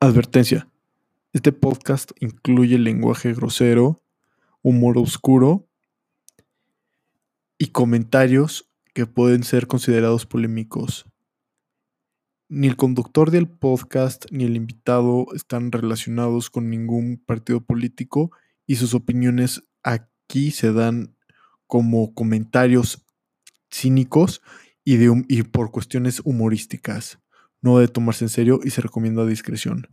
Advertencia: este podcast incluye lenguaje grosero, humor oscuro y comentarios que pueden ser considerados polémicos. Ni el conductor del podcast ni el invitado están relacionados con ningún partido político y sus opiniones aquí se dan como comentarios cínicos y por cuestiones humorísticas. No debe tomarse en serio y se recomienda discreción.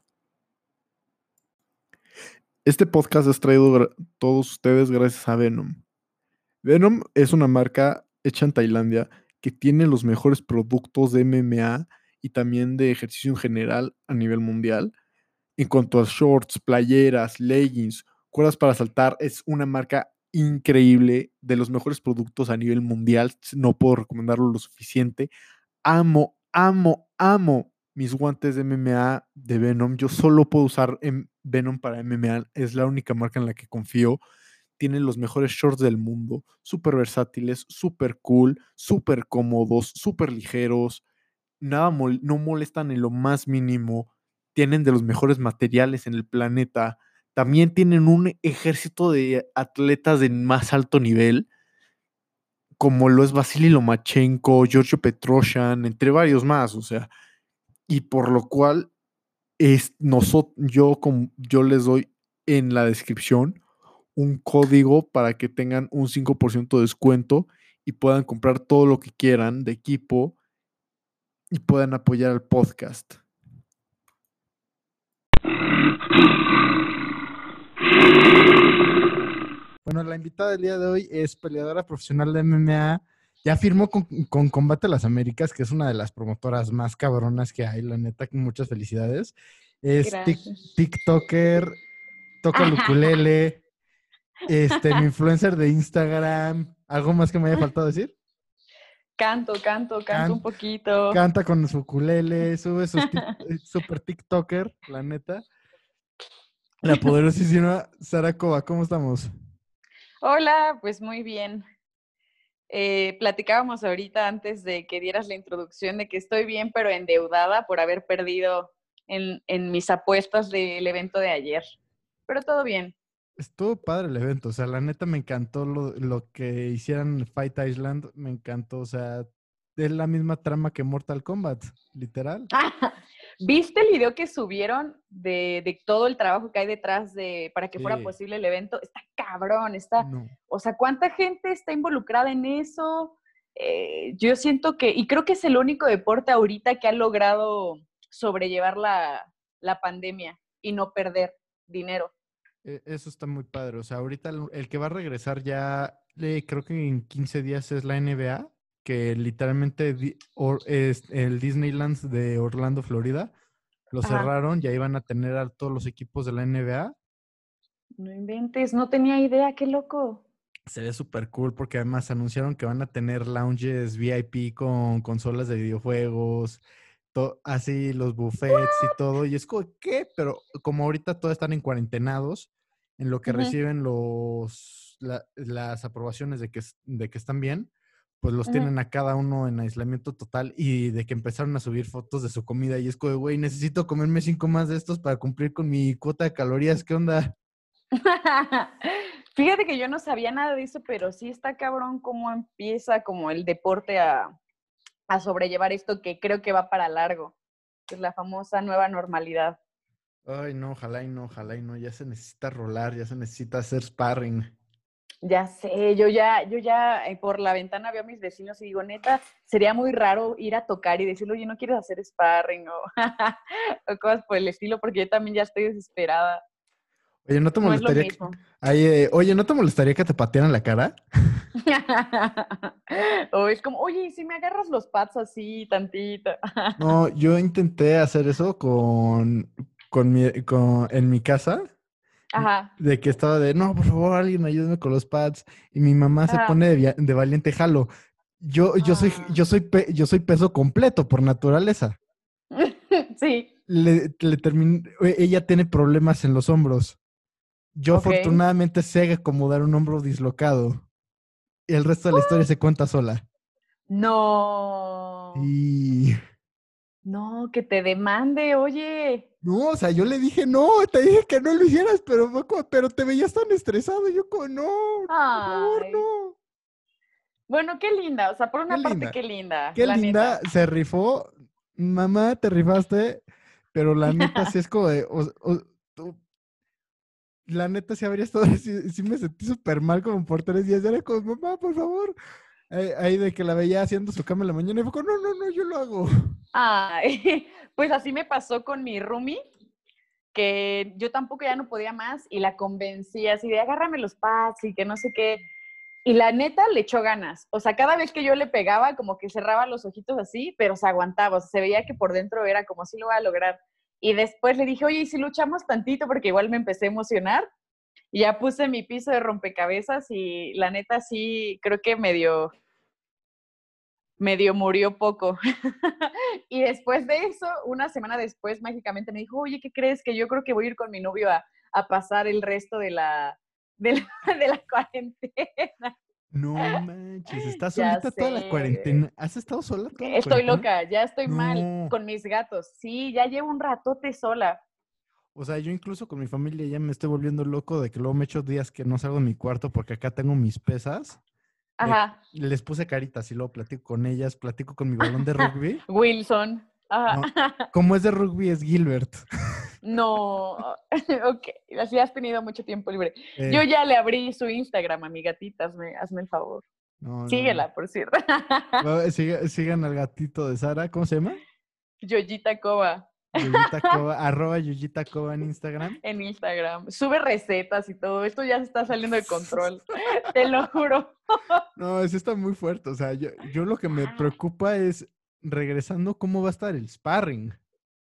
Este podcast es traído a todos ustedes gracias a Venom. Venom es una marca hecha en Tailandia que tiene los mejores productos de MMA y también de ejercicio en general a nivel mundial. En cuanto a shorts, playeras, leggings, cuerdas para saltar, es una marca increíble, de los mejores productos a nivel mundial. No puedo recomendarlo lo suficiente. Amo, amo, amo mis guantes de MMA de Venom. Yo solo puedo usar Venom para MMA. Es la única marca en la que confío. Tienen los mejores shorts del mundo, súper versátiles, súper cool, súper cómodos, súper ligeros, no molestan en lo más mínimo, tienen de los mejores materiales en el planeta, también tienen un ejército de atletas de más alto nivel, como lo es Vasily Lomachenko, Giorgio Petrosyan, entre varios más, o sea, y por lo cual yo les doy en la descripción un código para que tengan un 5% de descuento y puedan comprar todo lo que quieran de equipo y puedan apoyar al podcast. Bueno, la invitada del día de hoy es peleadora profesional de MMA. Ya firmó con Combate a las Américas, que es una de las promotoras más cabronas que hay, la neta, muchas felicidades. Es Gracias. TikToker, toca el ukulele, mi influencer de Instagram. ¿Algo más que me haya faltado decir? Canto un poquito. Canta con su ukulele, sube sus super TikToker, la neta. La poderosísima Sara Cova, ¿cómo estamos? Hola, pues muy bien. Platicábamos ahorita antes de que dieras la introducción de que estoy bien, pero endeudada por haber perdido en mis apuestas del evento de ayer. Pero todo bien. Estuvo padre el evento, o sea, la neta me encantó lo que hicieran en Fight Island, me encantó, o sea, es la misma trama que Mortal Kombat, literal. ¿Viste el video que subieron de todo el trabajo que hay detrás para que fuera Sí, posible el evento? Está cabrón, no. o sea, ¿cuánta gente está involucrada en eso? Yo siento y creo que es el único deporte ahorita que ha logrado sobrellevar la pandemia y no perder dinero. Eso está muy padre, o sea, ahorita el que va a regresar ya, creo que en 15 días es la NBA, que literalmente es el Disneyland de Orlando, Florida, lo Ajá. cerraron y ahí van a tener a todos los equipos de la NBA. No inventes, no tenía idea, qué loco. Se ve súper cool porque además anunciaron que van a tener lounges VIP con consolas de videojuegos, así los buffets y todo. Y es como, ¿qué? Pero como ahorita todos están en cuarentenados, en lo que Uh-huh. reciben las aprobaciones de que están bien, pues los Uh-huh. tienen a cada uno en aislamiento total y de que empezaron a subir fotos de su comida. Y es como, güey, necesito comerme 5 más de estos para cumplir con mi cuota de calorías. ¿Qué onda? Fíjate que yo no sabía nada de eso, pero sí está cabrón cómo empieza como el deporte a sobrellevar esto que creo que va para largo, que es la famosa nueva normalidad. Ay, no, ojalá y no, ya se necesita rolar, ya se necesita hacer sparring. Ya sé, yo ya por la ventana veo a mis vecinos y digo, neta, sería muy raro ir a tocar y decirle, oye, ¿no quieres hacer sparring? O cosas por el estilo, porque yo también ya estoy desesperada. Oye, ¿no te No es lo molestaría mismo. oye, ¿no te molestaría que te patearan la cara? O es como, oye, ¿y si me agarras los pads así, tantito? No, yo intenté hacer eso en mi casa, Ajá, de que estaba no, por favor, alguien ayúdame con los pads, y mi mamá se ajá. pone de valiente jalo. Ah. Yo soy peso completo por naturaleza. Sí, Ella tiene problemas en los hombros. Yo ok. afortunadamente sé acomodar un hombro dislocado. Y el resto de la historia se cuenta sola. No, Y No, que te demande, oye. No, o sea, yo le dije, no, te dije que no lo hicieras, pero te veías tan estresado. Y yo como, no, por favor, Ay, no. bueno, qué linda, o sea, por Qué una parte, linda, qué linda, qué la linda, neta. se rifó. Mamá, te rifaste, pero la neta sí es como de, tú- la neta sí habría estado, sí me sentí súper mal como por 3 días. Era como, mamá, por favor. Ahí de que la veía haciendo su cama en la mañana y fue como, no, no, no, yo lo hago. Ay, pues así me pasó con mi roomie, que yo tampoco ya no podía más y la convencí así de agárrame los pads y que no sé qué. Y la neta le echó ganas. O sea, cada vez que yo le pegaba, como que cerraba los ojitos así, pero se aguantaba. O sea, se veía que por dentro era como así lo voy a lograr. Y después le dije, oye, ¿y si luchamos tantito? Porque igual me empecé a emocionar. Y ya puse mi piso de rompecabezas y la neta sí, creo que medio murió poco. Y después de eso, una semana después, mágicamente me dijo, oye, ¿qué crees? Que yo creo que voy a ir con mi novio a pasar el resto de la cuarentena. No manches, ¿estás Ya solita toda la sé. cuarentena? ¿Has estado sola toda la Estoy cuarentena? loca, ya estoy mal No. con mis gatos. Sí, ya llevo un ratote sola. O sea, yo incluso con mi familia ya me estoy volviendo loco de que luego me echo días que no salgo de mi cuarto porque acá tengo mis pesas. Ajá. Les puse caritas y luego platico con ellas, platico con mi balón de rugby. Wilson. Ajá. No, como es de rugby es Gilbert. No, ok, así has tenido mucho tiempo libre. Yo Eh, ya le abrí su Instagram a mi gatita, hazme el favor. no, no, no. Síguela, por cierto. Sigan al gatito de Sara, ¿cómo se llama? Yoyita Coba Yuyita Cova, @Yuyita Cova en Instagram. en Instagram. Sube recetas y todo. Esto ya se está saliendo de control. Te lo juro. No, eso está muy fuerte. O sea, yo lo que me Ah, preocupa es, regresando, ¿cómo va a estar el sparring?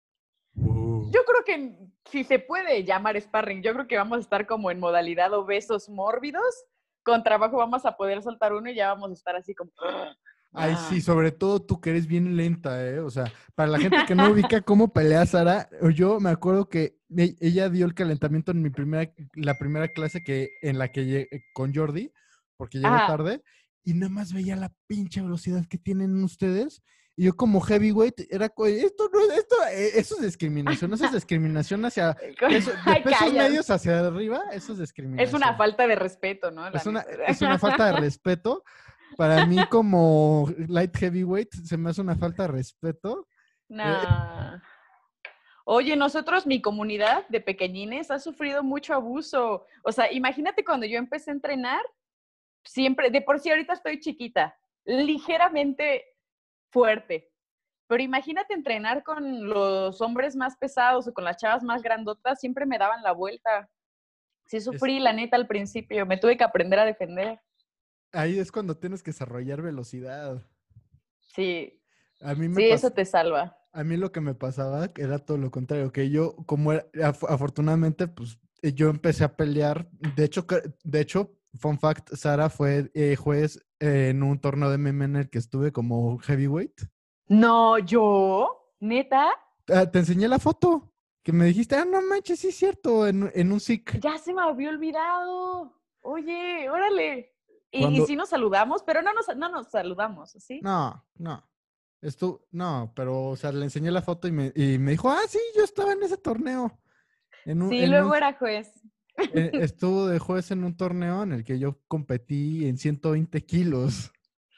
yo creo que si se puede llamar sparring, yo creo que vamos a estar como en modalidad obesos mórbidos. Con trabajo vamos a poder soltar uno y ya vamos a estar así como... Ay, sí, sobre todo tú que eres bien lenta, ¿eh? O sea, para la gente que no ubica cómo pelea Sara, yo me acuerdo que ella dio el calentamiento en la primera clase en la que con Jordi, porque llegó Ajá. tarde, y nada más veía la pinche velocidad que tienen ustedes. Y yo como heavyweight, esto no es, eso es discriminación, eso es discriminación hacia, de Ay, pesos calla. medios hacia arriba, eso es Es una discriminación. falta de respeto, ¿no? La Es una, neta. es una falta de respeto. Para mí, como light heavyweight, se me hace una falta de respeto. Nah. Oye, nosotros, mi comunidad de pequeñines, ha sufrido mucho abuso. O sea, imagínate cuando yo empecé a entrenar, siempre, de por sí ahorita estoy chiquita, ligeramente fuerte. Pero imagínate entrenar con los hombres más pesados o con las chavas más grandotas, siempre me daban la vuelta. Sí Es, sufrí, la neta, al principio. Me tuve que aprender a defender. ahí es cuando tienes que desarrollar velocidad. Sí, A mí me sí, eso pas, te salva. a mí lo que me pasaba era todo lo contrario, que yo, como afortunadamente, pues yo empecé a pelear. De hecho, fun fact, Sara fue juez en un torneo de MMA en el que estuve como heavyweight. No, yo, neta, Te enseñé la foto, que me dijiste, no manches, sí es cierto, en un SIC. ya se me había olvidado. Oye, órale. Y Cuando, sí nos saludamos, pero no nos saludamos, ¿sí? no, no. No, pero, o sea, le enseñé la foto y me dijo, sí, yo estaba en ese torneo. En un, Sí, en luego un, era juez. estuvo de juez en un torneo en el que yo competí en 120 kilos.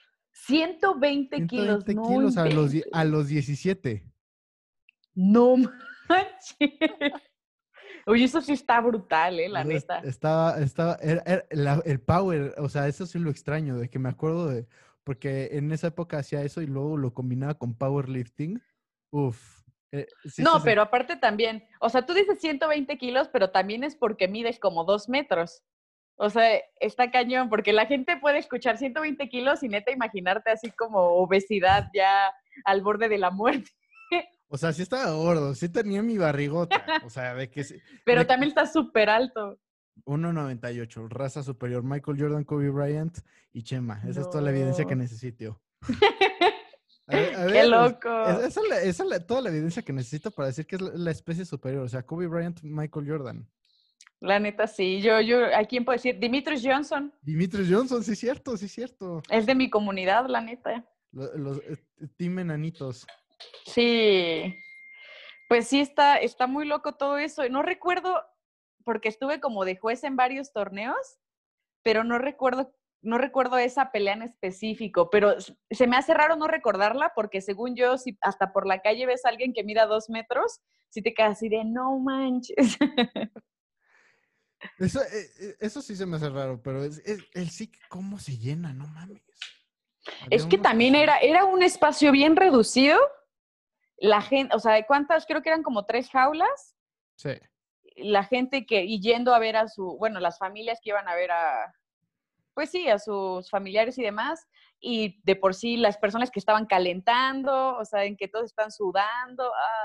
120 kilos, 120 no kilos a inventes. los 17. No manches. Oye, eso sí está brutal, O la sea, neta. el power, o sea, eso sí lo extraño, de que me acuerdo porque en esa época hacía eso y luego lo combinaba con powerlifting. Uf, sí No, pero aparte también, o sea, tú dices 120 kilos, pero también es porque mides como 2 metros. O sea, está cañón, porque la gente puede escuchar 120 kilos y neta imaginarte así como obesidad ya al borde de la muerte. O sea, sí estaba gordo, sí tenía mi barrigota, o sea, Pero también está súper alto. 1.98, raza superior, Michael Jordan, Kobe Bryant y Chema. Esa es toda la evidencia que No. necesito. A Qué ver, loco. esa es toda la evidencia que necesito para decir que es la especie superior. O sea, Kobe Bryant, Michael Jordan. La neta, sí. ¿A quién puedo decir? Dimitris Johnson. Dimitris Johnson, sí es cierto, sí es cierto. Es de mi comunidad, la neta. Los Team Enanitos. Sí, pues sí está muy loco todo eso. No recuerdo, porque estuve como de juez en varios torneos, pero no recuerdo esa pelea en específico, pero se me hace raro no recordarla porque según yo, si hasta por la calle ves a alguien que mida 2 metros, si te quedas así de no manches. Eso sí se me hace raro, pero el sí, ¿cómo se llena? No mames. Había Es que unos que también sí. era un espacio bien reducido. La gente, o sea, ¿cuántas? Creo que eran como 3 jaulas. Sí. La gente y yendo a ver bueno, las familias que iban a ver pues sí, a sus familiares y demás, y de por sí las personas que estaban calentando, o sea, en que todos están sudando.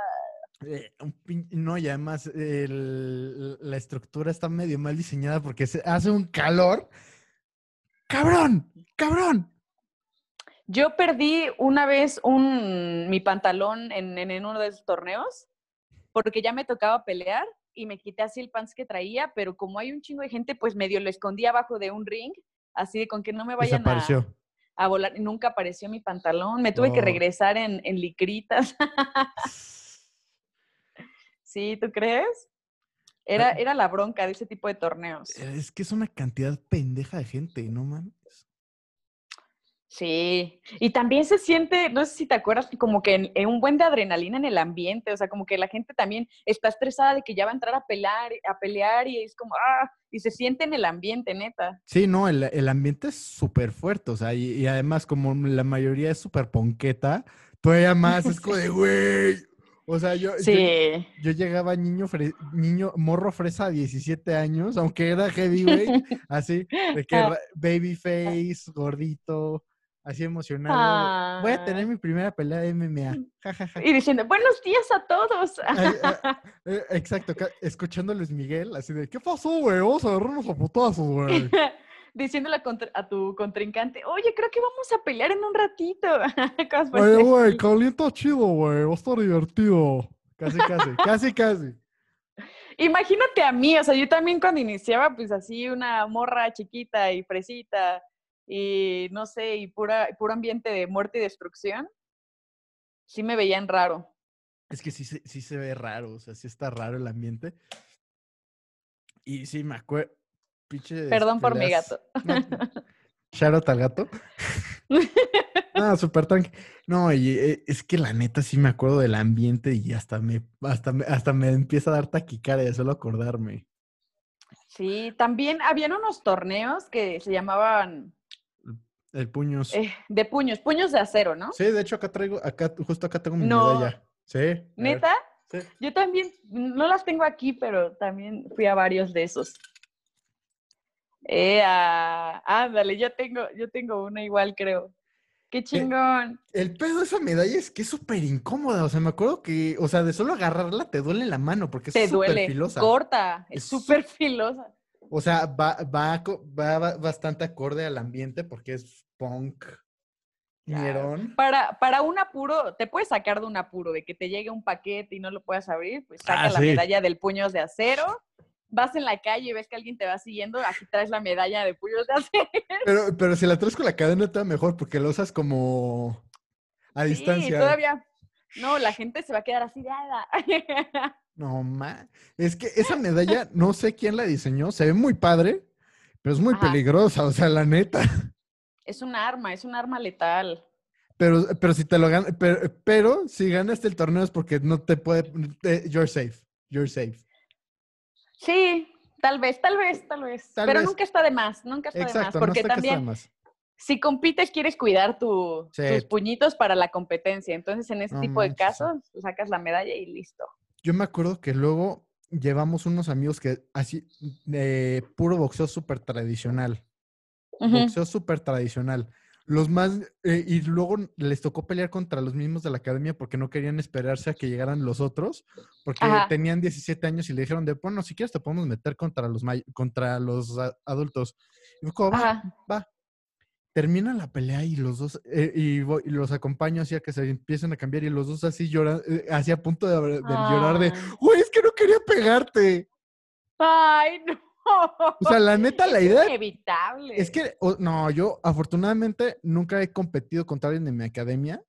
No, y además la estructura está medio mal diseñada porque se hace un calor. ¡Cabrón! ¡Cabrón! Yo perdí una vez mi pantalón en uno de esos torneos, porque ya me tocaba pelear y me quité así el pants que traía, pero como hay un chingo de gente, pues medio lo escondí abajo de un ring, así de con que no me vayan Desapareció. a volar. Y nunca apareció mi pantalón, me tuve que Oh. regresar en licritas. ¿Sí, tú crees? Era la bronca de ese tipo de torneos. Es que es una cantidad pendeja de gente, no mames. Sí, y también se siente, no sé si te acuerdas, como que en un buen de adrenalina en el ambiente, o sea, como que la gente también está estresada de que ya va a entrar a pelear y es como, y se siente en el ambiente, neta. Sí, no, el ambiente es súper fuerte, o sea, y además como la mayoría es súper ponqueta, todavía más es como de, güey. O sea, Sí. yo llegaba niño, morro fresa a 17 años, aunque era heavyweight, así, de que babyface, gordito, así emocionado, de, voy a tener Ah, mi primera pelea de MMA, jajaja. y diciendo, buenos días a todos. Exacto, escuchando a Luis Miguel, así de, ¿qué pasó, güey? Vamos a agarrarnos a putazos, güey. Diciéndole a tu contrincante, oye, creo que vamos a pelear en un ratito. Cosas por Oye, el güey, estilo. calienta chido, güey. Va a estar divertido. Casi, casi, casi, casi. Imagínate a mí, o sea, yo también cuando iniciaba, pues así una morra chiquita y fresita y no sé, y puro ambiente de muerte y destrucción, sí me veían raro. Es que sí se ve raro, o sea, sí está raro el ambiente. Y sí, me acuerdo, pinches Perdón por mi peleas. gato. No, shoutout al gato. Ah, súper tranqui. No, y es que la neta sí me acuerdo del ambiente y hasta me empieza a dar taquicardia de solo acordarme. Sí, también habían unos torneos que se llamaban El puños. de puños de acero, ¿no? Sí, de hecho justo acá tengo mi No, medalla. Sí, a ver. neta, Sí. yo también, no las tengo aquí, pero también fui a varios de esos. Ándale, yo tengo una igual, creo. ¡Qué Eh, chingón! El pedo de esa medalla es que es súper incómoda. O sea, me acuerdo que, o sea, de solo agarrarla te duele la mano porque es Te súper duele, filosa. corta, es Es súper filosa. o sea, va bastante acorde al ambiente porque es punk, Claro. ñerón. Para un apuro, te puedes sacar de un apuro, de que te llegue un paquete y no lo puedas abrir, pues saca Ah, la sí. medalla del puños de acero. Vas en la calle y ves que alguien te va siguiendo, aquí traes la medalla de puños de acero. Pero si la traes con la cadena está mejor porque la usas como a Sí, distancia. todavía. No, la gente se va a quedar así de ala. No, es que esa medalla, no sé quién la diseñó, se ve muy padre, pero es muy Ajá. peligrosa, o sea, la neta. Es un arma letal. Pero si te lo ganas, pero si ganaste el torneo es porque no te puede, you're safe, you're safe. Sí, tal vez, tal vez, tal vez. Tal Pero vez, nunca está de más, nunca está de más, exacto, no porque está que está de también más. si compites quieres cuidar Sí, tus puñitos para la competencia. Entonces, en ese no tipo de manches, sí. casos, sacas la medalla y listo. Yo me acuerdo que luego llevamos unos amigos que así, puro boxeo súper tradicional. Ujú. Boxeo súper tradicional. Los más, y luego les tocó pelear contra los mismos de la academia porque no querían esperarse a que llegaran los otros, porque Ajá. tenían 17 años y le dijeron de, bueno, si quieres te podemos meter contra los adultos. Y fue como, va, Ajá. va. Termina la pelea y los dos, y los acompaño así a que se empiecen a cambiar y los dos así lloran, así a punto de llorar de, Ay. güey, es que no quería pegarte. Ay, no. O sea, la neta, la Es idea es inevitable. que, no, yo afortunadamente nunca he competido contra alguien de mi academia,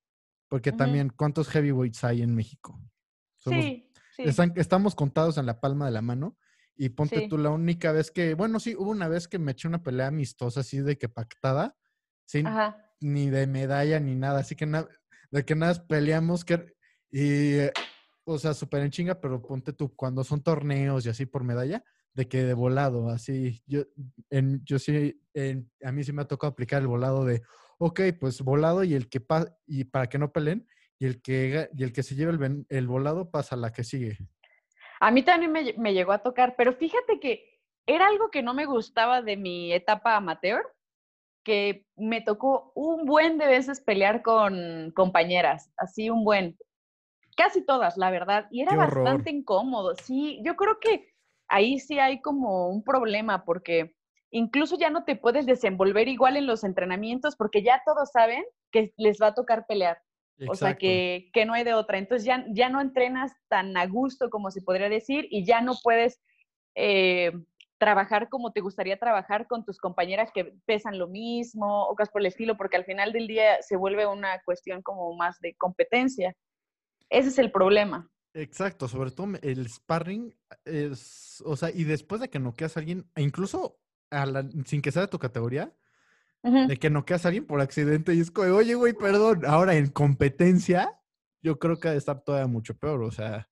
Porque Ujú. también, ¿cuántos heavyweights hay en México? Somos, Sí, sí, estamos contados en la palma de la mano. Y ponte tú sí. la única vez que, bueno, sí, hubo una vez que me eché una pelea amistosa así de que pactada, sin Ajá. ni de medalla ni nada, así que de que nada peleamos y, o sea, súper en chinga, pero ponte tú, cuando son torneos y así por medalla, de que de volado, así, yo sí, a mí sí me ha tocado aplicar el volado de, ok, pues volado y y para que no peleen, y el que se lleve el volado pasa a la que sigue. A mí también me llegó a tocar, pero fíjate que era algo que no me gustaba de mi etapa amateur, que me tocó un buen de veces pelear con compañeras, así un buen, casi todas, la verdad, y era Qué horror. bastante incómodo. Sí, yo creo que ahí sí hay como un problema porque incluso ya no te puedes desenvolver igual en los entrenamientos porque ya todos saben que les va a tocar pelear. O sea, Exacto. que no hay de otra. Entonces ya no entrenas tan a gusto como se podría decir y ya no puedes eh, trabajar como te gustaría trabajar con tus compañeras que pesan lo mismo o cosas por el estilo, porque al final del día se vuelve una cuestión como más de competencia. Ese es el problema. Exacto, sobre todo el sparring es, o sea, y después de que noqueas a alguien, e incluso sin que sea de tu categoría, Ujú. de que noqueas a alguien por accidente y es como, oye, güey, perdón. Ahora en competencia, yo creo que ha de estar todavía mucho peor, o sea,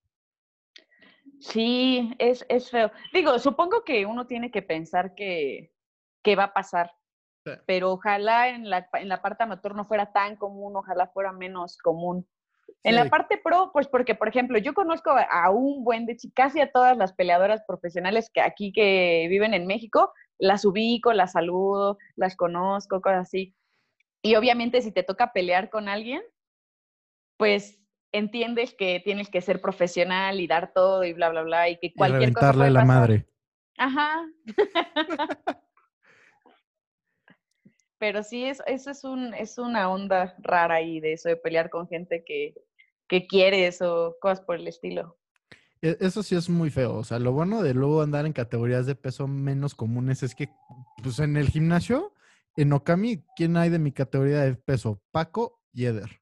Sí, es feo. Digo, supongo que uno tiene que pensar que va a pasar, sí, pero ojalá en la parte amateur no fuera tan común, ojalá fuera menos común. En la sí, parte pro, pues porque, por ejemplo, yo conozco a un buen de casi a todas las peleadoras profesionales que aquí que viven en México, las ubico, las saludo, las conozco, cosas así. Y obviamente si te toca pelear con alguien, pues entiendes que tienes que ser profesional y dar todo y bla, bla, bla, y que y cualquier cosa reventarle puede la pasar. madre. Ajá. Pero sí, eso es una onda rara ahí de eso de pelear con gente que quieres o cosas por el estilo. Eso sí es muy feo, o sea, lo bueno de luego andar en categorías de peso menos comunes es que, pues en el gimnasio, en Okami, ¿quién hay de mi categoría de peso? Paco y Eder.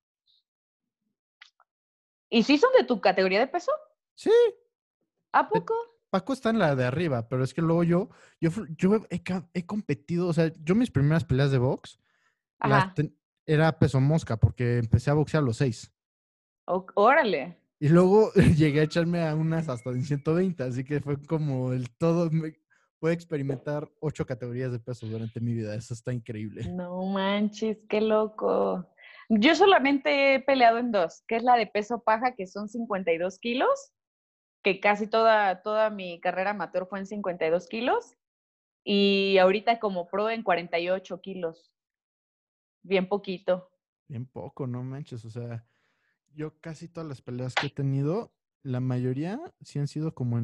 ¿Y sí son de tu categoría de peso? Sí, ¿A de- poco? Paco está en la de arriba, pero es que luego yo he competido, o sea, yo mis primeras peleas de box Ajá. era peso mosca porque empecé a boxear a los 6. Órale. Y luego llegué a echarme a unas hasta en 120, así que fue como el todo. Pude experimentar 8 categorías de peso durante mi vida, eso está increíble. No manches, qué loco. Yo solamente he peleado en dos, que es la de peso paja, que son 52 kilos, que casi toda mi carrera amateur fue en 52 kilos, y ahorita como pro en 48 kilos, bien poquito. Bien poco, no manches, o sea, yo casi todas las peleas que he tenido, la mayoría sí han sido como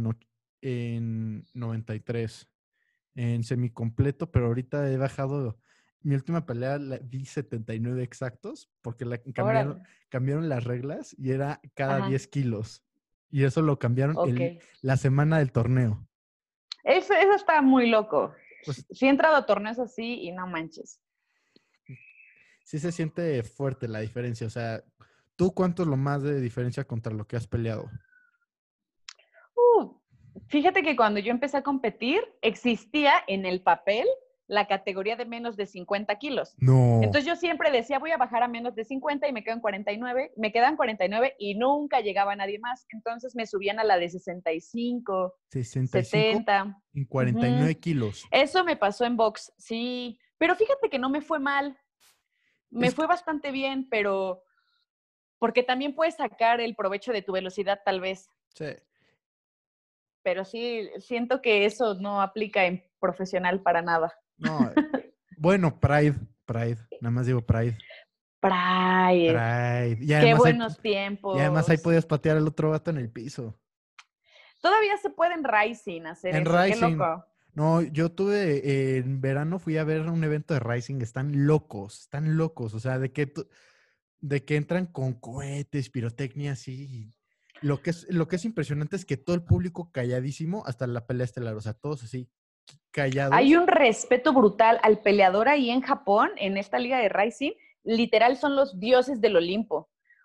en 93, en semicompleto, pero ahorita he bajado. Mi última pelea la di 79 exactos porque Órale. cambiaron las reglas y era cada Ajá, 10 kilos. Y eso lo cambiaron ok. la semana del torneo. Eso está muy loco. Pues Sí he entrado a torneos así y no manches. sí se siente fuerte la diferencia. O sea, ¿tú cuánto es lo más de diferencia contra lo que has peleado? Uh, Fíjate que cuando yo empecé a competir, existía en el papel la categoría de menos de 50 kilos. No, Entonces yo siempre decía, voy a bajar a menos de 50 y me quedo en 49, me quedan 49 y nunca llegaba nadie más. Entonces me subían a la de 65, 65 70. en Uh-huh. 49 kilos. Eso me pasó en box, sí. Pero fíjate que no me fue mal. Me Es que, fue bastante bien, pero porque también puedes sacar el provecho de tu velocidad tal vez. sí, Pero sí, siento que eso no aplica en profesional para nada. no, bueno, Pride, nada más digo Pride. Pride, Pride. qué buenos Y además ahí tiempos. podías patear al otro vato en el piso. Todavía se puede en Rising hacer En eso, qué Rising. loco. No, yo tuve, en verano fui a ver un evento de Rising, están locos, o sea, de que entran con cohetes, pirotecnia, así. Lo que es impresionante es que todo el público calladísimo hasta la pelea estelar, o sea, todos así Hay callados. un respeto brutal al peleador ahí en Japón, en esta liga de Rising, literal son los dioses del Olimpo.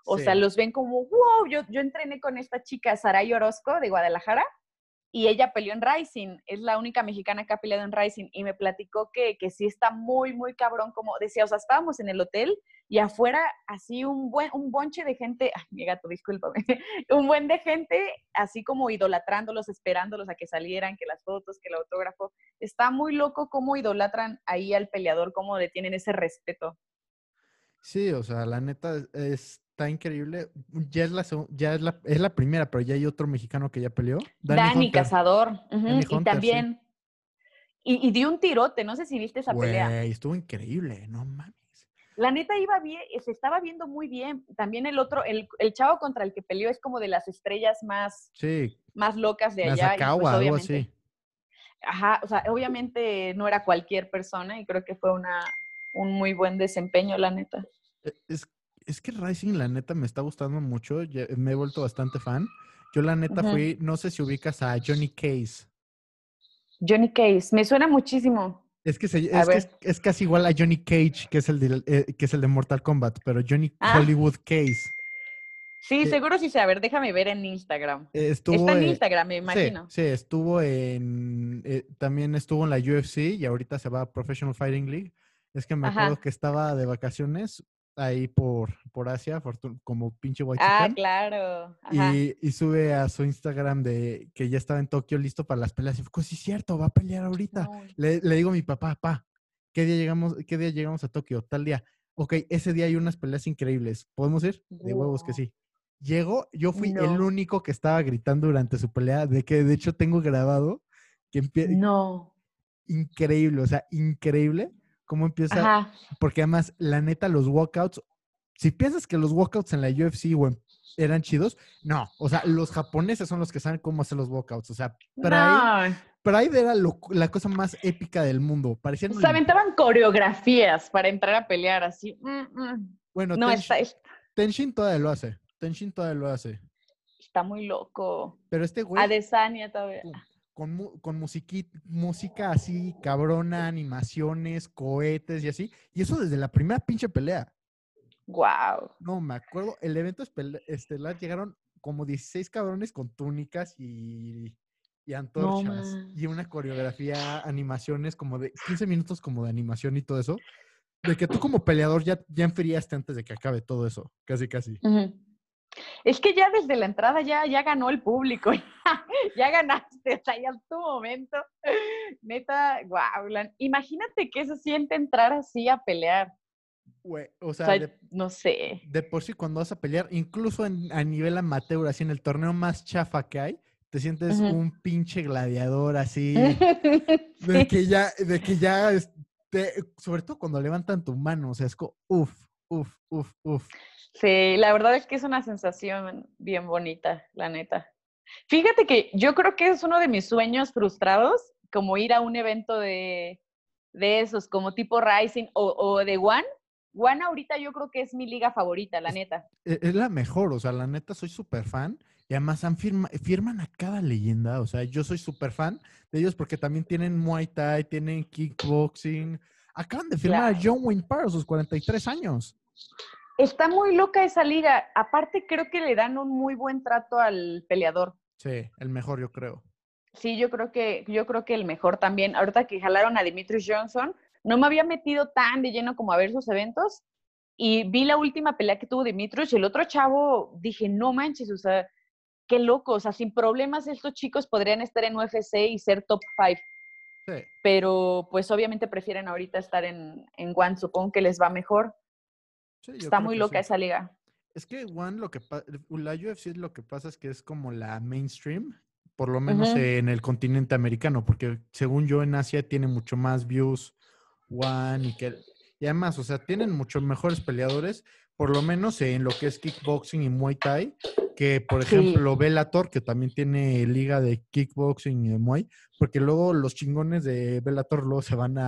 O sea, Sí. los ven como, wow, yo entrené con esta chica, Saray Orozco, de Guadalajara, y ella peleó en Rising, es la única mexicana que ha peleado en Rising, y me platicó que sí está muy, muy cabrón, como decía, o sea, estábamos en el hotel y afuera así un bonche de gente, ay, mi gato, discúlpame, un buen de gente así como idolatrándolos, esperándolos a que salieran, que las fotos, que el autógrafo. Está muy loco cómo idolatran ahí al peleador, cómo le tienen ese respeto. Sí, o sea, la neta está increíble. Ya es la primera, pero ya hay otro mexicano que ya peleó. Danny Dani Hunter. Cazador, Danny y Hunter, sí. también, y dio un tirote, no sé si viste esa pelea. Güey, estuvo increíble, no mames. La neta iba bien, se estaba viendo muy bien. También el otro, el chavo contra el que peleó es como de las estrellas Sí, más locas de allá y pues Nasakawa, algo obviamente, así. ajá, o sea, obviamente no era cualquier persona y creo que fue un muy buen desempeño, la neta. E- Es, es que Rising, la neta, me está gustando mucho. Me he vuelto bastante fan. Yo, la neta, Ujú. no sé si ubicas a Johnny Case. Johnny Case, me suena muchísimo. A ver. Es casi igual a Johnny Cage, que es el de Mortal Kombat, pero Johnny Ah, Hollywood Case. sí, Eh, seguro sí sé. A ver, déjame ver en Instagram. Está estuvo, en Instagram, me sí, imagino. sí, también estuvo en la UFC y ahorita se va a Professional Fighting League. Es que me acuerdo Ajá. que estaba de vacaciones ahí por Asia, como pinche white Ah, chican. claro. Ajá. Y sube a su Instagram de que ya estaba en Tokio listo para las peleas. Y fue, sí, cierto, va a pelear ahorita. No. Le digo a mi papá, ¿qué día llegamos a Tokio? Tal día. Ok, ese día hay unas peleas increíbles. ¿Podemos ir? De huevos que Wow. sí. Llegó, yo fui el No. único que estaba gritando durante su pelea, de que de hecho tengo grabado, No. increíble, o sea, increíble cómo empieza, Ajá. porque además, la neta, los walkouts, si piensas que los walkouts en la UFC eran chidos, no, o sea, los japoneses son los que saben cómo hacer los walkouts, o sea, No. Pride era la cosa más épica del mundo, parecían Se Olimpiadas. aventaban coreografías para entrar a pelear así. Bueno, No, Tenshin todavía lo hace, Tenshin todavía lo hace, está muy loco. pero este güey Adesanya todavía. pum, con música así, cabrona, animaciones, cohetes y así. Y eso desde la primera pinche pelea. Wow. No, me acuerdo, el evento estelar llegaron como 16 cabrones con túnicas y No antorchas man. y una coreografía, animaciones como de 15 minutos como de animación y todo eso. De que tú como peleador ya enfriaste antes de que acabe todo eso, casi, casi. Ujú. Es que ya desde la entrada ya ganó el público, ya ganaste, o sea, ya es tu momento. Neta, wow, imagínate que se siente entrar así a pelear. Güey, o O sea, sea, no sé. de por sí cuando vas a pelear, incluso a nivel amateur, así en el torneo más chafa que hay, te sientes Ujú. un pinche gladiador así, Sí. de que ya, sobre todo cuando levantan tu mano, o sea, es como, uff. Sí, la verdad es que es una sensación bien bonita, la neta. Fíjate que yo creo que es uno de mis sueños frustrados, como ir a un evento de esos, como tipo Rising o de One. One ahorita yo creo que es mi liga favorita, la neta. Es la mejor, o sea, la neta soy súper fan y además firman a cada leyenda, o sea, yo soy súper fan de ellos porque también tienen Muay Thai, tienen kickboxing, acaban de firmar a Claro. John Wayne Parr a sus 43 años. Está muy loca esa liga. Aparte, creo que le dan un muy buen trato al peleador. Sí, el mejor yo creo. Sí, yo creo que el mejor también. Ahorita que jalaron a Demetrius Johnson, no me había metido tan de lleno como a ver sus eventos y vi la última pelea que tuvo Demetrius y el otro chavo, dije, no manches, o sea, qué loco, o sea, sin problemas estos chicos podrían estar en UFC y ser top 5, Sí, pero pues obviamente prefieren ahorita estar en One, supongo que les va mejor. sí, yo Está creo muy que loca sí. esa liga. Es que One, la UFC lo que pasa es que es como la mainstream, por lo menos Ujú. en el continente americano, porque según yo en Asia tiene mucho más views One y además, o sea, tienen mucho mejores peleadores, por lo menos en lo que es kickboxing y Muay Thai, que por Sí, ejemplo Bellator, que también tiene liga de kickboxing y de Muay, porque luego los chingones de Bellator luego se van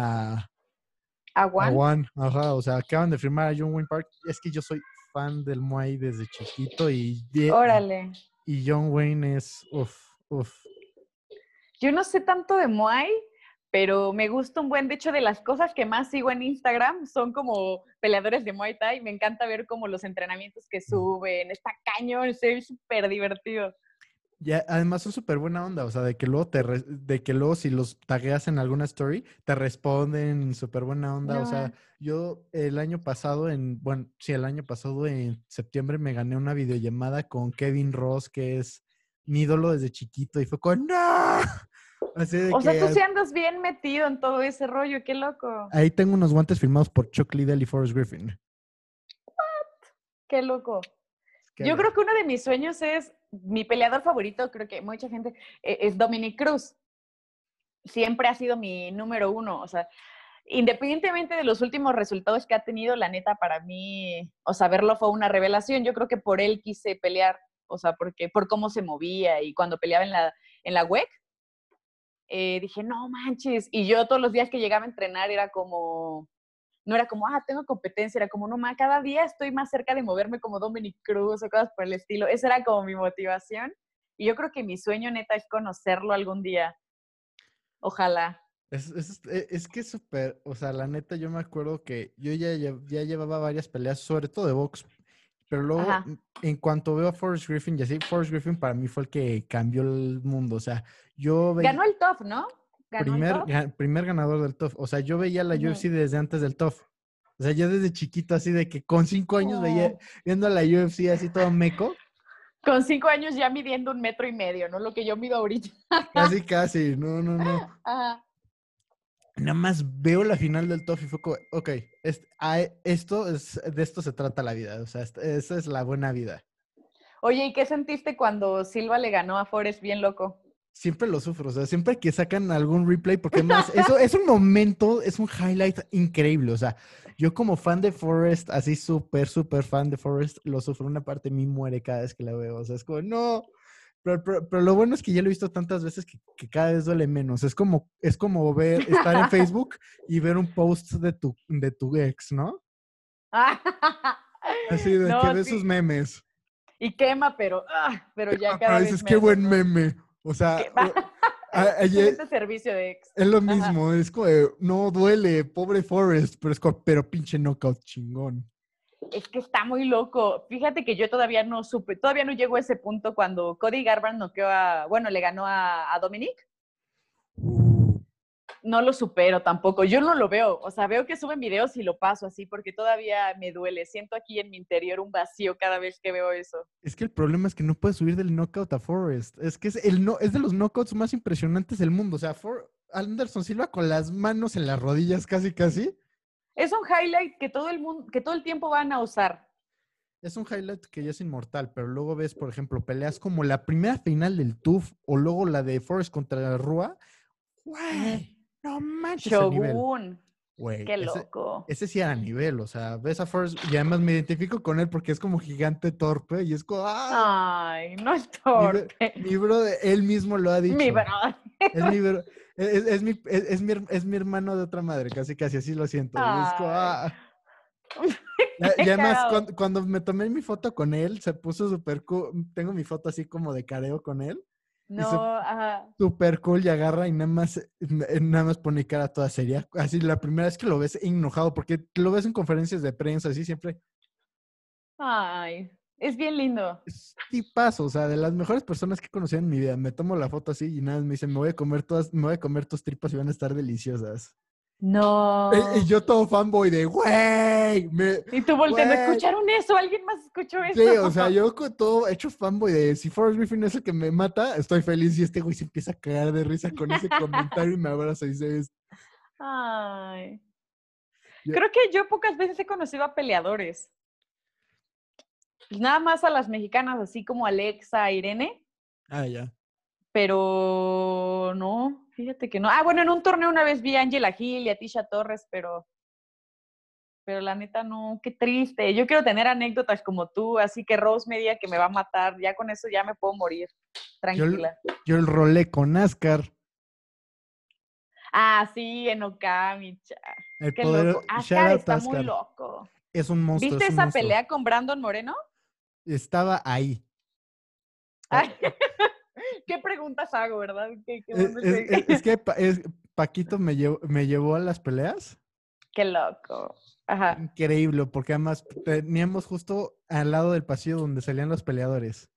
a a One. One, ajá, o sea, acaban de firmar a John Wayne Park. Es que yo soy fan del Muay desde chiquito Órale. y John Wayne es, uff. Yo no sé tanto de Muay, pero me gusta un buen. De hecho, de las cosas que más sigo en Instagram son como peleadores de Muay Thai. Me encanta ver como los entrenamientos que suben. Está cañón, se ve súper divertido. Ya, además son súper buena onda, o sea, de que luego de que luego si los tagueas en alguna story, te responden súper buena onda. O sea, No, yo el año pasado el año pasado en septiembre me gané una videollamada con Kevin Ross, que es mi ídolo desde chiquito, y fue con ¡no! Así de o sea, tú que sí andas bien metido en todo ese rollo, qué loco, ahí tengo unos guantes firmados por Chuck Liddell y Forrest Griffin. qué loco. Qué Yo creo ver. que uno de mis sueños es, mi peleador favorito, creo que mucha gente, es Dominic Cruz. Siempre ha sido mi número uno, o sea, independientemente de los últimos resultados que ha tenido, la neta, para mí, o sea, verlo fue una revelación. Yo creo que por él quise pelear, o sea, porque, por cómo se movía y cuando peleaba en la WEC, dije, no manches. Y yo todos los días que llegaba a entrenar era como, no era como, tengo competencia, era como, no más, cada día estoy más cerca de moverme como Dominic Cruz o cosas por el estilo. Esa era como mi motivación. Y yo creo que mi sueño neta es conocerlo algún día. Ojalá. Es que es súper, o sea, la neta yo me acuerdo que yo ya llevaba varias peleas, sobre todo de box, pero luego Ajá. en cuanto veo a Forrest Griffin y así, Forrest Griffin para mí fue el que cambió el mundo, o sea, yo veía Ganó el TOF, ¿no? Ganó el TOF. primer ganador del TUF, o sea, yo veía la Ujú. UFC desde antes del TUF, o sea, yo desde chiquito así de que con 5 años veía, Oh. viendo a la UFC así todo meco, Con 5 años ya midiendo 1,5 metros, ¿no? Lo que yo mido ahorita. casi, no. Ajá. Nada más veo la final del TOF y fue como, ok, de esto se trata la vida, o sea, esa es la buena vida. Oye, ¿y qué sentiste cuando Silva le ganó a Forrest bien loco? Siempre lo sufro, o sea, siempre que sacan algún replay, porque más, eso es un momento, es un highlight increíble, o sea, yo como fan de Forrest, así súper fan de Forrest, lo sufro, una parte de mí muere cada vez que la veo, o sea, es como, no, pero lo bueno es que ya lo he visto tantas veces que cada vez duele menos, es como estar en Facebook y ver un post de tu ex, ¿no? Así de que No, ves sus sí. memes. Y quema, pero ya Pero cada vez dices, qué menos, buen ¿no? meme. O sea, Quema. Excelente servicio de ex. es lo Ajá. mismo. Es como, no duele, pobre Forrest, pero es como, pero pinche knockout chingón. Es que está muy loco. Fíjate que yo todavía no supe, todavía no llego a ese punto cuando Cody Garbrandt noqueó bueno, le ganó a Dominic. Uh, No lo supero tampoco. Yo no lo veo. O sea, veo que suben videos y lo paso así porque todavía me duele. Siento aquí en mi interior un vacío cada vez que veo eso. Es que el problema es que no puedes subir del knockout a Forrest. Es que es de los knockouts más impresionantes del mundo. O sea, Anderson Silva con las manos en las rodillas casi. Es un highlight que todo el mundo, que todo el tiempo van a usar. Es un highlight que ya es inmortal, pero luego ves, por ejemplo, peleas como la primera final del TUF o luego la de Forrest contra Rua. Güey, no manches el nivel. Shogun. Güey, Qué loco. ese sí era nivel, o sea, ves a Forrest y además me identifico con él porque es como gigante torpe y es como, Ay, no es mi, torpe. mi bro, él mismo lo ha Mi dicho. brother. Es mi bro, es mi hermano de otra madre, casi así lo siento. Y es como, Ay, Y qué además, cagado. cuando me tomé mi foto con él, se puso súper cool. Tengo mi foto así como de careo con él. Y No, ajá. súper cool y agarra y nada más pone cara toda seria. Así la primera vez que lo ves enojado, porque lo ves en conferencias de prensa, así siempre. Ay, es bien lindo. Es tipazo, o sea, de las mejores personas que he conocido en mi vida. Me tomo la foto así y nada, me dice, me voy a comer tus tripas y van a estar deliciosas. Y No. yo todo fanboy de, güey, Y tú volteando, güey. ¿escucharon eso? ¿Alguien más escuchó Sí, eso? o sea, yo con todo hecho fanboy de si Forrest Griffin es el que me mata, estoy feliz y este güey se empieza a cagar de risa con ese comentario y me abraza y dice, Ay. yo- Creo que yo pocas veces he conocido a peleadores. Nada más a las mexicanas, así como Alexa, Irene, ya. pero no, fíjate que no. Bueno, en un torneo una vez vi a Angela Hill y a Tisha Torres, pero la neta no, qué triste. Yo quiero tener anécdotas como tú, así que Rose me diga que me va a matar, ya con eso ya me puedo morir, Yo, tranquila. yo el rolé con NASCAR, Sí, en Okami, el qué poder, loco. shout Ascar out está muy NASCAR, loco. es un monstruo, ¿Viste es un esa monstruo. pelea con Brandon Moreno? Estaba ahí. Ay, ¿qué preguntas hago, verdad? ¿Qué Es, bueno es- que... es que Paquito me llevó a las peleas. Qué loco. Ajá. Increíble, porque además teníamos justo al lado del pasillo donde salían los peleadores.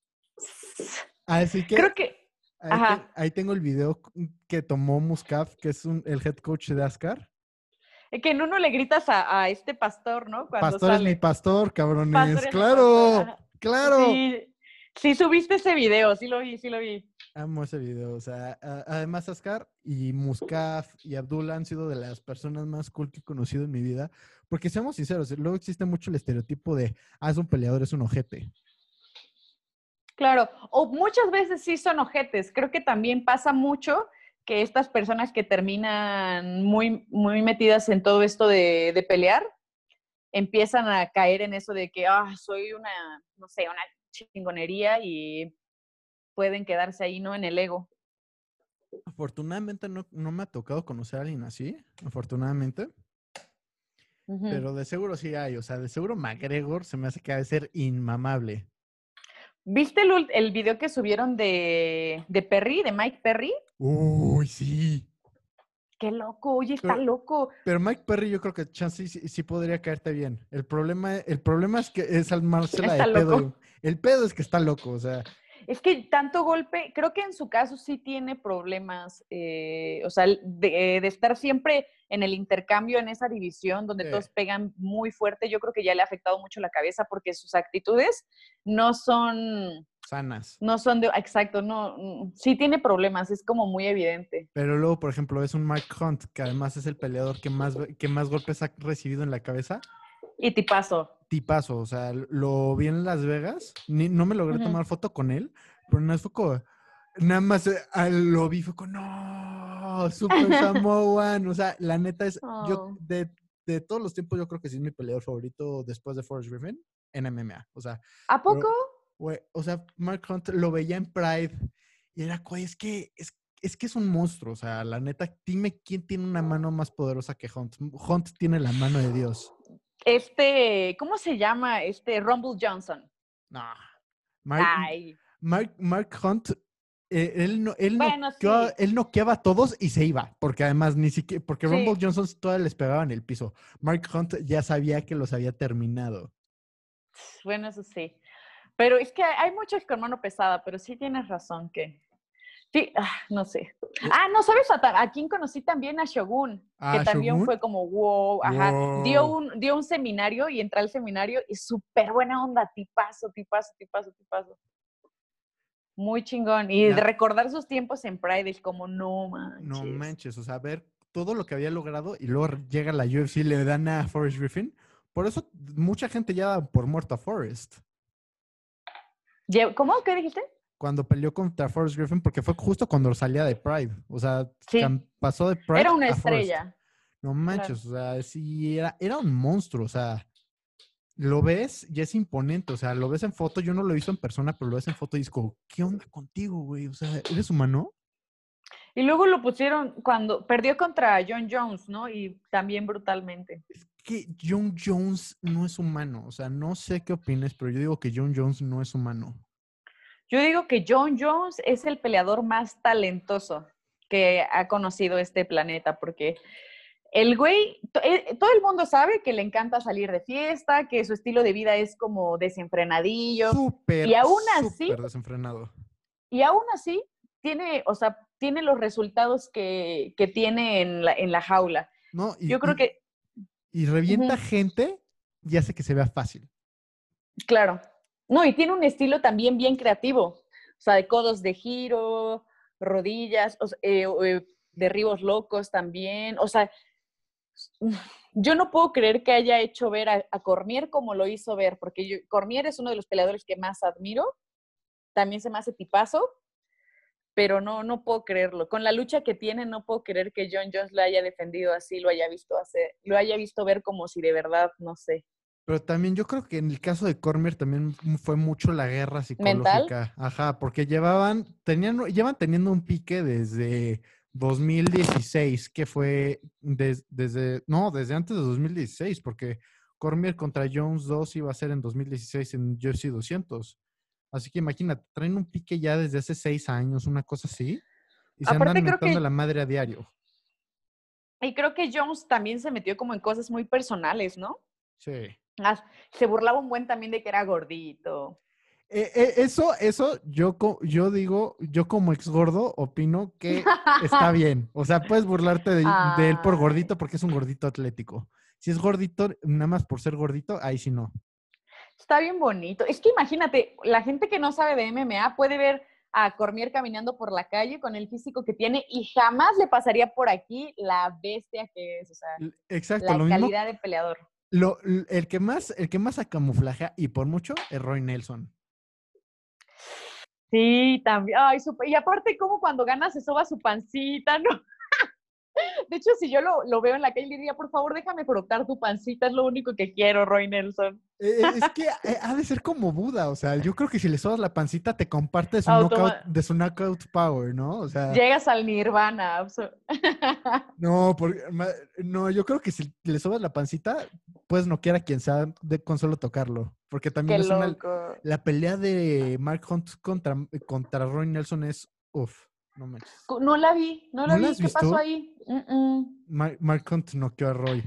Así que Creo que, ajá. ahí tengo el video que tomó Muscaf, que es el head coach de Ascar. Es que en uno le gritas a este pastor, ¿no? Cuando Pastor es mi sale. pastor, cabrones. Pastor es mi ¡Claro! pastor. Ajá. ¡Claro! Sí, sí subiste ese video, sí lo vi. Amo ese video. O sea, además Ascar y Muscaf y Abdullah han sido de las personas más cool que he conocido en mi vida. Porque seamos sinceros, luego existe mucho el estereotipo de, es un peleador, es un ojete. Claro, o muchas veces sí son ojetes. Creo que también pasa mucho que estas personas que terminan muy, muy metidas en todo esto de pelear, empiezan a caer en eso de que, soy una, no sé, una chingonería y pueden quedarse ahí, ¿no? En el ego. Afortunadamente no me ha tocado conocer a alguien así, afortunadamente. Uh-huh. Pero de seguro sí hay, o sea, de seguro McGregor se me hace que ha de ser inmamable. ¿Viste el video que subieron de Perry, de Mike Perry? Uy, sí. Qué loco, oye, está loco. Pero Mike Perry yo creo que chance sí podría caerte bien. El problema es que es armársela de pedo. Loco. El pedo es que está loco, o sea. Es que tanto golpe, creo que en su caso sí tiene problemas, o sea, de estar siempre en el intercambio en esa división donde todos pegan muy fuerte, yo creo que ya le ha afectado mucho la cabeza porque sus actitudes no son sanas. No son exacto, no, sí tiene problemas, es como muy evidente. Pero luego, por ejemplo, es un Mark Hunt, que además es el peleador que más golpes ha recibido en la cabeza. Y tipazo. Tipazo, o sea, lo vi en Las Vegas, no me logré tomar foto con él, pero no fue como, nada más lo vi, fue como, no, Super Samoan, o sea, la neta es, yo de todos los tiempos yo creo que sí es mi peleador favorito después de Forrest Griffin en MMA, o sea. ¿A poco? O sea, Mark Hunt lo veía en Pride y era, es que es un monstruo, o sea, la neta, dime quién tiene una mano más poderosa que Hunt. Hunt tiene la mano de Dios. ¿Cómo se llama? Rumble Johnson. No. Mark Hunt, él noqueaba a todos y se iba, porque además ni siquiera, porque sí. Rumble Johnson todavía les pegaba en el piso. Mark Hunt ya sabía que los había terminado. Bueno, eso sí. Pero es que hay muchos con mano pesada, pero sí tienes razón que... Sí, no sé. No, ¿sabes a quién conocí también? A Shogun, que también ¿Shogun? Fue como, wow, ajá. Wow. Dio un seminario y entré al seminario y súper buena onda, tipazo. Muy chingón. Y de recordar sus tiempos en Pride es como, no manches. No manches, o sea, ver todo lo que había logrado y luego llega la UFC y le dan a Forrest Griffin. Por eso mucha gente ya da por muerto a Forrest. ¿Cómo? ¿Qué dijiste? Cuando peleó contra Forrest Griffin, porque fue justo cuando salía de Pride. O sea, sí. Pasó de Pride Era una a estrella. Forrest. No manches, claro. O sea, sí, era un monstruo. O sea, lo ves y es imponente. O sea, lo ves en foto. Yo no lo he visto en persona, pero lo ves en foto y es como, ¿qué onda contigo, güey? O sea, ¿eres humano? Y luego lo pusieron cuando perdió contra John Jones, ¿no? Y también brutalmente. Es que John Jones no es humano. O sea, no sé qué opines, pero yo digo que John Jones no es humano. Yo digo que John Jones es el peleador más talentoso que ha conocido este planeta, porque el güey, todo el mundo sabe que le encanta salir de fiesta, que su estilo de vida es como desenfrenadillo. Súper desenfrenado. Y aún así, tiene los resultados que tiene en la jaula. No, yo creo que... Y revienta gente y hace que se vea fácil. Claro. No, y tiene un estilo también bien creativo. O sea, de codos de giro, rodillas, derribos locos también. O sea, yo no puedo creer que haya hecho ver a Cormier como lo hizo ver, porque Cormier es uno de los peleadores que más admiro. También se me hace tipazo, pero no puedo creerlo. Con la lucha que tiene, no puedo creer que John Jones lo haya defendido así, lo haya visto ver como si de verdad, no sé. Pero también yo creo que en el caso de Cormier también fue mucho la guerra psicológica. ¿Mental? Ajá, porque llevan teniendo un pique desde 2016, que fue desde antes de 2016, porque Cormier contra Jones 2 iba a ser en 2016 en UFC 200. Así que imagínate, traen un pique ya desde hace 6 años, una cosa así, y se andan mentando la madre a diario. Y creo que Jones también se metió como en cosas muy personales, ¿no? Sí. Se burlaba un buen también de que era gordito. Eso yo digo, yo como ex gordo opino que está bien. O sea, puedes burlarte de él por Ay, gordito porque es un gordito atlético. Si es gordito, nada más por ser gordito, ahí sí no. está bien bonito. Es que imagínate, la gente que no sabe de MMA puede ver a Cormier caminando por la calle con el físico que tiene y jamás le pasaría por aquí la bestia que es, o sea, Exacto, lo la mismo. calidad de peleador. El que más se camuflajea y por mucho es Roy Nelson. Sí, también. Ay, y aparte, como cuando gana se soba su pancita, ¿no? De hecho, si yo lo veo en la calle, le diría, por favor, déjame frotar tu pancita, es lo único que quiero, Roy Nelson. Es que ha de ser como Buda, o sea, yo creo que si le sobas la pancita te comparte Automa de su knockout power, ¿no? O sea, Llegas al nirvana. no, no, yo creo que si le sobas la pancita, puedes noquear a quien sea con solo tocarlo, porque también Qué es loco. la pelea de Mark Hunt contra Roy Nelson es, no manches. No la vi, no la ¿No la vi. has ¿Qué pasó visto? ahí? Mm. Mark Hunt noqueó a Roy.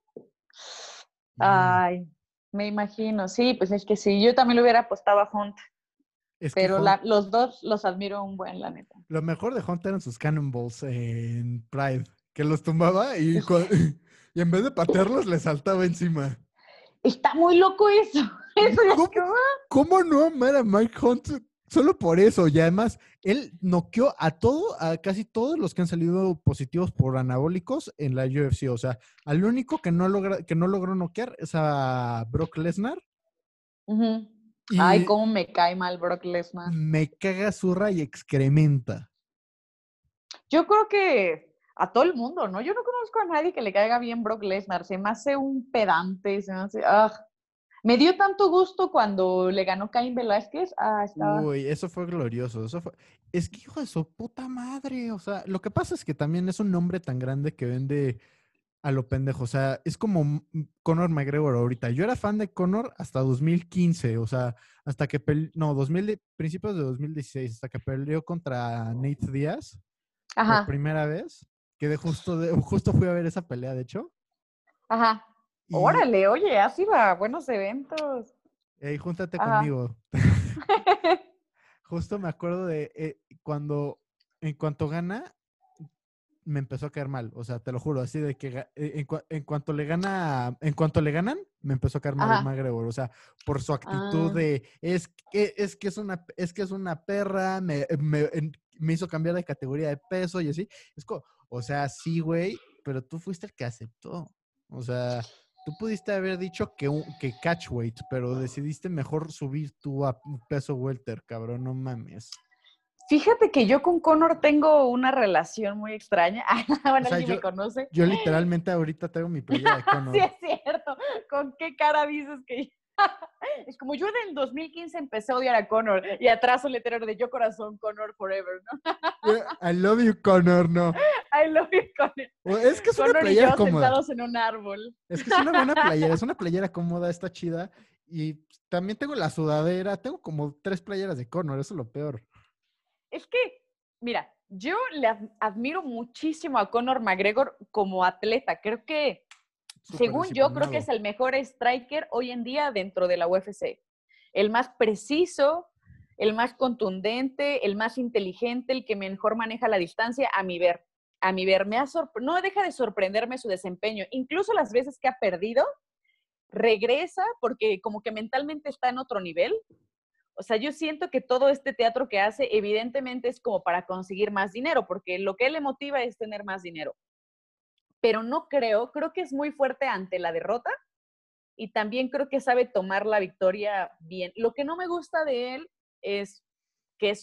Y Ay, me imagino. Sí, pues es que sí. Yo también lo hubiera apostado a Hunt, es que pero Hunt, los dos los admiro un buen, la neta. lo mejor de Hunt eran sus cannonballs en Pride, que los tumbaba y en vez de patearlos le saltaba encima. Está muy loco eso. Eso ya es ¿Cómo, como... cómo no amar a Mike Hunt solo por eso? Y además, él noqueó a casi todos los que han salido positivos por anabólicos en la UFC. O sea, al único que no logró noquear es a Brock Lesnar. Ujú. Ay, Y cómo me cae mal Brock Lesnar. me caga, zurra y excrementa. Yo creo que a todo el mundo, ¿no? Yo no conozco a nadie que le caiga bien Brock Lesnar. Se me hace un pedante, se me hace... Me dio tanto gusto cuando le ganó Caín Velázquez. Estaba... Uy, eso fue glorioso. Es que hijo de su puta madre. O sea, lo que pasa es que también es un nombre tan grande que vende a lo pendejo. O sea, es como Conor McGregor ahorita. Yo era fan de Conor hasta 2015. O sea, hasta que no, principios de 2016, hasta que peleó contra Nate Diaz por Ajá, primera vez. Justo fui a ver esa pelea, de hecho. ajá. Y, Órale, oye, así va, buenos eventos. hey, júntate Ajá. conmigo. Justo me acuerdo de en cuanto gana, me empezó a caer mal. O sea, te lo juro, así de que en cuanto le ganan, me empezó a caer mal Ajá. McGregor. O sea, por su actitud Ah, de es que es una perra, me hizo cambiar de categoría de peso y así. O sea, sí, güey, pero tú fuiste el que aceptó. O sea, tú pudiste haber dicho que catch weight, pero decidiste mejor subir tú a peso welter, cabrón, no mames. fíjate que yo con Connor tengo una relación muy extraña. O Bueno, él sea, ni me conoce. yo literalmente ahorita tengo mi playera de Sí, Conor. es cierto. ¿Con qué cara dices que es como yo en el 2015 empecé a odiar a Connor y atrás un letrero de yo corazón Connor forever, ¿no? I love you, Conor, no. I love you, Connor. Es que es una Connor y playera yo cómoda. sentados en un árbol. Es que es una buena playera, es una playera cómoda, está chida. Y también tengo la sudadera, tengo como 3 playeras de Conor, eso es lo peor. Es que, mira, yo le admiro muchísimo a Conor McGregor como atleta. Creo que, Súper según yo, creo que es disciplinado. el mejor striker hoy en día dentro de la UFC. El más preciso, el más contundente, el más inteligente, el que mejor maneja la distancia, a mi ver. A mi ver, no deja de sorprenderme su desempeño. Incluso las veces que ha perdido, regresa porque como que mentalmente está en otro nivel. O sea, yo siento que todo este teatro que hace evidentemente es como para conseguir más dinero, porque lo que él le motiva es tener más dinero. Pero no creo que es muy fuerte ante la derrota y también creo que sabe tomar la victoria bien. Lo que no me gusta de él es que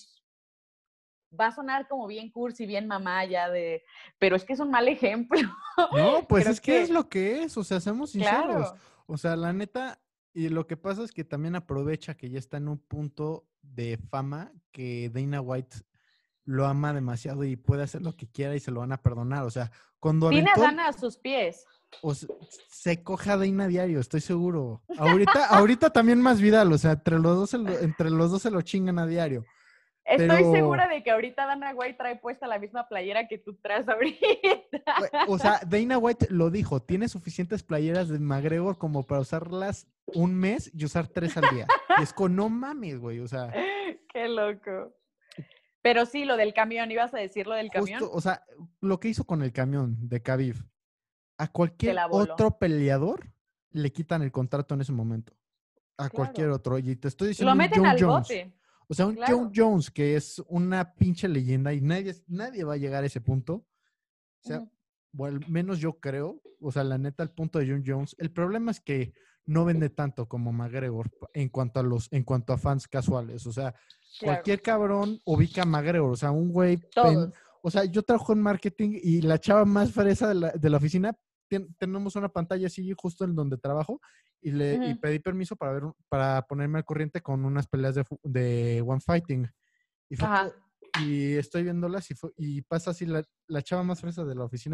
va a sonar como bien cursi, bien mamá ya pero es que es un mal ejemplo. No, pues Creo es que es que, lo que es, o sea, seamos sinceros. claro, O sea, la neta, y lo que pasa es que también aprovecha que ya está en un punto de fama que Dana White lo ama demasiado y puede hacer lo que quiera y se lo van a perdonar. O sea, cuando tiene a aventó Dana a sus pies. se coja a Dana diario, estoy seguro. Ahorita también más Vidal, o sea, entre los dos se lo chingan a diario. Estoy Pero, segura de que ahorita Dana White trae puesta la misma playera que tú traes ahorita. o sea, Dana White lo dijo, tiene suficientes playeras de McGregor como para usarlas un mes y usar 3 al día. Y es como, no mames, güey, o sea, Qué loco. Pero sí, lo del camión, ¿ibas a decir lo del camión? justo, o sea, lo que hizo con el camión de Khabib, a Se cualquier la voló. otro peleador le quitan el contrato en ese momento. A cualquier Claro. otro. Y te estoy Lo diciendo un meten John al Jones. bote. O sea, un John Claro. Jones que es una pinche leyenda y nadie va a llegar a ese punto. O sea, Ujú. o al menos yo creo, o sea, la neta, el punto de John Jones, el problema es que no vende tanto como McGregor en cuanto a fans casuales. O sea, Claro. cualquier cabrón ubica a McGregor. O sea, un güey, Todos. o sea, yo trabajo en marketing y la chava más fresa de la oficina, tenemos una pantalla así justo en donde trabajo y Ujú. pedí permiso para ponerme al corriente con unas peleas de One Fighting. Y fue Ajá. y estoy viéndolas y pasa así la chava más fresa de la oficina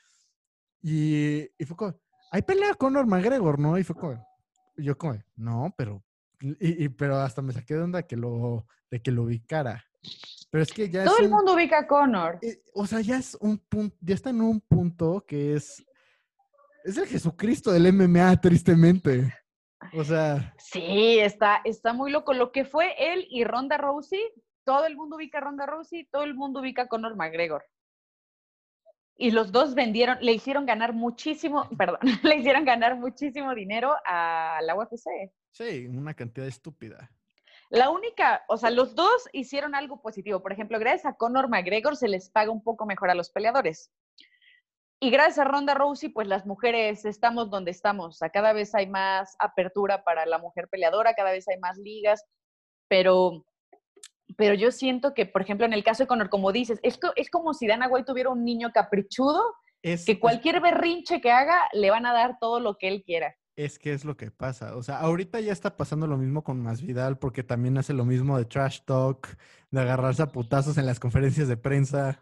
y fue como, hay pelea Conor McGregor, ¿no? Y fue como, y yo como, no, pero hasta me saqué de onda de que lo ubicara. Pero es que ya Todo es el mundo ubica a Conor. o sea, ya es un punto, ya está en un punto que es el Jesucristo del MMA, tristemente. O sea, Sí, está muy loco. Lo que fue él y Ronda Rousey, todo el mundo ubica a Ronda Rousey, todo el mundo ubica a Conor McGregor. Y los dos le hicieron ganar muchísimo, perdón, le hicieron ganar muchísimo dinero a la UFC. sí, una cantidad estúpida. La única, o sea, los dos hicieron algo positivo. Por ejemplo, gracias a Conor McGregor se les paga un poco mejor a los peleadores. Y gracias a Ronda Rousey, pues las mujeres estamos donde estamos. O sea, cada vez hay más apertura para la mujer peleadora, cada vez hay más ligas, pero yo siento que, por ejemplo, en el caso de Conor, como dices, esto es como si Dana White tuviera un niño caprichudo, Es, que cualquier berrinche que haga le van a dar todo lo que él quiera. Es que es lo que pasa. O sea, ahorita ya está pasando lo mismo con Masvidal porque también hace lo mismo de trash talk, de agarrarse a putazos en las conferencias de prensa.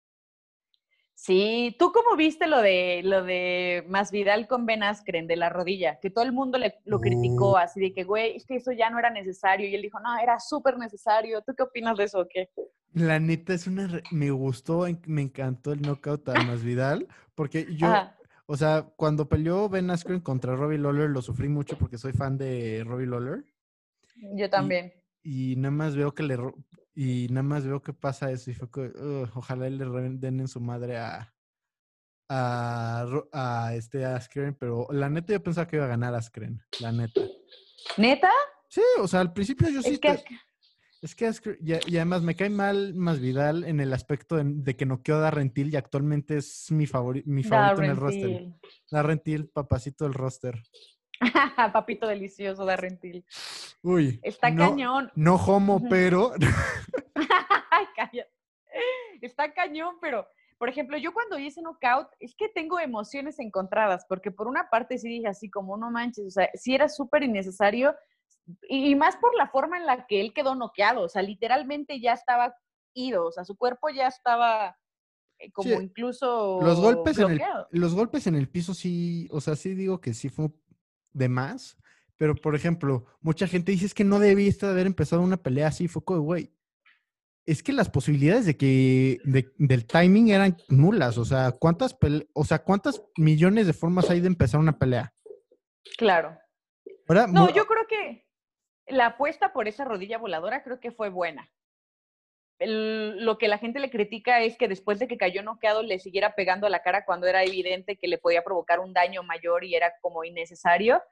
Sí, ¿tú cómo viste lo de Masvidal con Ben Askren de la rodilla? Que todo el mundo lo criticó así de que, güey, es que eso ya no era necesario. Y él dijo, no, era súper necesario. ¿Tú qué opinas de eso o qué? La neta es me gustó, me encantó el knockout a Masvidal porque Ajá, o sea, cuando peleó Ben Askren contra Robbie Lawler lo sufrí mucho porque soy fan de Robbie Lawler yo y, también. y nada más veo y nada más veo que pasa eso y fue que ojalá le den en su madre a este Askren, pero la neta yo pensaba que iba a ganar Askren, la neta. ¿Neta? Sí, o sea, al principio yo sí. Es que Es que y además me cae mal Masvidal en el aspecto de que noqueó a Darren Till y actualmente es mi favorito en el Darren roster. Till. Darren Till, papacito del roster. Papito delicioso, Darren Till. Uy, Está cañón. no homo, Ujú. pero Ay, cállate. Está cañón, pero, por ejemplo, yo cuando hice knockout, es que tengo emociones encontradas, porque por una parte sí dije así como, no manches, o sea, sí era súper innecesario, y más por la forma en la que él quedó noqueado, o sea, literalmente ya estaba ido, o sea, su cuerpo ya estaba sí, como incluso bloqueado. los golpes en el piso sí, o sea, sí digo que sí fue de más, pero por ejemplo, mucha gente dice es que no debiste haber empezado una pelea así, fue como, güey, es que las posibilidades del timing eran nulas. O sea, ¿cuántas millones de formas hay de empezar una pelea? Claro. Ahora, No, yo creo que la apuesta por esa rodilla voladora creo que fue buena. Lo que la gente le critica es que después de que cayó noqueado le siguiera pegando a la cara cuando era evidente que le podía provocar un daño mayor y era como innecesario,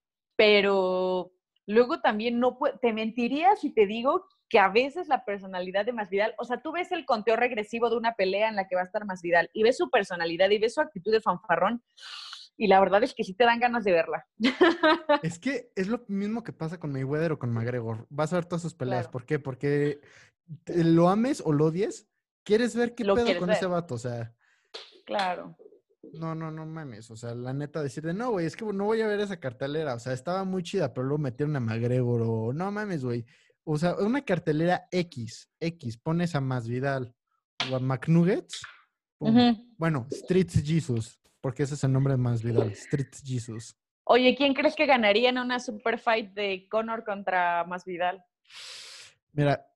pero luego también te mentiría si te digo que a veces la personalidad de Masvidal, o sea, tú ves el conteo regresivo de una pelea en la que va a estar Masvidal y ves su personalidad y ves su actitud de fanfarrón y la verdad es que sí te dan ganas de verla. es que es lo mismo que pasa con Mayweather o con McGregor. Vas a ver todas sus peleas. Claro, ¿Por qué? Porque lo ames o lo odies, quieres ver qué lo pedo quieres con ese ver, vato. O sea, claro. no mames. O sea, la neta, decirle, no, güey, es que no voy a ver esa cartelera. O sea, estaba muy chida, pero luego metieron a McGregor o no mames, güey. O sea, una cartelera X, pones a Masvidal o a McNuggets, pum. Uh-huh. Bueno, Street Jesus, porque ese es el nombre de Masvidal, Street Jesus. Oye, ¿quién crees que ganaría en una super fight de Conor contra Masvidal? Mira,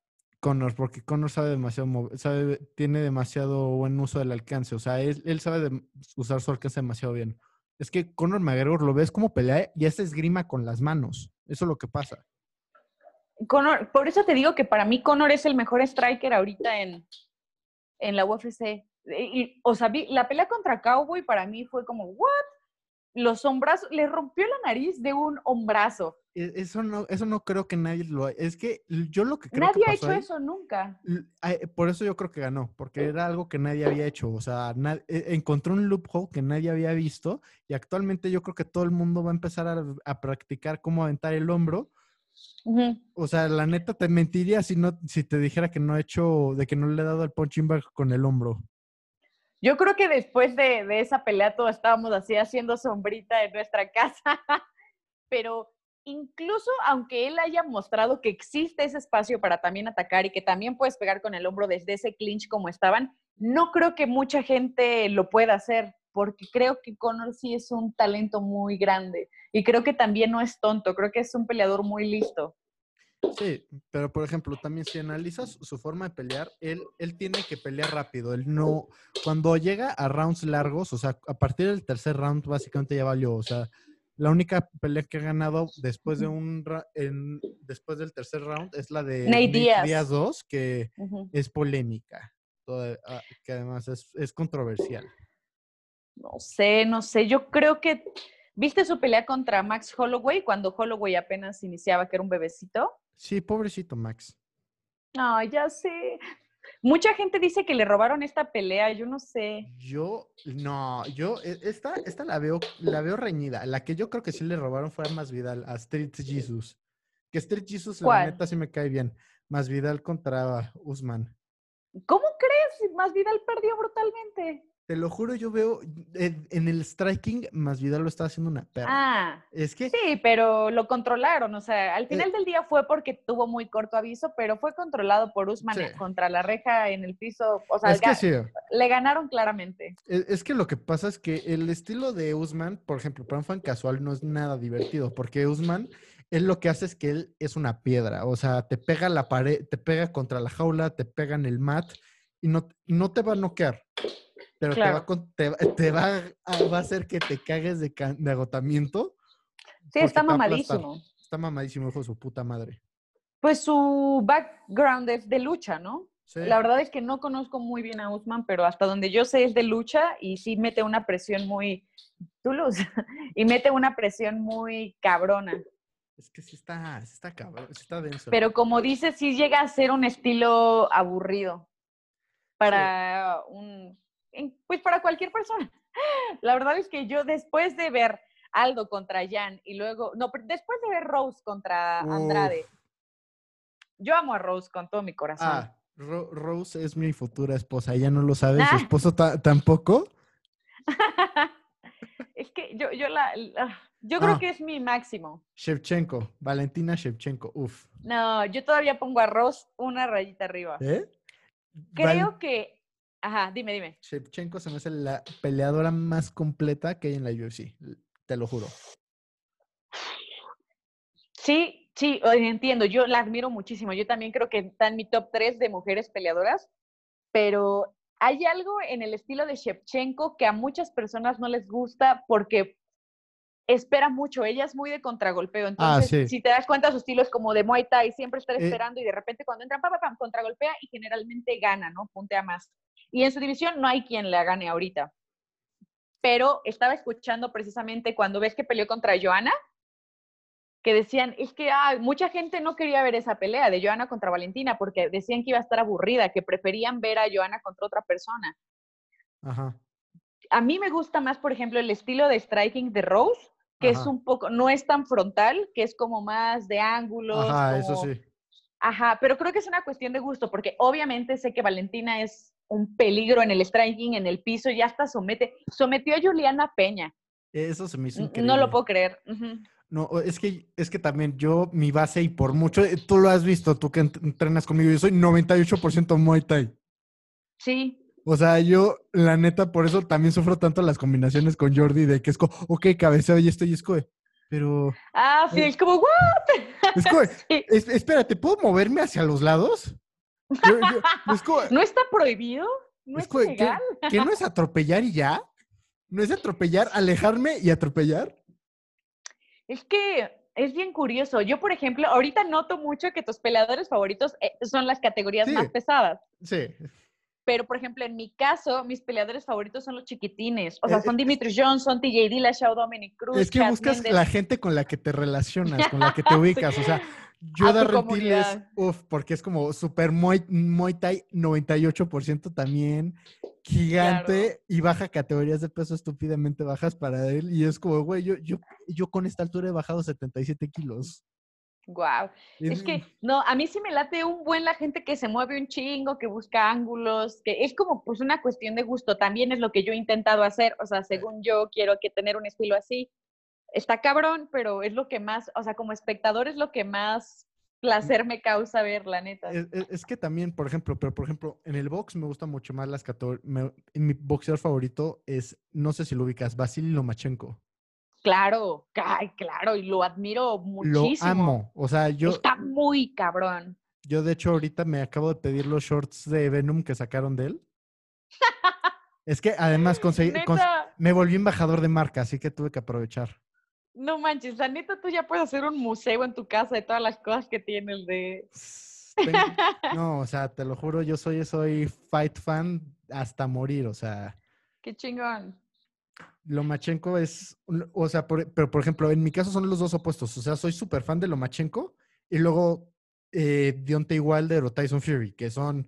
Conor, porque Conor sabe demasiado, tiene demasiado buen uso del alcance. O sea, él sabe usar su alcance demasiado bien. Es que Conor McGregor lo ves como pelea y hace esgrima con las manos. Eso es lo que pasa. Conor, por eso te digo que para mí Conor es el mejor striker ahorita en la UFC. O sea, la pelea contra Cowboy para mí fue como, ¿what? Los hombrazos, le rompió la nariz de un hombrazo. Eso no creo que nadie lo haya. Es que yo lo que creo que Nadie ha pasó hecho ahí, eso nunca. por eso yo creo que ganó, porque era algo que nadie había hecho. O sea, encontró un loophole que nadie había visto y actualmente yo creo que todo el mundo va a empezar a practicar cómo aventar el hombro. Uh-huh. O sea, la neta te mentiría si te dijera que no he hecho, de que no le he dado el punching bag con el hombro. Yo creo que después de esa pelea todos estábamos así haciendo sombrita en nuestra casa, pero incluso aunque él haya mostrado que existe ese espacio para también atacar y que también puedes pegar con el hombro desde ese clinch como estaban, no creo que mucha gente lo pueda hacer, porque creo que Conor sí es un talento muy grande y creo que también no es tonto, creo que es un peleador muy listo. Sí, pero por ejemplo, también si analizas su forma de pelear, él tiene que pelear rápido. Él no, cuando llega a rounds largos, o sea, a partir del tercer round básicamente ya valió. O sea, la única pelea que ha ganado después de después del tercer round es la de Nate Nate Diaz Diaz 2, que uh-huh. es polémica, que además es controversial. No sé, yo creo que, ¿viste su pelea contra Max Holloway cuando Holloway apenas iniciaba, que era un bebecito? Sí, pobrecito Max. No, ya sé. Mucha gente dice que le robaron esta pelea, yo no sé. Esta la veo reñida. La que yo creo que sí le robaron fue a Masvidal, a Street Jesus. Que Street Jesus, la ¿Cuál? neta, sí me cae bien. Masvidal contra Usman. ¿Cómo crees? Masvidal perdió brutalmente. Te lo juro, yo veo en el striking, Masvidal lo está haciendo una perra. Ah, Es que sí, pero lo controlaron. O sea, al final del día fue porque tuvo muy corto aviso, pero fue controlado por Usman sí. contra la reja en el piso. O sea, Es que sí. le ganaron claramente. Es que lo que pasa es que el estilo de Usman, por ejemplo, para un fan casual no es nada divertido, porque Usman, él lo que hace es que él es una piedra, o sea, te pega la pared, te pega contra la jaula, te pega en el mat y no te va a noquear, pero claro. te va a hacer que te cagues de agotamiento. Sí, está mamadísimo. Está mamadísimo, hijo de su puta madre. Pues su background es de lucha, ¿no? Sí. La verdad es que no conozco muy bien a Usman, pero hasta donde yo sé es de lucha y sí mete una presión muy... y mete una presión muy cabrona. Es que sí está cabrón, sí está denso. Pero como dices, sí llega a ser un estilo aburrido para pues para cualquier persona. La verdad es que yo después de ver Aldo contra Jan y luego, después de ver Rose contra Andrade, yo amo a Rose con todo mi corazón. Rose es mi futura esposa, ella no lo sabe, su esposo tampoco. Es que yo creo que es mi máximo. Shevchenko, Valentina Shevchenko, uf. No, yo todavía pongo a Rose una rayita arriba. Creo que... Ajá, dime. Shevchenko se me hace la peleadora más completa que hay en la UFC, te lo juro. Sí, entiendo, yo la admiro muchísimo. Yo también creo que está en mi top 3 de mujeres peleadoras, pero hay algo en el estilo de Shevchenko que a muchas personas no les gusta porque espera mucho. Ella es muy de contragolpeo. Entonces, si te das cuenta, su estilo es como de Muay Thai, siempre estar esperando y de repente cuando entran, contragolpea y generalmente gana, ¿no? Puntea más. Y en su división no hay quien la gane ahorita. Pero estaba escuchando precisamente cuando ves que peleó contra Joanna, que decían, es que mucha gente no quería ver esa pelea de Joanna contra Valentina porque decían que iba a estar aburrida, que preferían ver a Joanna contra otra persona. Ajá. A mí me gusta más, por ejemplo, el estilo de striking de Rose, que es un poco, no es tan frontal, que es como más de ángulos. Ajá, eso sí. Ajá, pero creo que es una cuestión de gusto, porque obviamente sé que Valentina es un peligro en el striking, en el piso, y hasta sometió a Juliana Peña. Eso se me hizo increíble. No lo puedo creer. Uh-huh. No, es que también mi base, y por mucho, tú lo has visto, tú que entrenas conmigo, yo soy 98% Muay Thai. Sí. O sea, yo, la neta, por eso también sufro tanto las combinaciones con Jordi, de que es como, ok, cabeceo y esto, y es como, pero... sí, es como, ¿what? Es como, sí. Espérate, ¿puedo moverme hacia los lados? Es como, ¿No está prohibido? ¿No es ilegal? ¿que no es atropellar y ya? ¿No es atropellar, alejarme y atropellar? Es que es bien curioso. Yo, por ejemplo, ahorita noto mucho que tus peleadores favoritos son las categorías Sí, más pesadas. sí. Pero, por ejemplo, en mi caso, mis peleadores favoritos son los chiquitines. O sea, Es, son Dimitri Johnson, TJ Dillashaw, Dominic Cruz, es que Chad buscas Mendes. la gente con la que te relacionas, con la que te Sí, ubicas. O sea, a Yoda tu Rentil es, comunidad. porque es como super Muay Thai 98% también, Claro. gigante y baja categorías de peso estúpidamente bajas para él. Y es como, güey, yo con esta altura he bajado 77 kilos. Wow. Es que, no, a mí sí me late un buen la gente que se mueve un chingo, que busca ángulos, que es como pues una cuestión de gusto. También es lo que yo he intentado hacer. O sea, según yo quiero que tener un estilo así. Está cabrón, pero es lo que más, o sea, como espectador es lo que más placer me causa ver, la neta. Es que también, por ejemplo, en el box me gusta mucho más las categorías. Mi boxeador favorito es, no sé si lo ubicas, Vasily Lomachenko. Claro, ay, claro, y lo admiro Lo muchísimo. amo. O sea, Está muy cabrón. yo de hecho ahorita me acabo de pedir los shorts de Venom que sacaron de él. Es que además Neta, me volví embajador de marca, así que tuve que aprovechar. no manches, la neta tú ya puedes hacer un museo en tu casa de todas las cosas que tienes de... No, o sea, te lo juro, soy fight fan hasta morir. O sea, Qué chingón. Lomachenko es, o sea, pero por ejemplo, en mi caso son los dos opuestos. O sea, soy súper fan de Lomachenko y luego Deontay Wilder o Tyson Fury, que son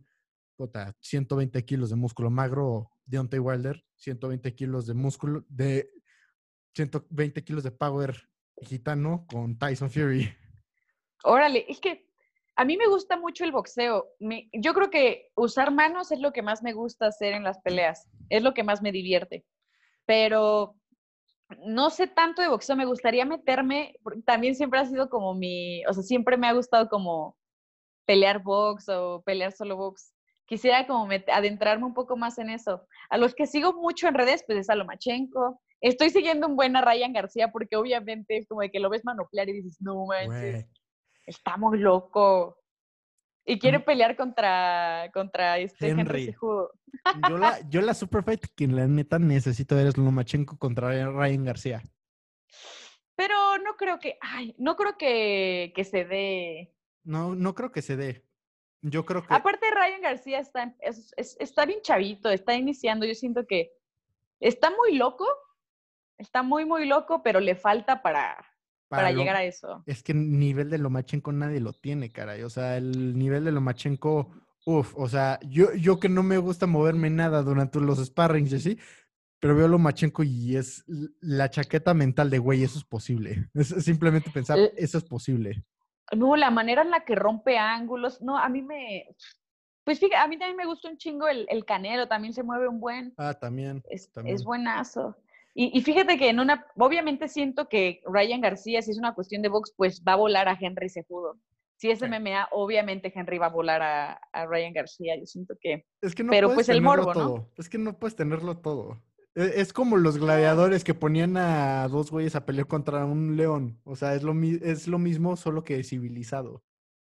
120 kilos de músculo magro, Deontay Wilder, 120 kilos de músculo, de 120 kilos de power gitano con Tyson Fury. Órale, es que a mí me gusta mucho el boxeo. Yo creo que usar manos es lo que más me gusta hacer en las peleas. Es lo que más me divierte. Pero no sé tanto de boxeo, me gustaría meterme, también siempre ha sido como o sea, siempre me ha gustado como pelear box o pelear solo box. Quisiera como adentrarme un poco más en eso. A los que sigo mucho en redes, pues es a Lomachenko. Estoy siguiendo un buen a Ryan García porque obviamente es como de que lo ves manoplear y dices, no manches, Güey. está muy loco. Y quiere pelear contra Henry Henry. Cejudo. Yo la Superfight, quien la neta necesito ver es Lomachenko contra Ryan García. Pero no creo que, ay, no creo que se dé. No, no creo que se dé. Yo creo que Aparte, Ryan García está bien chavito, está iniciando. Yo siento que está muy loco, está muy, muy loco, pero le falta para para lo llegar a eso. es que el nivel de Lomachenko nadie lo tiene, caray. O sea, el nivel de Lomachenko, o sea, yo que no me gusta moverme nada durante los sparrings y así, pero veo a Lomachenko y es la chaqueta mental de, güey, eso es posible. Es simplemente pensar, eso es posible. No, la manera en la que rompe ángulos, no, pues fíjate, a mí también me gusta un chingo el Canelo, también se mueve un buen, Ah, también, es también. buenazo. Y fíjate que obviamente siento que Ryan García, si es una cuestión de box, pues va a volar a Henry Cejudo. Si es Sí. MMA, obviamente Henry va a volar a Ryan García, yo siento que, Es que no pero puedes pues el tenerlo morbo, ¿no? todo. Es que no puedes tenerlo todo. Es como los gladiadores que ponían a dos güeyes a pelear contra un león. O sea, es lo mismo, solo que civilizado.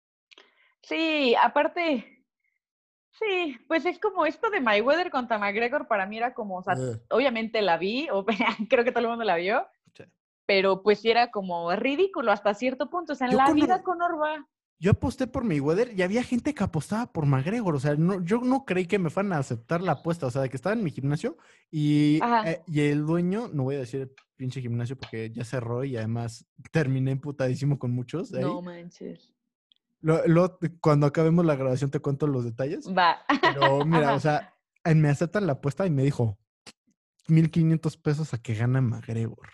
Sí, aparte, sí, pues es como esto de Mayweather contra McGregor para mí era como, o sea, Eh, obviamente la vi, o creo que todo el mundo la vio, sí. pero pues sí era como ridículo hasta cierto punto. O sea, en Yo, la cono- vida Conor va. yo aposté por Mayweather y había gente que apostaba por McGregor. O sea, no, yo no creí que me fueran a aceptar la apuesta. O sea, de que estaba en mi gimnasio Ajá. y el dueño, no voy a decir el pinche gimnasio porque ya cerró y además terminé emputadísimo con muchos de ahí. No manches. Cuando acabemos la grabación te cuento los detalles. Va. Pero mira, o Ajá. sea, me aceptan la apuesta y me dijo 1,500 pesos a que gana McGregor.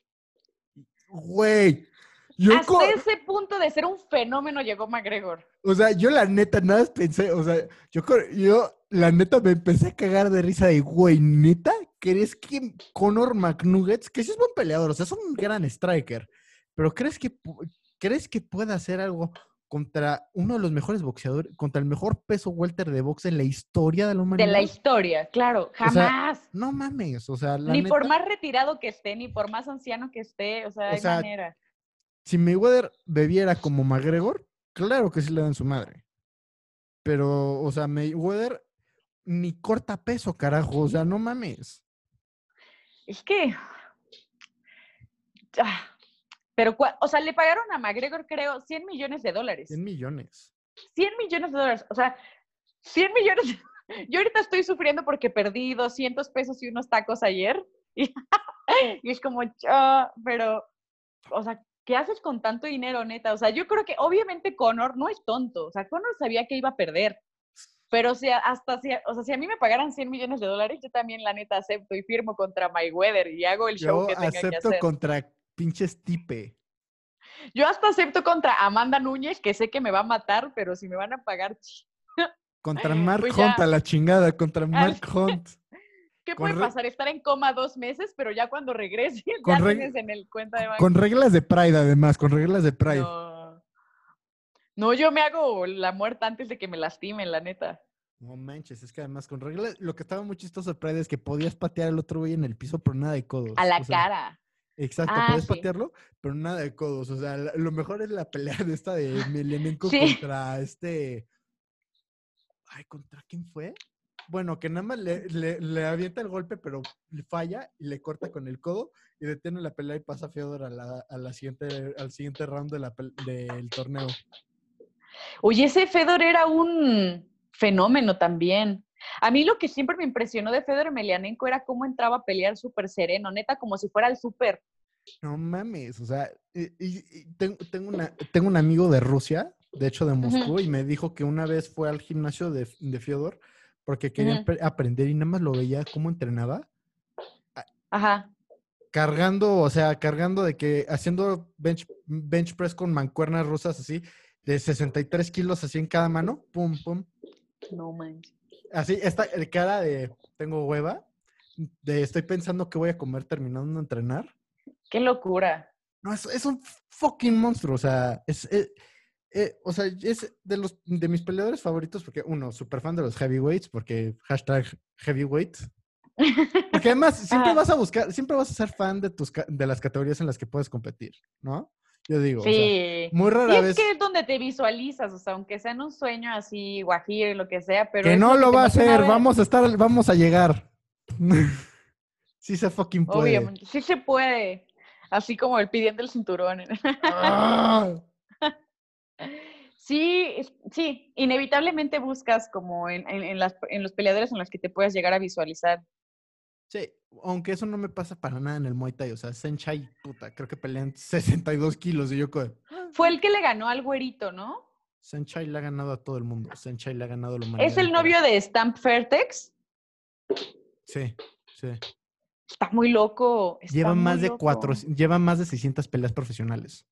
Güey, yo, Hasta ese punto de ser un fenómeno llegó McGregor. o sea, yo la neta nada más pensé, o sea, yo la neta me empecé a cagar de risa de, güey, neta, ¿crees que Conor McNuggets, que sí es buen peleador, o sea, es un gran striker, pero crees que pueda hacer algo contra uno de los mejores boxeadores, contra el mejor peso welter de box en la historia de la De la humanidad? historia, claro, O sea, jamás. no mames, o sea, la Ni por neta, más retirado que esté, ni por más anciano que esté, o sea, o hay sea, manera. si Mayweather bebiera como McGregor, claro que sí le dan su madre. Pero, o sea, Mayweather ni corta peso, carajo. O sea, no mames. Es que, ah, pero, o sea, le pagaron a McGregor, creo, $100 millones. 100 millones. 100 millones de dólares. O sea, 100 millones. Yo ahorita estoy sufriendo porque perdí 200 pesos y unos tacos ayer. Y, y es como, pero, o sea, ¿qué haces con tanto dinero, neta? O sea, yo creo que obviamente Conor no es tonto. O sea, Conor sabía que iba a perder. Pero si si a mí me pagaran 100 millones de dólares, yo también la neta acepto y firmo contra Mayweather y hago el show Yo que tenga que acepto hacer. contra pinches Tipe. Yo hasta acepto contra Amanda Núñez, que sé que me va a matar, pero si me van a pagar, Contra Mark pues Hunt ya. a la chingada. Contra Mark Hunt. ¿Qué Con, puede pasar? Estar en coma 2 meses, pero ya cuando regreses con, ya reg tienes en el cuenta de con banco. reglas de Pride, además. Con reglas de Pride. No. No, yo me hago la muerte antes de que me lastimen, la neta. No manches, es que además con reglas, lo que estaba muy chistoso de Pride es que podías patear al otro güey en el piso, pero nada de codos. A la O sea, cara. exacto, Ah, podías sí. patearlo, pero nada de codos. O sea, lo mejor es la pelea de esta de Emelianenko Sí. contra Ay, ¿contra quién fue? Bueno, que nada más le avienta el golpe, pero le falla y le corta con el codo y detiene la pelea y pasa Fedor al siguiente round del torneo. Oye, ese Fedor era un fenómeno también. A mí lo que siempre me impresionó de Fedor Emelianenko era cómo entraba a pelear súper sereno, neta, como si fuera el súper. No mames, o sea, tengo un amigo de Rusia, de hecho de Moscú, y me dijo que una vez fue al gimnasio de Fyodor porque quería aprender y nada más lo veía cómo entrenaba. Ajá. Cargando de que haciendo bench press con mancuernas rusas así, de 63 kilos así en cada mano, pum, pum. No manches. Así, esta cara de tengo hueva, de estoy pensando que voy a comer terminando de entrenar. Qué locura. No, es un fucking monstruo, o sea, es de mis peleadores favoritos porque, uno, súper fan de los heavyweights, porque #heavyweight. Porque además siempre vas a ser fan de las categorías en las que puedes competir, ¿no? Yo digo, o sea, Sí. muy rara Sí, es vez. que es donde te visualizas, o sea, aunque sea en un sueño así, guajiro y lo que sea, pero Que es no lo que lo te va a emociona hacer, ver. vamos a llegar. Sí se fucking puede. Obviamente, sí se puede. Así como el pidiendo el cinturón. ¡Ah! Sí, sí, inevitablemente buscas como en los peleadores en los que te puedes llegar a visualizar. Sí, aunque eso no me pasa para nada en el Muay Thai. O sea, Senchai, puta, creo que pelean 62 kilos y yo Fue el que le ganó al güerito, ¿no? Senchai le ha ganado a todo el mundo. Senchai le ha ganado a la ¿Es humanidad el entera. novio de Stamp Fairtex? Sí, sí. Está muy loco. Está muy loco. Lleva más de 600 peleas profesionales.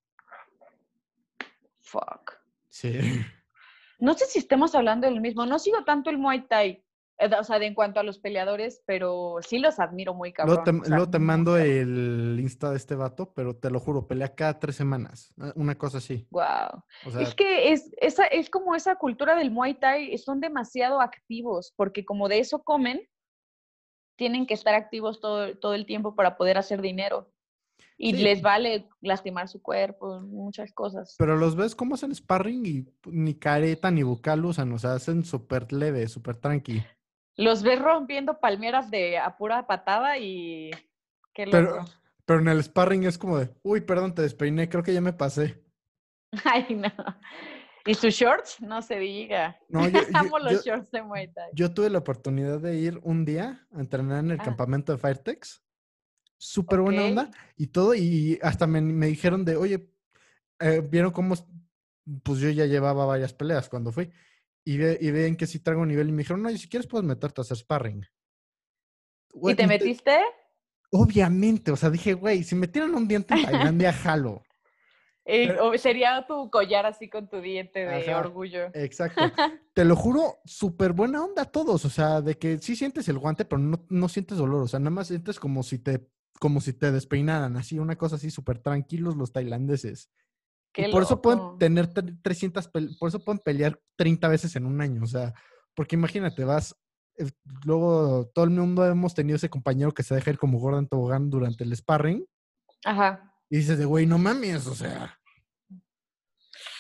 Fuck. Sí. No sé si estemos hablando del mismo. No sigo tanto el Muay Thai. O sea, en cuanto a los peleadores, pero sí los admiro muy cabrón. O sea, Luego te muy mando cabrón. el Insta de este vato, pero te lo juro, pelea cada 3 semanas. Una cosa así. Wow. O sea, Es que es como esa cultura del Muay Thai, son demasiado activos, porque como de eso comen, tienen que estar activos todo el tiempo para poder hacer dinero. Y sí, les vale lastimar su cuerpo, muchas cosas. pero los ves cómo hacen sparring y ni careta ni bucal usan, o sea, hacen súper leve, súper tranqui. Los ves rompiendo palmeras a pura patada y qué Pero, loco. pero en el sparring es como de, uy, perdón, te despeiné, creo que ya me pasé. Ay, no. ¿Y sus shorts? No se diga. No, Amo los shorts de Muay Thai. yo tuve la oportunidad de ir un día a entrenar en el campamento de Firetex. Súper buena onda y todo, y hasta me dijeron de, oye, vieron cómo, pues yo ya llevaba varias peleas cuando fui, y ven que sí traigo nivel, y me dijeron, oye, si quieres puedes meterte a hacer sparring. ¿Y te metiste? Obviamente, o sea, dije, güey, si me tiran un diente en Tailandia, jalo. O sería tu collar así con tu diente de Ajá, orgullo. exacto. Te lo juro, súper buena onda a todos, o sea, de que sí sientes el guante, pero no sientes dolor, o sea, nada más sientes como si te despeinaran, así, una cosa así, súper tranquilos los tailandeses. Y Qué por eso pueden loco. tener 300, por eso pueden pelear 30 veces en un año, o sea, porque imagínate, luego todo el mundo hemos tenido ese compañero que se deja ir como gordo en tobogán durante el sparring, Ajá. y dices de, güey, no mames, o sea.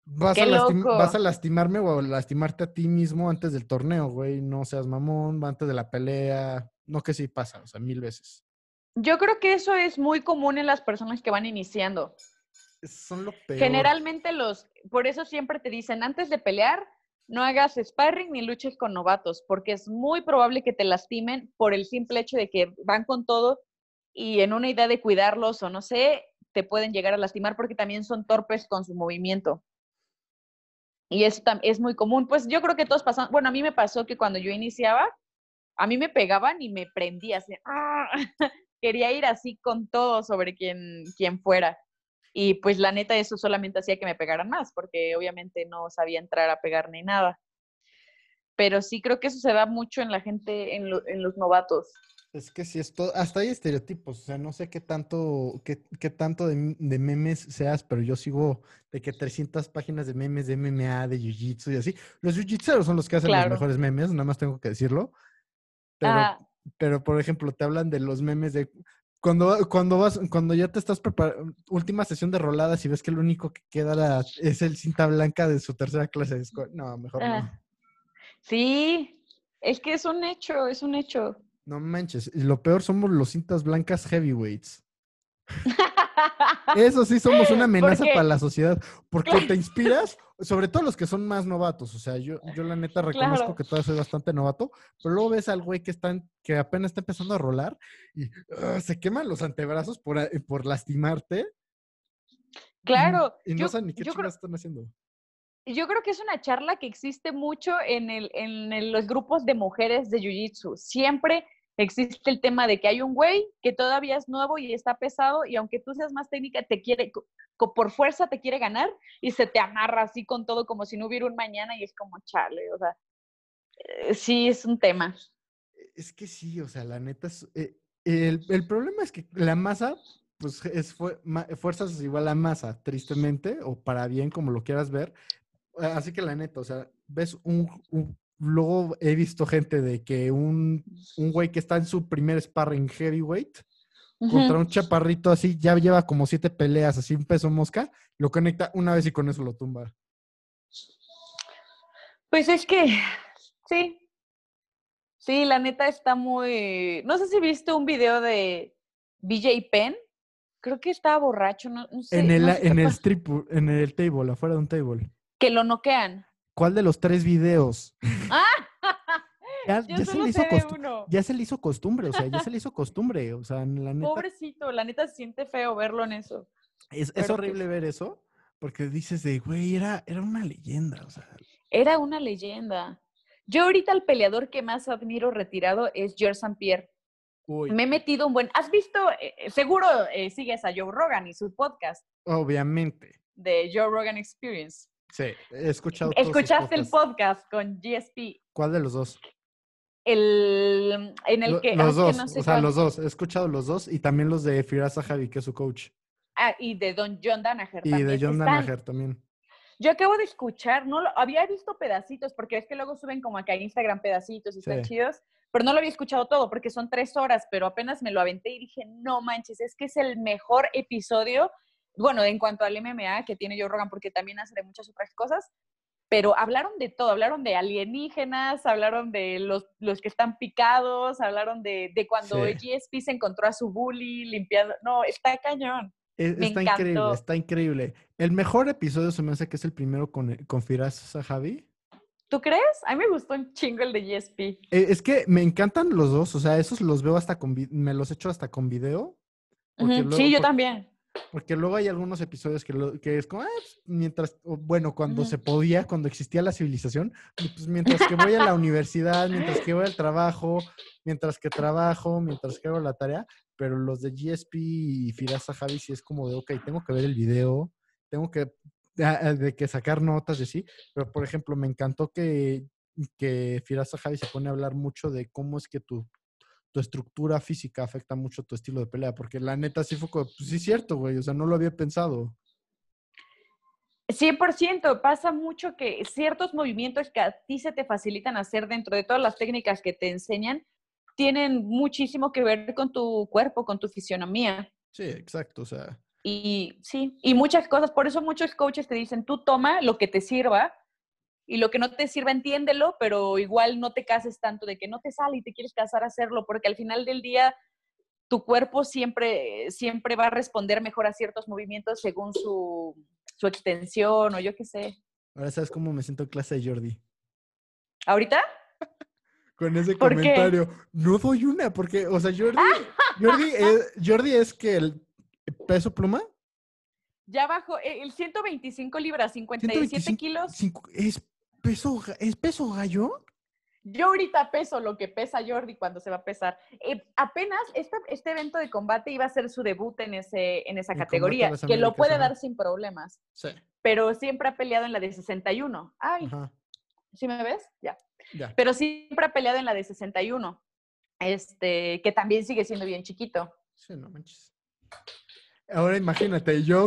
¡Qué loco! Vas a lastimarme o a lastimarte a ti mismo antes del torneo, güey. No seas mamón, antes de la pelea. No, que sí pasa, o sea, 1000 veces. Yo creo que eso es muy común en las personas que van iniciando. Son lo peor. Generalmente por eso siempre te dicen, antes de pelear, no hagas sparring ni luches con novatos, porque es muy probable que te lastimen por el simple hecho de que van con todo y en una idea de cuidarlos o no sé, te pueden llegar a lastimar porque también son torpes con su movimiento. Y eso es muy común. Pues yo creo que todos pasan, bueno, a mí me pasó que cuando yo iniciaba, a mí me pegaban y me prendía así, ¡ah! Quería ir así con todo sobre quien fuera. Y pues la neta eso solamente hacía que me pegaran más, porque obviamente no sabía entrar a pegar ni nada. Pero sí creo que eso se da mucho en la gente, en los novatos. Es que sí, hasta hay estereotipos, o sea, no sé qué tanto de memes seas, pero yo sigo de que 300 páginas de memes de MMA, de Jiu-Jitsu y así. Los jiu-jitseros son los que hacen los Claro. mejores memes, nada más tengo que decirlo. Ah, Pero por ejemplo, te hablan de los memes de cuando ya te estás preparando, última sesión de roladas y ves que lo único que queda es el cinta blanca de su tercera clase. No, mejor no. Sí, es que es un hecho, es un hecho. No manches. Y lo peor somos los cintas blancas heavyweights. Eso sí somos una amenaza para Porque, la sociedad, porque te inspiras, sobre todo los que son más novatos. O sea, yo la neta reconozco claro, que todavía soy bastante novato, pero luego ves al güey que apenas está empezando a rolar y se queman los antebrazos por lastimarte claro. y no saben ni qué Yo creo, chingas están haciendo. yo creo que es una charla que existe mucho los grupos de mujeres de Jiu-Jitsu. Siempre existe el tema de que hay un güey que todavía es nuevo y está pesado y aunque tú seas más técnica, por fuerza te quiere ganar y se te amarra así con todo como si no hubiera un mañana y es como chale, o sea, sí es un tema. Es que sí, o sea, la neta el problema es que la masa, pues fuerzas es igual a masa, tristemente, o para bien, como lo quieras ver. Así que la neta, o sea, ves luego he visto gente de que un güey que está en su primer sparring heavyweight contra un chaparrito así, ya lleva como 7 peleas, así un peso mosca, lo conecta una vez y con eso lo tumba. Pues es que, sí, sí, la neta está muy... No sé si viste un video de BJ Penn, creo que estaba borracho, no sé, no sé qué En el pasa, en el table, afuera de un table. que lo noquean. ¿Cuál de los 3 videos? ¡Ah! Yo Ya se solo le sé hizo de uno. ya se le hizo costumbre, o sea, ya se le hizo costumbre, o sea, la neta, Pobrecito, la neta se siente feo verlo en eso. es Pero horrible pues, ver eso, porque dices de, güey, era una leyenda, o sea. era una leyenda. Yo ahorita el peleador que más admiro retirado es Georges St-Pierre. Uy, Me he metido un buen... ¿Has visto? Seguro sigues a Joe Rogan y su podcast obviamente. de Joe Rogan Experience. Sí, he escuchado todos sus ¿Escuchaste el podcasts. podcast con GSP? ¿Cuál de los dos? En el que... Los es que dos, no o sé sea, cuál. los dos. He escuchado los dos y también los de Firas Javi, que es su coach. Ah, y de Don John Danaher Y de también. John Danaher también. Yo acabo de escuchar, había visto pedacitos, porque es que luego suben como acá a Instagram pedacitos y Sí. están chidos, pero no lo había escuchado todo porque son 3 horas, pero apenas me lo aventé y dije, no manches, es que es el mejor episodio, bueno, en cuanto al MMA que tiene Joe Rogan, porque también hace de muchas otras cosas, pero hablaron de todo, hablaron de alienígenas, hablaron de los que están picados, hablaron de cuando Sí. GSP se encontró a su bully limpiando, no, está cañón, me Está increíble, encantó. está increíble. El mejor episodio se me hace que es el primero con Firas Javi. ¿Tú crees? A mí me gustó un chingo el de GSP. Es que me encantan los dos, o sea, esos los veo hasta me los echo hasta con video, porque Sí, luego, yo también. porque luego hay algunos episodios que es como, pues, bueno, cuando se podía, cuando existía la civilización, pues mientras que voy a la universidad, mientras que voy al trabajo, mientras que trabajo, mientras que hago la tarea, pero los de GSP y Firasa Javi sí es como de, ok, tengo que ver el video, tengo que, de que sacar notas y así, pero por ejemplo, me encantó que Firasa Javi se pone a hablar mucho de cómo es que tu estructura física afecta mucho tu estilo de pelea, porque la neta sí fue como, pues sí es cierto, güey, o sea, no lo había pensado. 100%, pasa mucho que ciertos movimientos que a ti se te facilitan hacer dentro de todas las técnicas que te enseñan, tienen muchísimo que ver con tu cuerpo, con tu fisionomía. Sí, exacto, o sea, Y sí, y muchas cosas, por eso muchos coaches te dicen, tú toma lo que te sirva y lo que no te sirva, entiéndelo, pero igual no te cases tanto de que no te sale y te quieres casar a hacerlo, porque al final del día tu cuerpo siempre va a responder mejor a ciertos movimientos según su extensión o yo qué sé. Ahora sabes cómo me siento en clase de Jordi. ¿Ahorita? Con ese ¿Por qué? comentario. No doy una, porque, o sea, Jordi es que el peso pluma, Ya bajó el 125 libras, 57 125, kilos. ¿es peso gallo? Yo ahorita peso lo que pesa Jordi cuando se va a pesar. Apenas este evento de combate iba a ser su debut en esa En combate a categoría, las que lo Américas, puede ajá. dar sin problemas, Sí. pero siempre ha peleado en la de 61. Ay, Ajá. ¿sí me ves? Ya. Ya. Pero siempre ha peleado en la de 61, que también sigue siendo bien chiquito. Sí, no manches. Ahora imagínate, yo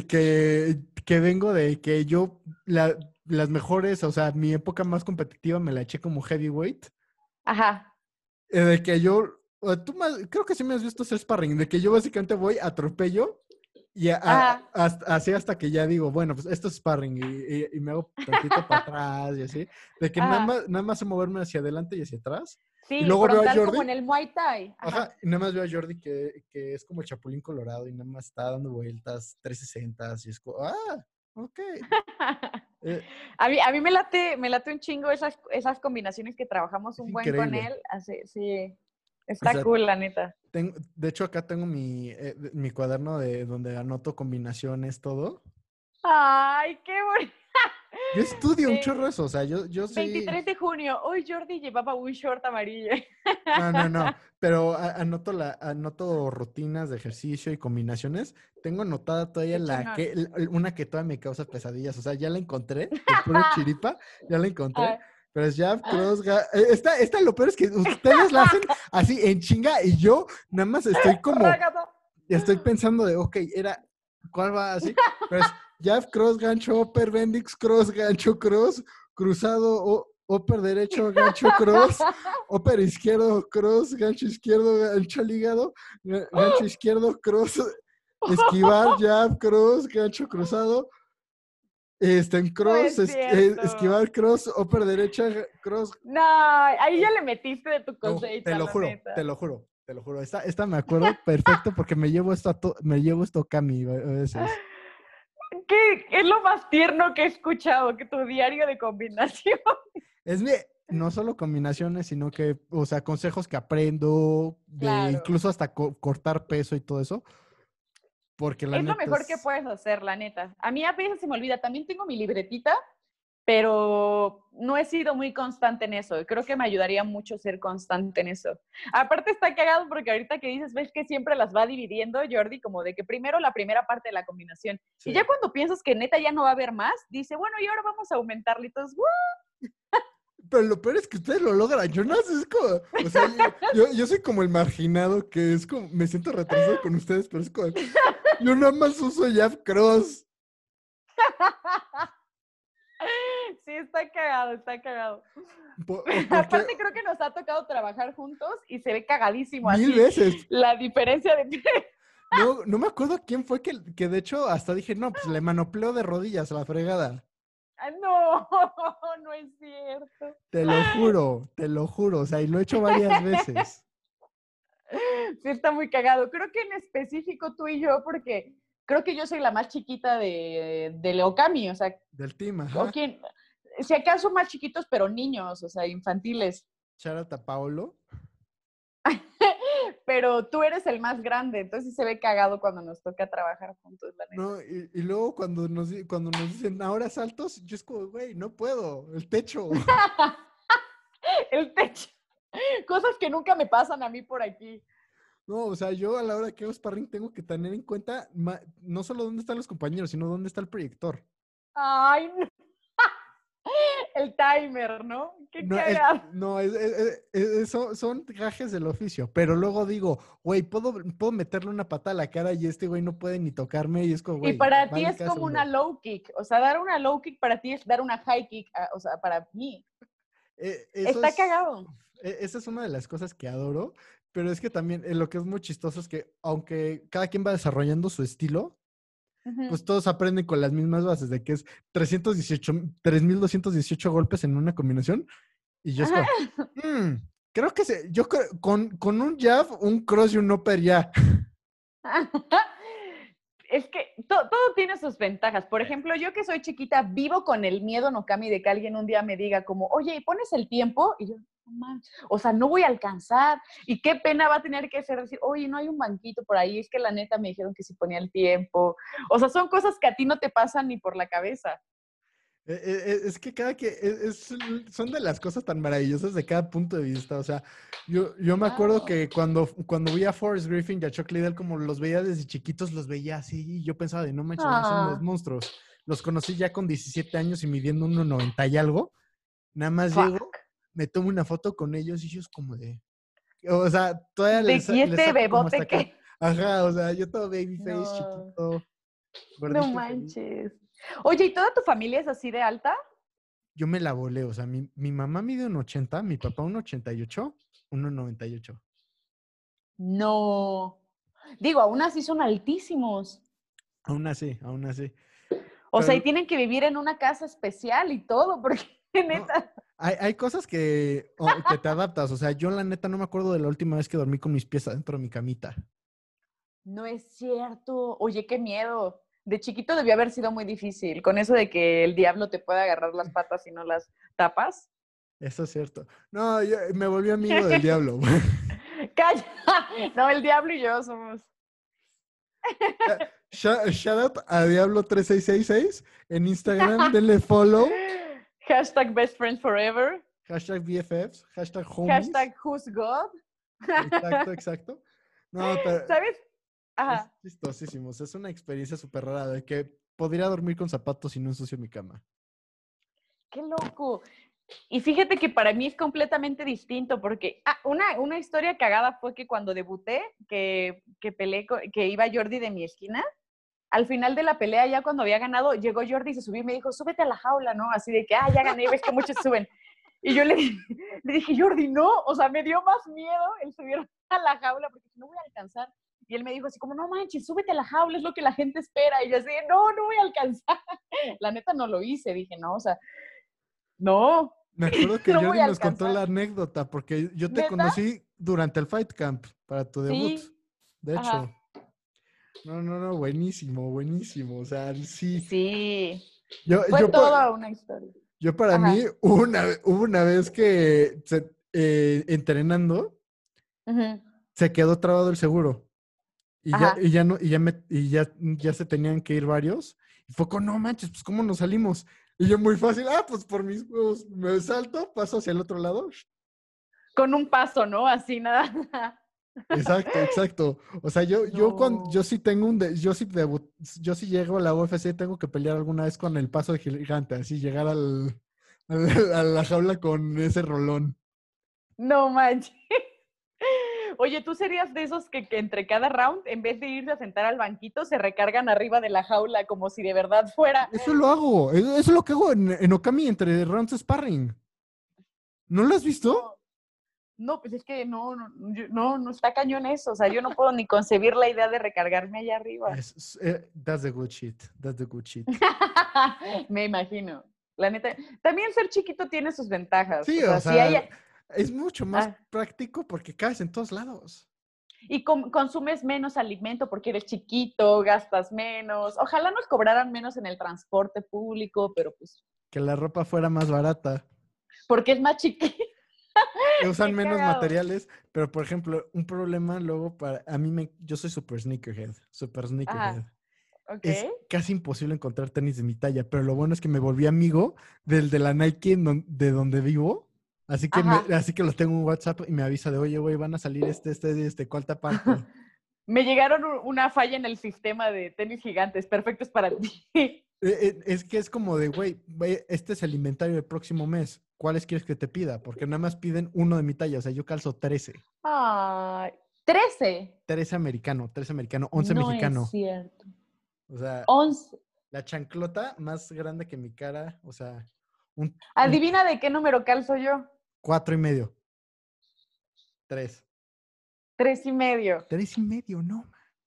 que vengo de que las mejores, o sea, mi época más competitiva me la eché como heavyweight. Ajá. De que yo, creo que sí me has visto hacer sparring, de que yo básicamente voy, atropello y Ajá. así hasta que ya digo, bueno, pues esto es sparring y me hago tantito para atrás y así. De que Ajá. nada más sé moverme hacia adelante y hacia atrás. Y Sí, luego veo a frontal como Jordi. en el Muay Thai. Ajá. Ajá, y nada más veo a Jordi que es como el Chapulín Colorado y nada más está dando vueltas, 360 y es como, ok. A mí me late un chingo esas combinaciones que trabajamos Es un buen con increíble. él. Así, sí, O está sea, cool, la neta. de hecho acá tengo mi cuaderno de donde anoto combinaciones, todo. Ay, qué bonito. Yo estudio un chorro eso, o sea, yo sí. 23 de junio, hoy Jordi llevaba un short amarillo. No, pero anoto rutinas de ejercicio y combinaciones. Tengo anotada todavía Qué chingón. una que todavía me causa pesadillas, o sea, ya la encontré, de puro chiripa, ya la encontré, Ay. pero es jab, cross, esta lo peor es que ustedes la hacen así en chinga y yo nada más Rágata. estoy pensando de, ok, ¿cuál va así? Pero es jab, cross, gancho, upper, bendix, cross, gancho, cross, cruzado, upper derecho, gancho, cross, upper izquierdo, cross, gancho izquierdo, gancho ligado, gancho izquierdo, cross, esquivar, jab, cross, gancho cruzado, en No cross, es cierto. esquivar, cross, upper derecha, cross. No, ahí ya le metiste de tu Te cosecha, lo la juro, te neta. lo juro, te lo juro. Esta me acuerdo perfecto porque me llevo esto a Cami a veces. ¿Qué es lo más tierno que he escuchado? Que tu diario de combinación. Es no solo combinaciones, sino que, o sea, consejos que aprendo, de Claro. incluso hasta cortar peso y todo eso, porque la Es lo neta mejor que es... puedes hacer, la neta. A mí a veces se me olvida. También tengo mi libretita, pero no he sido muy constante en eso. Creo que me ayudaría mucho ser constante en eso. Aparte está cagado porque ahorita que dices, ves que siempre las va dividiendo, Jordi, como de que primero la primera parte de la combinación. Sí. Y ya cuando piensas que neta ya no va a haber más, dice, bueno, y ahora vamos a aumentarle. Entonces, Pero lo peor es que ustedes lo logran. Yo no sé, es como... O sea, yo soy como el marginado que es como... Me siento retrasado con ustedes, pero es como... Yo nada más uso jab cross. sí, está cagado, está cagado. Porque Aparte creo que nos ha tocado trabajar juntos y se ve cagadísimo 1000 así veces. la diferencia de... No me acuerdo quién fue que de hecho hasta dije, no, pues le manopleo de rodillas a la fregada. No, no es cierto. Te lo juro, o sea, y lo he hecho varias veces. Sí, está muy cagado. Creo que en específico tú y yo, porque creo que yo soy la más chiquita de Leokami, o sea, Del team, o ajá. quién, si acaso más chiquitos, pero niños, o sea, infantiles. Shout a Paolo. Pero tú eres el más grande, entonces se ve cagado cuando nos toca trabajar juntos, la neta. No, y luego cuando nos dicen ahora saltos, yo es como, güey, no puedo, el techo. El techo. Cosas que nunca me pasan a mí por aquí. No, o sea, yo a la hora que hago sparring tengo que tener en cuenta no solo dónde están los compañeros, sino dónde está el proyector. Ay, no. El timer, ¿no? Qué No, cagado. son gajes del oficio, pero luego digo, güey, puedo meterle una pata a la cara y este güey no puede ni tocarme y es como, Y güey, para ti vale es cada como una segundo. low kick. O sea, dar una low kick para ti es dar una high kick. O sea, para mí. Eso Está es, cagado. esa es una de las cosas que adoro, pero es que también lo que es muy chistoso es que aunque cada quien va desarrollando su estilo, pues Ujú. todos aprenden con las mismas bases, de que es 3218 golpes en una combinación, y yo es Ajá. como, creo que con un jab, un cross y un upper ya. Es que todo tiene sus ventajas. Por ejemplo, yo que soy chiquita, vivo con el miedo, Nokami, de que alguien un día me diga como, oye, ¿y pones el tiempo? Y yo, no manches, o sea, no voy a alcanzar. Y qué pena va a tener que ser decir, oye, no hay un banquito por ahí, es que la neta me dijeron que si ponía el tiempo. O sea, son cosas que a ti no te pasan ni por la cabeza. Es que son de las cosas tan maravillosas de cada punto de vista. O sea, yo me acuerdo Claro. que cuando vi a Forrest Griffin y a Chuck Liddell, como los veía desde chiquitos, los veía así, y yo pensaba de no manches, no son unos Ah, monstruos. Los conocí ya con 17 años y midiendo 1,90 y algo. Nada más llego, fuck. me tomo una foto con ellos y ellos como de... O sea, todavía les, ¿Y les este saco como hasta bebote acá. qué? Ajá, o sea, yo todo babyface, No, chiquito, no gordito y feliz. manches. Oye, ¿y toda tu familia es así de alta? Yo me la volé, o sea, mi mamá mide 1,80, mi papá 1,88, 1,98. No. Digo, aún así son altísimos. Aún así, aún así. O sea, y Pero tienen que vivir en una casa especial y todo, porque no, neta, hay cosas que te adaptas. O sea, yo la neta no me acuerdo de la última vez que dormí con mis pies adentro de mi camita. no es cierto. Oye, qué miedo. De chiquito debió haber sido muy difícil, con eso de que el diablo te puede agarrar las patas si no las tapas. Eso es cierto. No, yo me volví amigo del diablo. ¡Calla! No, el diablo y yo somos. Shout out a Diablo3666 en Instagram. Denle follow. Hashtag best friends forever. Hashtag BFFs. Hashtag homies. Hashtag who's God. Exacto, exacto. No, pero ¿Sabes? es Ajá. chistosísimo. O sea, es una experiencia súper rara de que podría dormir con zapatos y no ensucio mi cama. Qué loco. Y fíjate que para mí es completamente distinto porque una historia cagada fue que cuando debuté, que peleé, que iba Jordi de mi esquina, al final de la pelea, ya cuando había ganado, llegó Jordi y se subió y me dijo, súbete a la jaula, ¿no? Así de que, ya gané, ves que muchos suben. Y yo le dije, Jordi, no, o sea, me dio más miedo el subir a la jaula porque no voy a alcanzar. Y él me dijo así como, no manches, súbete a la jaula, es lo que la gente espera. Y yo así, no voy a alcanzar. La neta no lo hice, dije, no, o sea, no, Me acuerdo que no voy Jordi a nos contó alcanzar. la anécdota porque yo te ¿Neta? conocí durante el Fight Camp para tu debut. Sí, De ajá. hecho, no, buenísimo, buenísimo. O sea, sí. Sí, Yo, fue yo, pa- toda una historia. yo para mí, Ajá. hubo una vez que entrenando Ujú. se quedó trabado el seguro. Y ya, Ajá. y ya no, ya se tenían que ir varios. Y fue con, no manches, pues ¿cómo nos salimos? Y yo muy fácil, pues por mis huevos, me salto, paso hacia el otro lado. Con un paso, ¿no? Así nada. Exacto, exacto. O sea, yo No. sí yo sí llego a la UFC, tengo que pelear alguna vez con el paso de gigante, así llegar a la jaula con ese rolón. No manches. Oye, ¿tú serías de esos que entre cada round, en vez de irse a sentar al banquito, se recargan arriba de la jaula como si de verdad fuera? Eso lo hago, eso es lo que hago en Okami entre rounds sparring. ¿No lo has visto? No, no, pues es que no está cañón eso. O sea, yo no puedo ni concebir la idea de recargarme allá arriba. That's the good shit. That's the good shit. Me imagino. La neta, también ser chiquito tiene sus ventajas. Sí, O o sea, si hay. sea, es mucho más Ah, práctico porque cabes en todos lados. y consumes menos alimento porque eres chiquito, gastas menos. Ojalá nos cobraran menos en el transporte público, pero pues, Que la ropa fuera más barata. porque es más chiquito. Usan Qué menos cagado. materiales, pero por ejemplo, un problema luego yo soy super sneakerhead, super Ajá, sneakerhead. ok. Es casi imposible encontrar tenis de mi talla, pero lo bueno es que me volví amigo del de la Nike de donde vivo, Ajá. así que los tengo en WhatsApp y me avisa de, oye, güey, van a salir ¿cuál te aparto? Me llegaron una falla en el sistema de tenis gigantes, perfectos para ti. Es que es como de, güey, este es el inventario del próximo mes. ¿Cuáles quieres que te pida? Porque nada más piden uno de mi talla. O sea, yo calzo 13. Ay, 13. 13 americano, 11 No es mexicano. cierto. O sea, 11. la chanclota más grande que mi cara. O sea, Un Adivina de qué número calzo yo. 4.5. 3. 3.5. 3.5, no.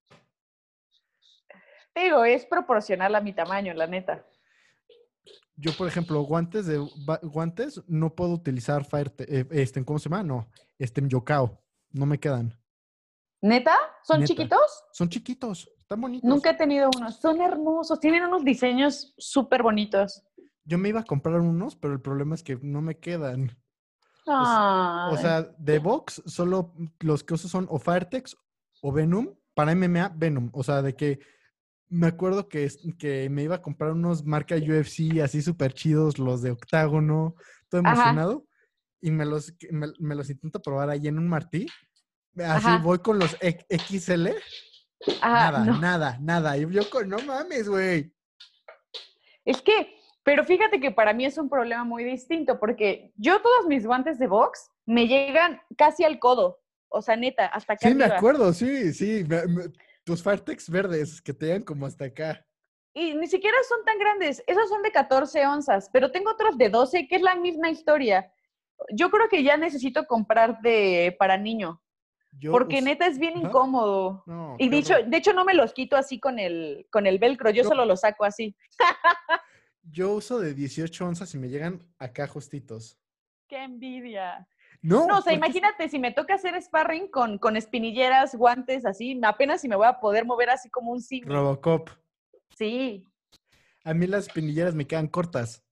Te digo, es proporcional a mi tamaño, la neta. Yo, por ejemplo, guantes no puedo utilizar ¿cómo se llama? No, Yokao. No me quedan. ¿Neta? ¿Son Neta. chiquitos? Son chiquitos, están bonitos. Nunca he tenido unos. Son hermosos. Tienen unos diseños súper bonitos. Yo me iba a comprar unos, pero el problema es que no me quedan. O Ay. sea, de box, solo los que uso son o Firetex o Venom. Para MMA, Venom. O sea, de que me acuerdo que me iba a comprar unos marca UFC así súper chidos, los de octágono, todo Ajá, emocionado. Y me los intento probar ahí en un Martí. Así ajá, voy con los XL. ajá. No. Nada. Y yo no mames, güey. Es que, pero fíjate que para mí es un problema muy distinto, porque yo todos mis guantes de box me llegan casi al codo. O sea, neta, hasta acá Sí, me arriba. acuerdo, sí. Tus Firetex verdes que te llegan como hasta acá. Y ni siquiera son tan grandes. Esos son de 14 onzas, pero tengo otros de 12 que es la misma historia. Yo creo que ya necesito comprar para niño, porque neta es bien Ajá. incómodo. No, Y qué horror. de hecho no me los quito así con el velcro, yo solo los saco así. Yo uso de 18 onzas y me llegan acá justitos. ¡Qué envidia! No, o No, sea, imagínate si me toca hacer sparring con espinilleras, guantes, así, apenas si me voy a poder mover así como un simio. Robocop. Sí. A mí las espinilleras me quedan cortas.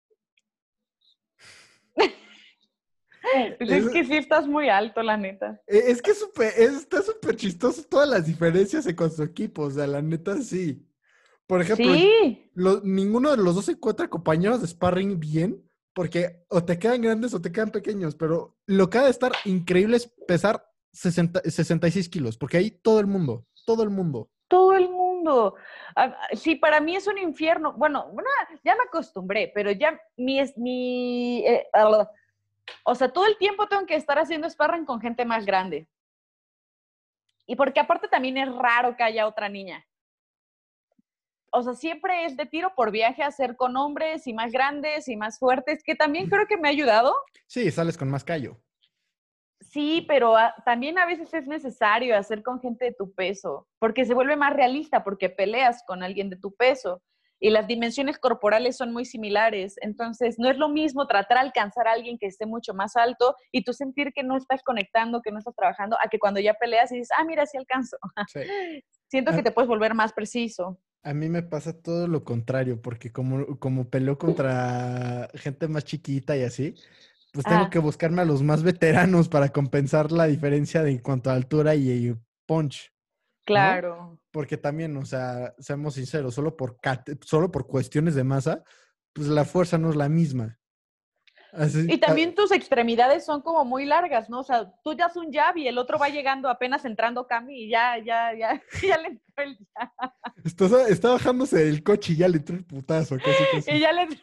Pues es que sí estás muy alto, la neta. Es que está súper chistoso todas las diferencias con su equipo. O sea, la neta sí. Por ejemplo, Sí. ninguno de los dos encuentra compañeros de sparring bien, porque o te quedan grandes o te quedan pequeños, pero lo que ha de estar increíble es pesar 66 kilos, porque ahí todo el mundo. Todo el mundo. Sí, para mí es un infierno. Bueno, ya me acostumbré, pero ya o sea, todo el tiempo tengo que estar haciendo sparring con gente más grande. Y porque aparte también es raro que haya otra niña. O sea, siempre es de tiro por viaje hacer con hombres y más grandes y más fuertes, que también creo que me ha ayudado. Sí, sales con más callo. Sí, pero también a veces es necesario hacer con gente de tu peso, porque se vuelve más realista, porque peleas con alguien de tu peso y las dimensiones corporales son muy similares. Entonces, no es lo mismo tratar de alcanzar a alguien que esté mucho más alto y tú sentir que no estás conectando, que no estás trabajando, a que cuando ya peleas y dices, mira, sí alcanzo. Sí. Siento que te puedes volver más preciso. A mí me pasa todo lo contrario, porque como peleo contra gente más chiquita y así, pues tengo que Ajá, buscarme a los más veteranos para compensar la diferencia en cuanto a altura y punch, ¿no? claro. Porque también, o sea, seamos sinceros, solo por cuestiones de masa, pues la fuerza no es la misma. Así, Y también tus extremidades son como muy largas, ¿no? O sea, tú ya haces un jab y el otro va llegando apenas entrando Cami y ya le entró el jab. está bajándose del coche y ya le entró el putazo, casi, Y casi. ya le entró.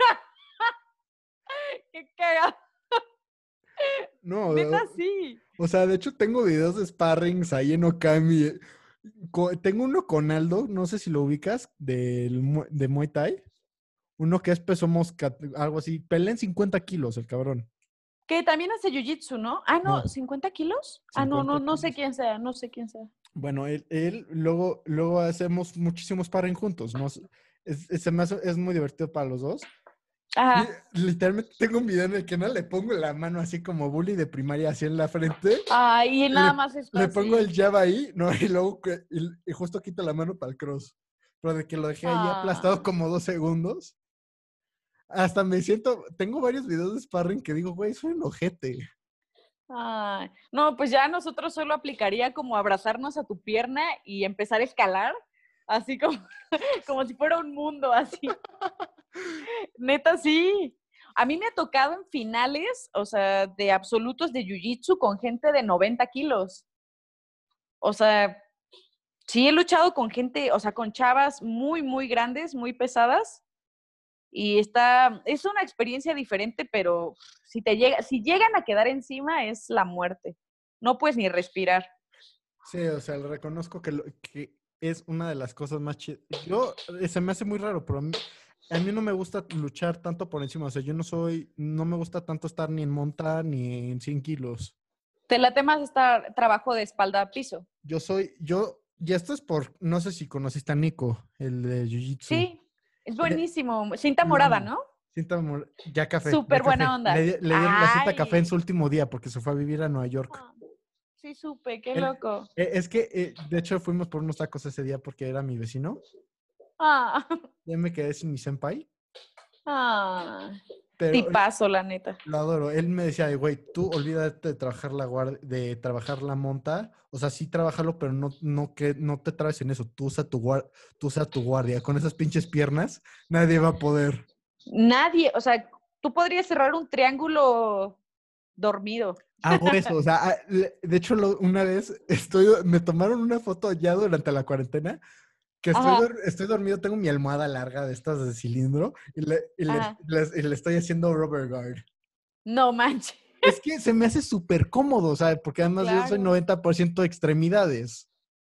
¡Qué cagado! No, Neta, sí. o sea, de hecho tengo videos de sparrings ahí en Okami. Tengo uno con Aldo, no sé si lo ubicas, de Muay Thai. Uno que es peso mosca, algo así. Pelea en 50 kilos el cabrón. Que también hace jiu-jitsu, ¿no? No, No, ¿50 kilos? No, 50 no sé kilos. quién sea, no sé quién sea. Bueno, él luego hacemos muchísimos sparring juntos. Es muy divertido para los dos. Y Ajá. literalmente tengo un video en el que no le pongo la mano así como bully de primaria, así en la frente. Y nada Le, más está le pongo el así. jab ahí, ¿no? Y luego y justo quito la mano para el cross. Pero de que lo dejé ahí aplastado Ah. como 2 segundos. Hasta me siento, tengo varios videos de sparring que digo, güey, soy un ojete. Ay, no, pues ya nosotros solo aplicaría como abrazarnos a tu pierna y empezar a escalar, así como, como si fuera un mundo, así. Neta, sí. A mí me ha tocado en finales, o sea, de absolutos de jiu-jitsu con gente de 90 kilos. O sea, sí he luchado con gente, o sea, con chavas muy, muy grandes, muy pesadas. Y es una experiencia diferente, pero si llegan a quedar encima, es la muerte. No puedes ni respirar. Sí, o sea, le reconozco que es una de las cosas más chidas. Se me hace muy raro, pero a mí no me gusta luchar tanto por encima. O sea, no me gusta tanto estar ni en monta ni en 100 kilos. ¿Te late más estar trabajo de espalda a piso? Y esto es no sé si conociste a Nico, el de Jiu-Jitsu. Sí, es Le- buenísimo. Cinta Lo morada, amo. ¿no? Ya café, ya Súper buena café. onda. Le dieron la cinta café en Ay, su último día porque se fue a vivir a Nueva York. ah, sí supe, qué Él- loco. es que, de hecho, fuimos por unos tacos ese día porque era mi vecino. Ah, Ya me quedé sin mi senpai, ah, pero tipazo, la neta. lo adoro. Él me decía, güey, tú olvídate de trabajar de trabajar la monta. O sea, sí trabájalo, pero que no te trabes en eso. Tú usa tu guardia. Con esas pinches piernas, nadie va a poder. Nadie, o sea, tú podrías cerrar un triángulo dormido. Hago eso, o sea, de hecho una vez me tomaron una foto ya durante la cuarentena que Ajá, estoy dormido, tengo mi almohada larga de estas de cilindro ajá. y le estoy haciendo rubber guard. No manches. Es que se me hace súper cómodo, ¿sabes? Porque además yo soy Claro. 90% extremidades.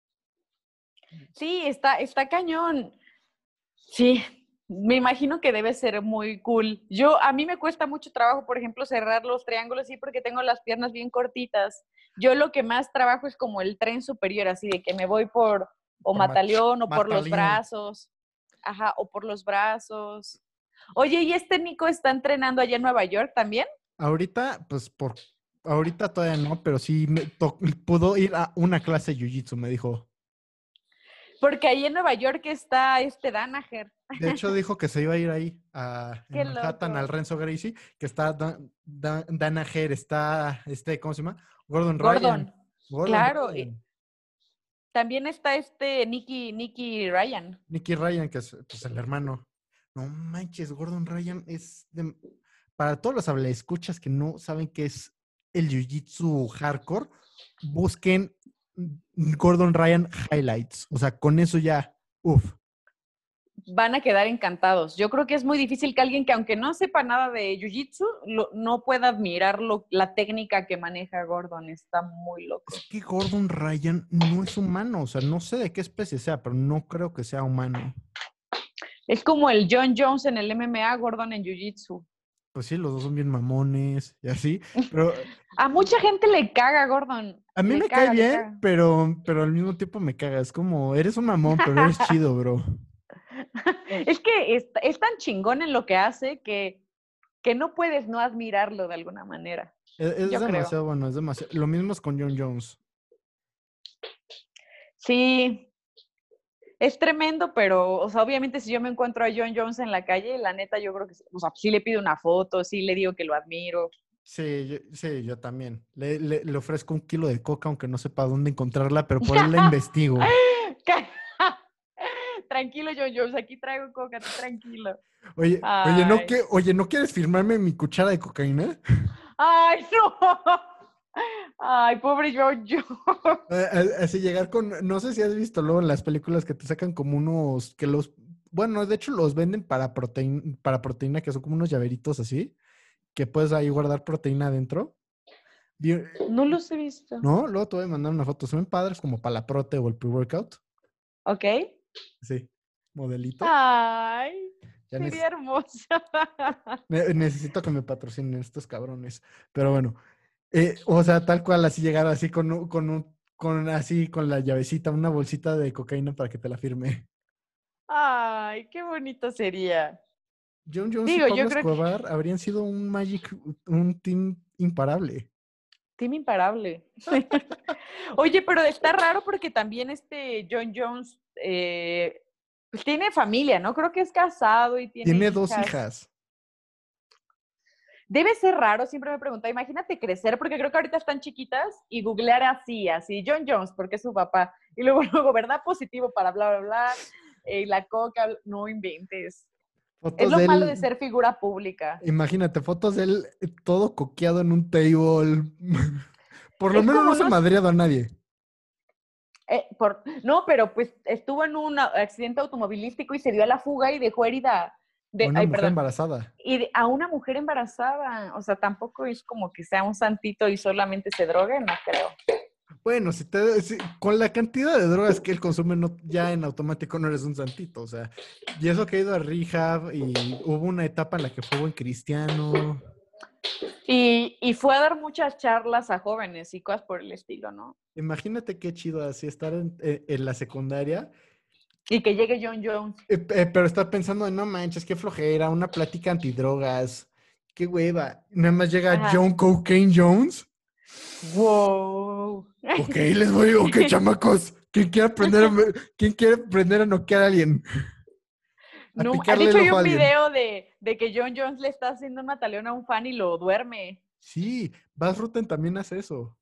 Sí, está cañón. Sí, me imagino que debe ser muy cool. A mí me cuesta mucho trabajo, por ejemplo, cerrar los triángulos, sí, porque tengo las piernas bien cortitas. Yo lo que más trabajo es como el tren superior, así de que me voy por o Por mataleón o por los Mataleón. brazos. Ajá, o por los brazos. Oye, ¿y este Nico está entrenando allá en Nueva York también? Ahorita, ahorita todavía no, pero sí pudo ir a una clase de jiu-jitsu, me dijo. Porque ahí en Nueva York está este Danaher. De hecho, dijo que se iba a ir ahí, en Qué Manhattan, al loco. Renzo Gracie, que está Dana Her, está, ¿cómo se llama? Gordon Ryan. Gordon. Gordon Claro. Ryan. También está este Nicky Ryan. Nicky Ryan, que es pues, el hermano. No manches, Gordon Ryan para todos los escuchas que no saben qué es el jiu-jitsu hardcore, busquen Gordon Ryan highlights. O sea, con eso ya, uff. Van a quedar encantados. Yo creo que es muy difícil que alguien que aunque no sepa nada de Jiu-Jitsu, no pueda admirar la técnica que maneja Gordon. Está muy loco. Es que Gordon Ryan no es humano, o sea, no sé de qué especie sea, pero no creo que sea humano. Es como el John Jones en el MMA, Gordon en Jiu-Jitsu. Pues sí, los dos son bien mamones y así, pero A mucha gente le caga Gordon. a mí Le me cae caga, le bien, caga. pero al mismo tiempo me caga. Es como, eres un mamón, pero eres chido, bro. Es que es tan chingón en lo que hace que no puedes no admirarlo de alguna manera. Es Yo creo. demasiado bueno, es demasiado. Lo mismo es con John Jones. Sí, es tremendo, pero, o sea, obviamente si yo me encuentro a John Jones en la calle, la neta yo creo que, o sea, sí le pido una foto, sí le digo que lo admiro. Sí, yo también. Le ofrezco 1 kilo de coca, aunque no sepa dónde encontrarla, pero por él la investigo. Tranquilo, John Jones, aquí traigo coca, tú tranquilo. ¿no, Ay. ¿no quieres firmarme mi cuchara de cocaína? Ay, no. Ay, pobre John Jones. Así llegar no sé si has visto luego en las películas que te sacan como bueno, de hecho los venden para proteína, que son como unos llaveritos así, que puedes ahí guardar proteína adentro. No los he visto. ¿No? Luego te voy a mandar una foto. Se ven padres como para la prote o el pre-workout. ¿Ok? Sí, modelito. Ay, Ya sería hermoso. necesito que me patrocinen estos cabrones. Pero bueno, o sea, tal cual, así llegar así así con la llavecita, una bolsita de cocaína para que te la firme. Ay, qué bonito sería. John Jones y Digo, yo Pablo creo que Escobar habrían sido un team imparable. team imparable. Oye, pero está raro porque también este John Jones tiene familia, ¿no? Creo que es casado y tiene Tiene 2 hijas. hijas. Debe ser raro, siempre me pregunto, imagínate crecer, porque creo que ahorita están chiquitas y googlear así, John Jones, porque es su papá, y luego, ¿verdad? Positivo para bla, bla, bla, la coca, no inventes. Es Fotos lo de malo de él, ser figura pública. imagínate, fotos de él todo coqueado en un table. Por lo Es menos no como, se ha no, madreado a nadie. no, pero pues estuvo en un accidente automovilístico y se dio a la fuga y dejó herida, A una ay, mujer perdón, embarazada. y a una mujer embarazada. O sea, tampoco es como que sea un santito y solamente se drogue, no creo. Bueno, con la cantidad de drogas que él consume, ya en automático no eres un santito, o sea, y eso que ha ido a rehab y hubo una etapa en la que fue buen cristiano. Y fue a dar muchas charlas a jóvenes y cosas por el estilo, ¿no? Imagínate qué chido así estar en la secundaria, Y que llegue John Jones. pero estar pensando, no manches, qué flojera, una plática antidrogas, qué hueva. Nada más llega Ajá. John Cocaine Jones. Wow. Ok, chamacos, ¿quién quiere aprender a noquear a alguien? A No, de picarle hecho el hay ojo a un alguien. video de que John Jones le está haciendo un mataleón a un fan y lo duerme. Sí, Bas Rutten también hace eso.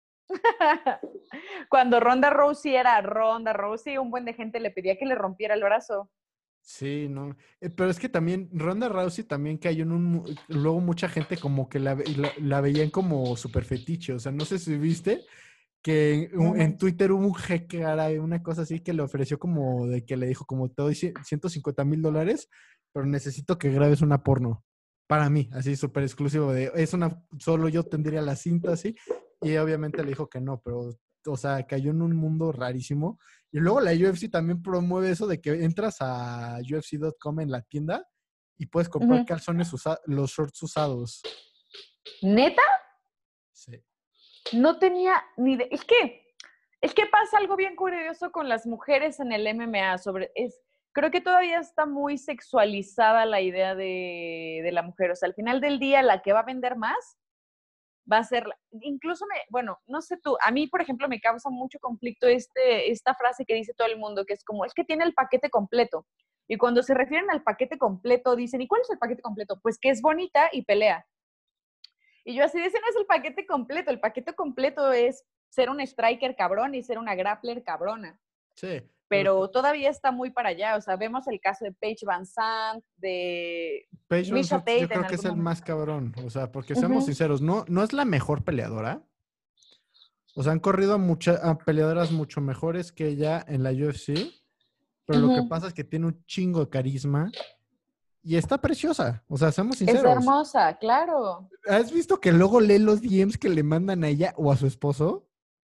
Cuando Ronda Rousey era Ronda Rousey, un buen de gente le pedía que le rompiera el brazo. Sí, no. Pero es que también Ronda Rousey también cayó luego mucha gente como que la veían como súper fetiche. O sea, no sé si viste que No en manches. Twitter hubo un jeque árabe, una cosa así que le ofreció como de que le dijo como te doy $150,000, pero necesito que grabes una porno. Para mí, así súper exclusivo solo yo tendría la cinta así. Y obviamente le dijo que no, pero, o sea, cayó en un mundo rarísimo. Y luego la UFC también promueve eso de que entras a UFC.com en la tienda y puedes comprar Ujú. calzones los shorts usados. ¿Neta? Sí. No tenía ni idea. Es que pasa algo bien curioso con las mujeres en el MMA. Creo que todavía está muy sexualizada la idea de la mujer. O sea, al final del día, la que va a vender más va a ser, incluso bueno, no sé tú, a mí, por ejemplo, me causa mucho conflicto esta frase que dice todo el mundo, que es como, es que tiene el paquete completo. Y cuando se refieren al paquete completo, dicen, ¿y cuál es el paquete completo? Pues que es bonita y pelea. Y yo así, ese no es el paquete completo es ser un striker cabrón y ser una grappler cabrona. Sí, Pero todavía está muy para allá, o sea, vemos el caso de Paige Van Zandt, de Paige Van Misha Zandt yo Tate en creo que es algún el momento. más cabrón, o sea, porque seamos Uh-huh. sinceros, no es la mejor peleadora. O sea, han corrido a peleadoras mucho mejores que ella en la UFC, pero lo que Uh-huh. pasa es que tiene un chingo de carisma y está preciosa. O sea, seamos Es sinceros. hermosa, claro. ¿Has visto que luego lee los DMs que le mandan a ella o a su esposo?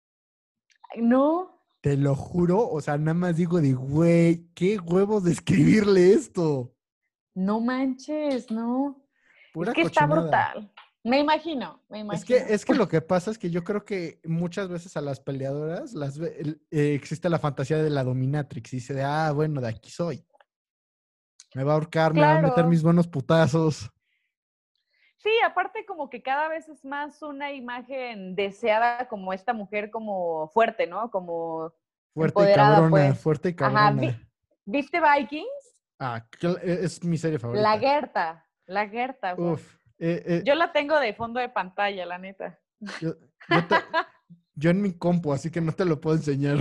No, Te lo juro, o sea, nada más digo de, güey, qué huevos de escribirle esto. no manches, no. Es Pura que está cochinada. brutal. Me imagino, me Es que, imagino. es que lo que pasa es que yo creo que muchas veces a las peleadoras existe la fantasía de la dominatrix y dice de, bueno, de aquí soy. Me va a ahorcar, me va a meter Claro. mis buenos putazos. Sí, aparte como que cada vez es más una imagen deseada como esta mujer como fuerte, ¿no? Como empoderada, pues. Fuerte y Ajá, cabrona. ¿viste Vikings? Es mi serie La favorita. Gerta, la Gerta. Uf, Yo la tengo de fondo de pantalla, la neta. yo, yo, te- yo en mi compu, así que no te lo puedo enseñar.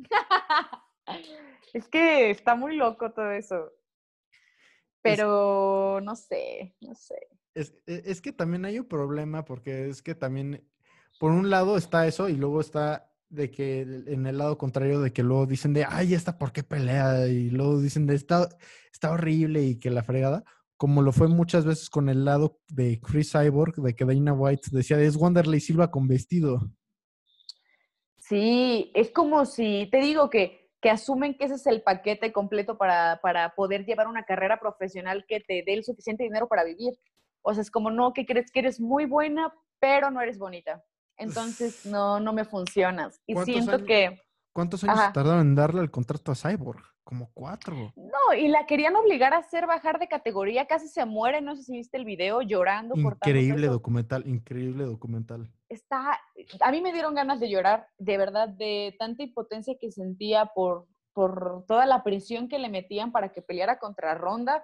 Es que está muy loco todo eso, Es, pero no sé, no sé. es que también hay un problema porque es que también, por un lado está eso y luego está de que en el lado contrario de que luego dicen de, ay, ¿esta por qué pelea? Y luego dicen de, está horrible y que la fregada, como lo fue muchas veces con el lado de Chris Cyborg, de que Dana White decía, es Wanderlei Silva con vestido. Sí, es como si, te digo que asumen que ese es el paquete completo para poder llevar una carrera profesional que te dé el suficiente dinero para vivir. O sea, es como, no, que crees que eres muy buena, pero no eres bonita. Entonces, no, no me funcionas. Y ¿Cuántos siento años, que, cuántos años se ajá, tardaron en darle el contrato a Cyborg? Como 4. no, y la querían obligar a hacer bajar de categoría, casi se muere, no sé si viste el video, llorando, cortando peso. Increíble documental. A mí me dieron ganas de llorar, de verdad, de tanta impotencia que sentía por toda la presión que le metían para que peleara contra Ronda.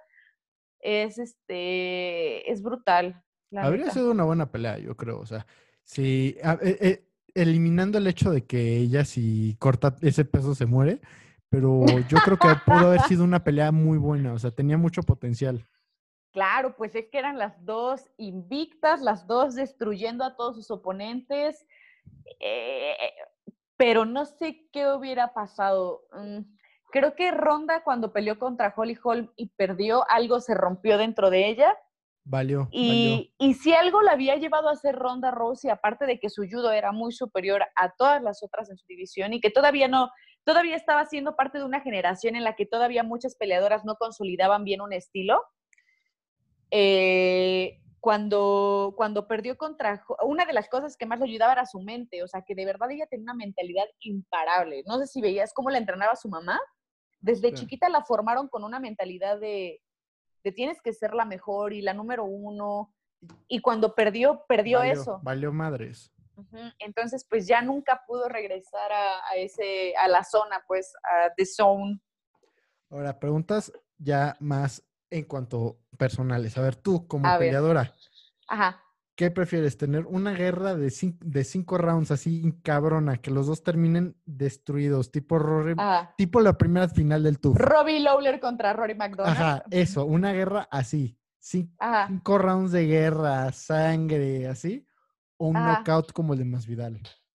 Es brutal, la Habría neta. sido una buena pelea, yo creo. O sea, si eliminando el hecho de que ella si corta ese peso se muere, pero yo creo que pudo haber sido una pelea muy buena. O sea, tenía mucho potencial. Claro, pues es que eran las dos invictas, las dos destruyendo a todos sus oponentes, eh, pero no sé qué hubiera pasado. Creo que Ronda cuando peleó contra Holly Holm y perdió, algo se rompió dentro de ella Valió. Y si algo la había llevado a ser Ronda Rousey, aparte de que su judo era muy superior a todas las otras en su división y que todavía estaba siendo parte de una generación en la que todavía muchas peleadoras no consolidaban bien un estilo, cuando perdió una de las cosas que más le ayudaba era su mente, o sea, que de verdad ella tenía una mentalidad imparable. No sé si veías cómo la entrenaba su mamá. Desde chiquita la formaron con una mentalidad de tienes que ser la mejor y la número uno. Y cuando perdió eso. Valió madres. Entonces, pues ya nunca pudo regresar a la zona, pues, a The Zone. Ahora, preguntas ya más en cuanto personales. A ver, tú como peleadora, Ajá. ¿qué prefieres? ¿Tener una guerra de 5 rounds así cabrona, que los dos terminen destruidos, tipo la primera final del TUF? Robbie Lawler contra Rory McDonald. Ajá, eso, una guerra así. 5 rounds de guerra, sangre, así. O un knockout como el de Masvidal.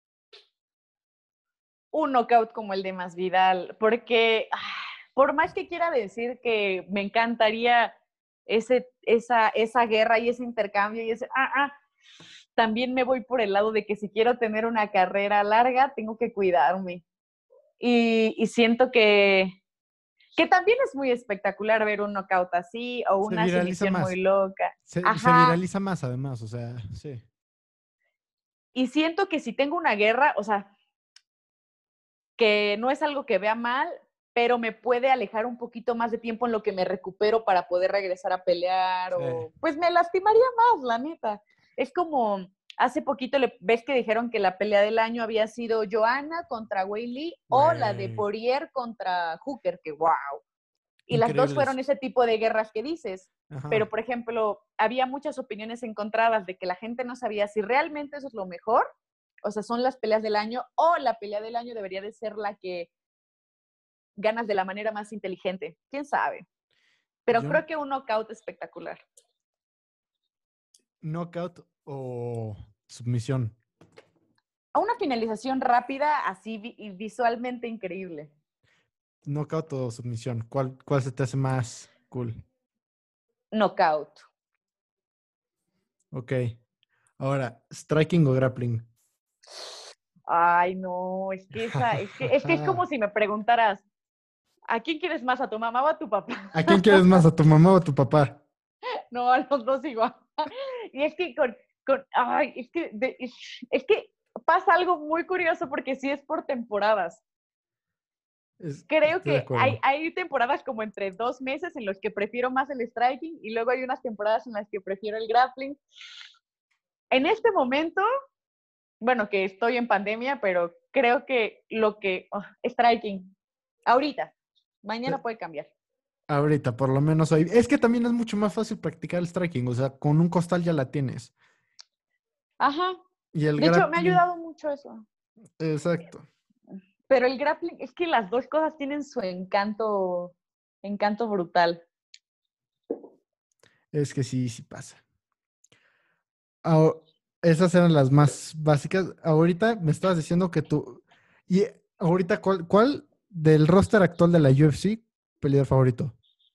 Un knockout como el de Masvidal, porque por más que quiera decir que me encantaría esa guerra y ese intercambio y también me voy por el lado de que si quiero tener una carrera larga, tengo que cuidarme. Y siento que también es muy espectacular ver un knockout así o una sumisión muy loca. Se viraliza más, además, o sea, sí. Y siento que si tengo una guerra, o sea, que no es algo que vea mal, pero me puede alejar un poquito más de tiempo en lo que me recupero para poder regresar a pelear o pues me lastimaría más, la neta. Es como hace poquito ves que dijeron que la pelea del año había sido Joanna contra Weili o la de Poirier contra Hooker, que wow. Y las dos fueron ese tipo de guerras que dices. Ajá. Pero, por ejemplo, había muchas opiniones encontradas de que la gente no sabía si realmente eso es lo mejor, o sea, son las peleas del año, o la pelea del año debería de ser la que ganas de la manera más inteligente. ¿Quién sabe? Pero creo que un knockout espectacular. ¿Knockout o submisión? A una finalización rápida, así visualmente increíble. ¿Knockout o submisión? ¿Cuál se te hace más cool? Knockout. Ok. Ahora, ¿striking o grappling? Ay, no, es que es como si me preguntaras, ¿a quién quieres más, a tu mamá o a tu papá? ¿A quién quieres más, a tu mamá o a tu papá? No, a los dos igual. Y es que es que pasa algo muy curioso porque sí es por temporadas. Creo que hay temporadas como entre 2 meses en los que prefiero más el striking y luego hay unas temporadas en las que prefiero el grappling. En este momento, bueno, que estoy en pandemia, pero creo que striking, ahorita, mañana puede cambiar. Ahorita, por lo menos hoy. Es que también es mucho más fácil practicar el striking, o sea, con un costal ya la tienes. Ajá. Y el de hecho, me ha ayudado mucho eso. Exacto. Pero el grappling, es que las dos cosas tienen su encanto brutal. Es que sí pasa. Esas eran las más básicas. Ahorita me estabas diciendo que tú... Y ahorita, ¿cuál del roster actual de la UFC, peleador favorito?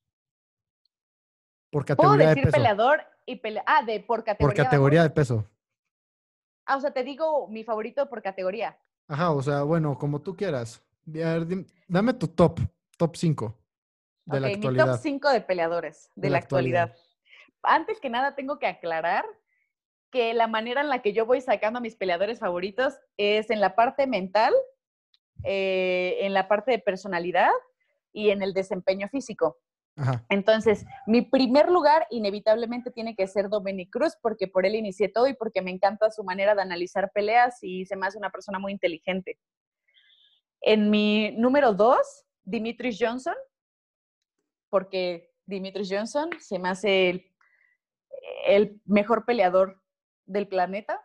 Por categoría de peso. ¿Puedo decir peleador y por categoría? Por categoría de peso. O sea, te digo mi favorito por categoría. Ajá, o sea, bueno, como tú quieras. A ver, dame tu top 5 de la actualidad. Mi top 5 de peleadores de la actualidad. Antes que nada, tengo que aclarar que la manera en la que yo voy sacando a mis peleadores favoritos es en la parte mental, en la parte de personalidad y en el desempeño físico. Ajá. Entonces, mi primer lugar inevitablemente tiene que ser Dominick Cruz, porque por él inicié todo y porque me encanta su manera de analizar peleas y se me hace una persona muy inteligente. En mi número 2, Demetrious Johnson, porque Demetrious Johnson se me hace el mejor peleador del planeta.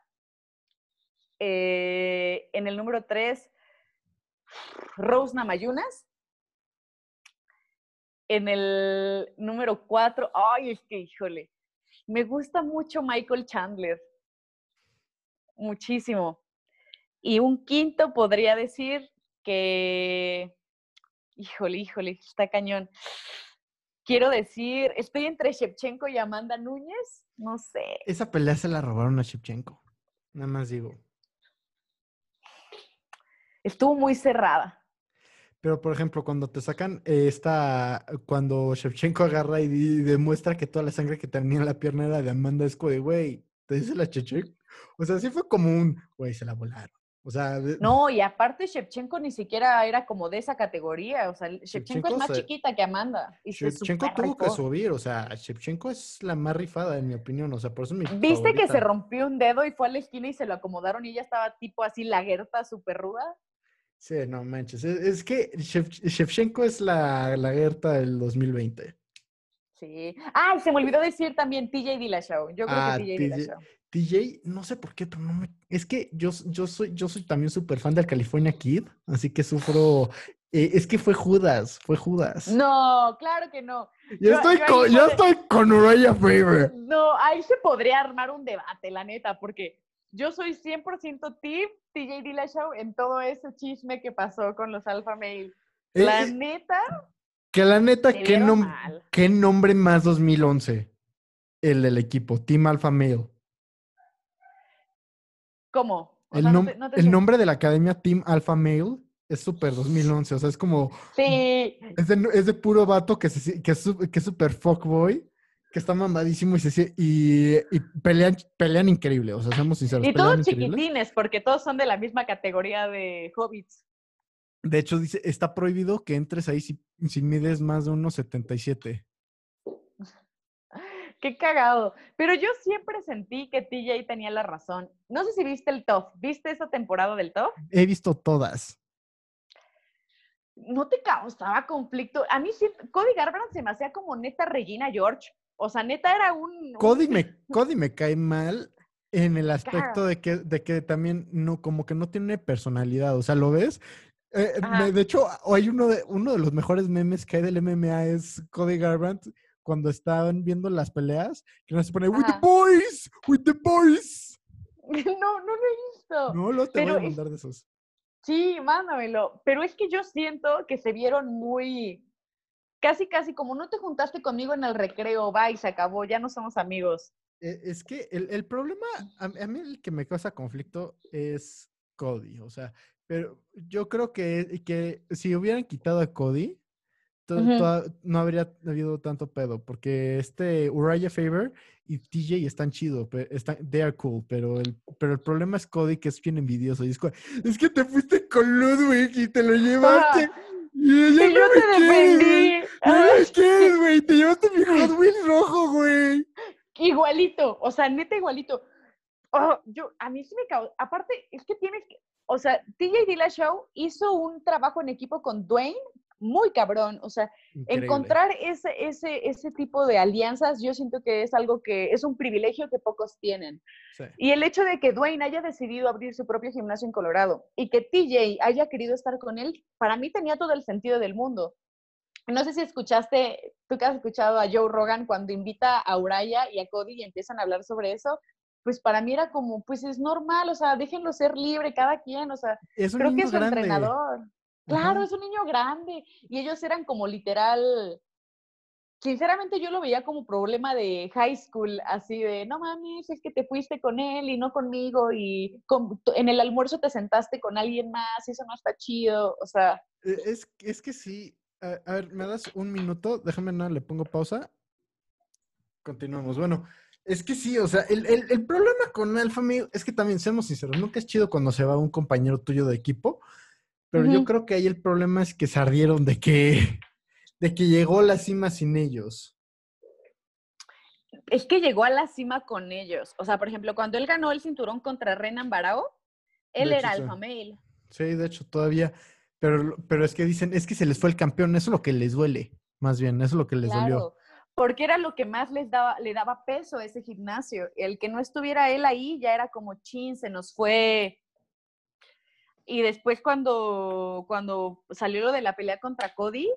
En el número 3, Rose Namajunas. En el número 4, ay, es que, híjole, me gusta mucho Michael Chandler. Muchísimo. Y un quinto podría decir que, híjole, está cañón. quiero decir, estoy entre Shevchenko y Amanda Núñez, no sé. Esa pelea se la robaron a Shevchenko. Nada más digo. Estuvo muy cerrada. Pero, por ejemplo, cuando te sacan cuando Shevchenko agarra y demuestra que toda la sangre que tenía en la pierna era de Amanda, es como de, güey, ¿te dice la Shevchenko? O sea, sí fue como güey, se la volaron. O sea, No, y aparte Shevchenko ni siquiera era como de esa categoría. O sea, Shevchenko es más chiquita que Amanda. Y se Shevchenko super tuvo que rifó. subir, o sea, Shevchenko es la más rifada, en mi opinión, o sea, por eso es mi ¿Viste que se favorita. rompió un dedo y fue a la esquina y se lo acomodaron y ella estaba tipo así laguerta, súper ruda? Sí, no manches. Es que Shevchenko es la Gerta del 2020. Sí. Ah, y se me olvidó decir también TJ Dillashaw. Yo creo que Ah, TJ Dillashaw. TJ, no sé por qué, pero no me... Es que yo soy también súper fan del California Kid, así que sufro... es que fue Judas. No, claro que no. Yo estoy con Uriah Faber. No, ahí se podría armar un debate, la neta, porque yo soy 100% team TJ Dillashaw en todo ese chisme que pasó con los Alpha Male. La neta, Que la neta, se vieron mal. ¿qué nombre más 2011? El del equipo, Team Alpha Male. ¿Cómo? O sea, no te El nombre de la academia Team Alpha Male es súper 2011. O sea, es como... Sí. Es de puro vato que es súper fuckboy, que está mamadísimo y pelean increíble. O sea, seamos sinceros, Y pelean todos increíbles. chiquitines, porque todos son de la misma categoría de hobbits. De hecho, dice, está prohibido que entres ahí si mides más de 1,77. Qué cagado. Pero yo siempre sentí que TJ tenía la razón. No sé si viste el TOF. ¿Viste esa temporada del TOF? He visto todas. ¿No te causaba conflicto? A mí sí, Cody Garbrandt se me hacía como neta Regina George. O sea, neta era Cody me cae mal en el Me aspecto caga. de que también no, como que no tiene personalidad. O sea, ¿lo ves? Ajá. De hecho, hay uno de los mejores memes que hay del MMA es Cody Garbrandt cuando estaban viendo las peleas, que no se pone Ajá. with the boys. No, no lo he visto. No, lo te voy Pero a mandar de esos. sí, mándamelo. Pero es que yo siento que se vieron muy, casi como no te juntaste conmigo en el recreo, bye, se acabó, ya no somos amigos. Es que el problema, a mí el que me causa conflicto es Cody, o sea, pero yo creo que si hubieran quitado a Cody, no habría habido tanto pedo, porque Uriah Faber y TJ están chidos, they are cool, pero el problema es Cody, que es bien envidioso, y es que te fuiste con Ludwig y te lo llevaste, y ya Y yo no me te quieres, güey, defendí. ya no me quieres, güey, te llevaste mi Hot Wheels rojo, güey. Igualito, o sea, neta igualito. A mí sí me causa, aparte, es que tienes que, o sea, TJ Dillashaw hizo un trabajo en equipo con Dwayne muy cabrón, o sea, Increíble. encontrar ese tipo de alianzas, yo siento que es algo que es un privilegio que pocos tienen. Sí. Y el hecho de que Dwayne haya decidido abrir su propio gimnasio en Colorado y que TJ haya querido estar con él, para mí tenía todo el sentido del mundo. No sé si escuchaste, tú que has escuchado a Joe Rogan cuando invita a Uraya y a Cody y empiezan a hablar sobre eso, pues para mí era como, pues es normal, o sea, déjenlo ser libre cada quien, o sea, Es un creo que niño es su grande. entrenador. Claro, Ajá. es un niño grande y ellos eran como literal, sinceramente yo lo veía como problema de high school, así de, no mames, es que te fuiste con él y no conmigo y en el almuerzo te sentaste con alguien más y eso no está chido, o sea. Es que sí. A ver, ¿me das un minuto? Déjame, no, le pongo pausa. Continuamos. Bueno, es que sí, o sea, el problema con Alpha Male es que también, seamos sinceros, nunca es chido cuando se va un compañero tuyo de equipo, pero yo creo que ahí el problema es que se ardieron de que llegó la cima sin ellos. Es que llegó a la cima con ellos. O sea, por ejemplo, cuando él ganó el cinturón contra Renan Barao, De él hecho, era sí. alfa male. Sí, de hecho, todavía. Pero es que dicen, es que se les fue el campeón, eso es lo que les duele, más bien, eso es lo que les dolió. Claro, porque era lo que más le daba peso a ese gimnasio. El que no estuviera él ahí ya era como chin, se nos fue. Y después cuando salió lo de la pelea contra Cody,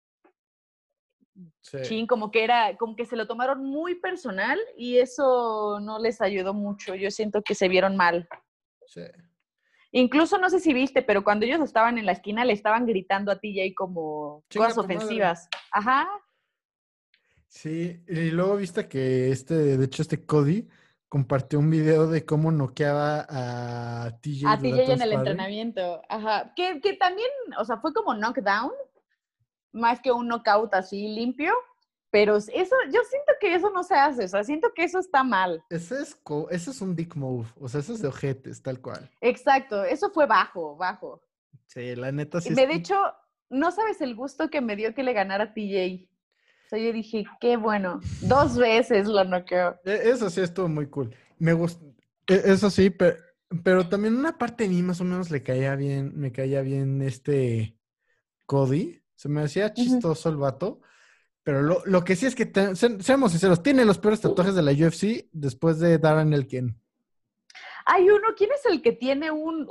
Sí. chin, como que se lo tomaron muy personal y eso no les ayudó mucho. Yo siento que se vieron mal. Sí. Incluso no sé si viste, pero cuando ellos estaban en la esquina le estaban gritando a TJ como Chinga cosas tu madre. ofensivas. Ajá. Sí, y luego viste que de hecho, Cody compartió un video de cómo noqueaba a TJ A TJ durante un en el sparring. entrenamiento. Ajá. Que también, o sea, fue como knockdown, más que un knockout así limpio. Pero eso, yo siento que eso no se hace. O sea, siento que eso está mal. Ese es un dick move, o sea, eso es de ojetes, tal cual. Exacto. Eso fue bajo, bajo. Sí, la neta Y sí es... de hecho, no sabes el gusto que me dio que le ganara a TJ. O sea, yo dije, qué bueno. 2 veces lo noqueó. Eso sí estuvo muy cool. Me gusta, eso sí, pero también una parte de mí más o menos me caía bien Cody. Se me hacía Ujú. chistoso el vato. Pero lo que sí es que, seamos sinceros, tiene los peores tatuajes de la UFC después de Darren Elkin. Hay uno, ¿quién es el que tiene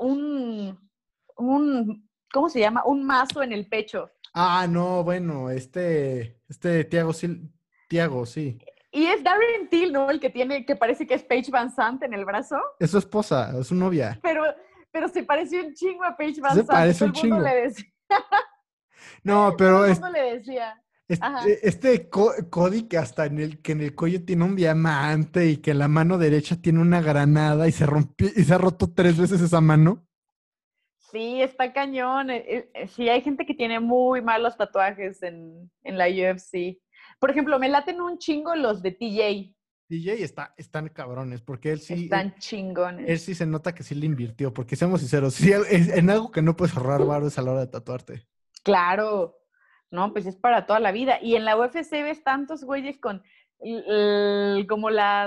¿cómo se llama? Un mazo en el pecho. Ah, no, bueno, Tiago, sí. Y es Darren Till, ¿no? El que tiene, que parece que es Paige Van Sant en el brazo, Es su esposa, es su novia. pero, pero se pareció un chingo a Paige Se Van Sant y parece todo un el mundo chingo. le decía, No, todo pero el mundo le decía, ajá. Cody que hasta que en el cuello tiene un diamante y que en la mano derecha tiene una granada y se rompió y se ha roto 3 veces esa mano. Sí, está cañón. Sí, hay gente que tiene muy malos tatuajes en la UFC. Por ejemplo, me laten un chingo los de TJ. DJ están cabrones, porque Están él chingones. sí se nota que sí le invirtió, porque seamos sinceros, sí, en algo que no puedes ahorrar varo es a la hora de tatuarte. Claro. No, pues es para toda la vida. Y en la UFC ves tantos güeyes con como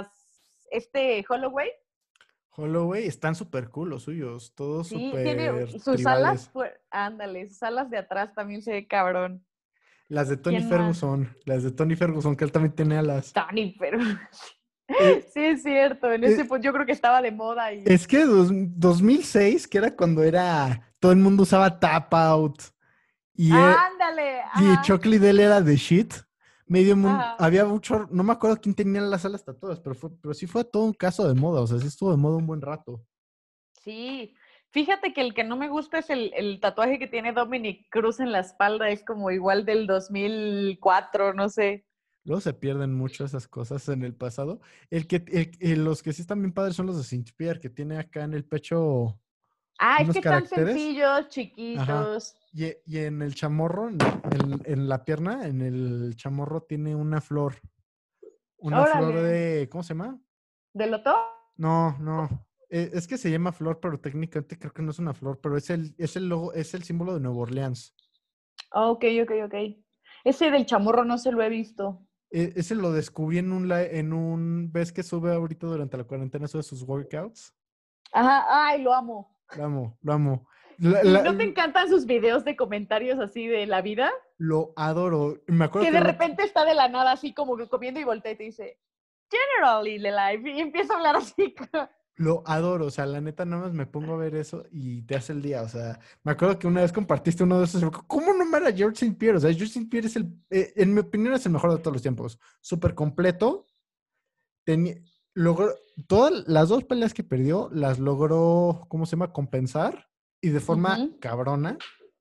Holloway. Holloway están súper cool los suyos, todos Sí, tiene súper sus alas, tribales. ándale, sus alas de atrás también se ve cabrón. ¿Quién más? Las de Tony Ferguson, que él también tiene alas. Tony, pero Eh, sí es cierto, en ese eh, punto yo creo que estaba de moda y... es que 2006, que era cuando todo el mundo usaba tap out y, Ándale, y ajá, Chuck Liddell era de shit. Medio mundo, ajá. había mucho, no me acuerdo quién tenía las alas tatuadas, pero sí fue todo un caso de moda, o sea, sí estuvo de moda un buen rato. Sí, fíjate que el que no me gusta es el tatuaje que tiene Dominic Cruz en la espalda, es como igual del 2004, no sé. Luego se pierden mucho esas cosas en el pasado. Los que sí están bien padres son los de Saint Pierre, que tiene acá en el pecho Ah, es unos que están caracteres. sencillos, Ajá. chiquitos. Y en el chamorro, en la pierna, en el chamorro tiene una flor. Una flor Órale, ¿cómo se llama? ¿de loto? No, no. Es que se llama flor, pero técnicamente creo que no es una flor, pero es el logo, es el símbolo de Nueva Orleans. Ah, ok, ok, ok. Ese del chamorro no se lo he visto. Ese lo descubrí ¿ves que sube ahorita durante la cuarentena, sube sus workouts? Ajá, ay, lo amo. Lo amo, lo amo. La- ¿Y la- no te encantan sus videos de comentarios así de la vida? lo adoro. Me acuerdo Que que de repente está de la nada así como que comiendo y voltea y te dice, Generally, the life, y empieza a hablar así. lo adoro, o sea, la neta nada más me pongo a ver eso y te hace el día, o sea, me acuerdo que una vez compartiste uno de esos, ¿cómo no me era George St. Pierre? O sea, George St. Pierre en mi opinión es el mejor de todos los tiempos, súper completo, tenía, logró, todas las dos peleas que perdió, las logró, ¿cómo se llama? Compensar y de forma Ujú. cabrona,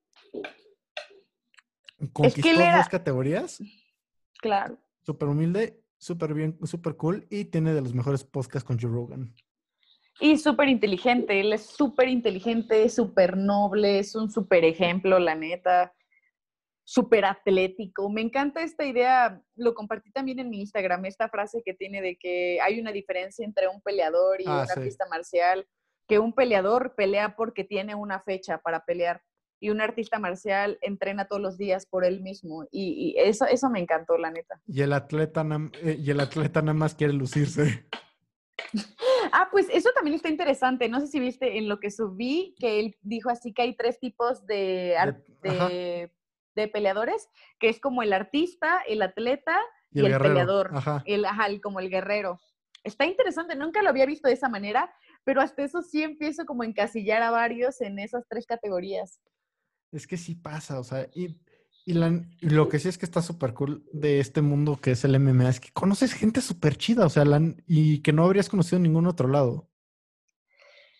Es que él conquistó dos era, categorías, claro, súper humilde, súper bien, súper cool y tiene de los mejores podcasts con Joe Rogan. y súper inteligente, él es súper inteligente, súper noble, es un súper ejemplo, la neta, súper atlético. Me encanta esta idea, lo compartí también en mi Instagram, esta frase que tiene de que hay una diferencia entre un peleador y Ah, un sí. artista marcial, que un peleador pelea porque tiene una fecha para pelear y un artista marcial entrena todos los días por él mismo. Y eso me encantó, la neta. Y el atleta nada más quiere lucirse. Ah, pues eso también está interesante. No sé si viste en lo que subí que él dijo así que hay 3 tipos Ajá. de peleadores, que es como el artista, el atleta Y y el el guerrero. peleador, Ajá. como el guerrero. Está interesante, nunca lo había visto de esa manera, pero hasta eso sí empiezo como a encasillar a varios en esas 3 categorías. Es que sí pasa, o sea, y lo que sí es que está súper cool de este mundo que es el MMA es que conoces gente súper chida, o sea, y que no habrías conocido en ningún otro lado.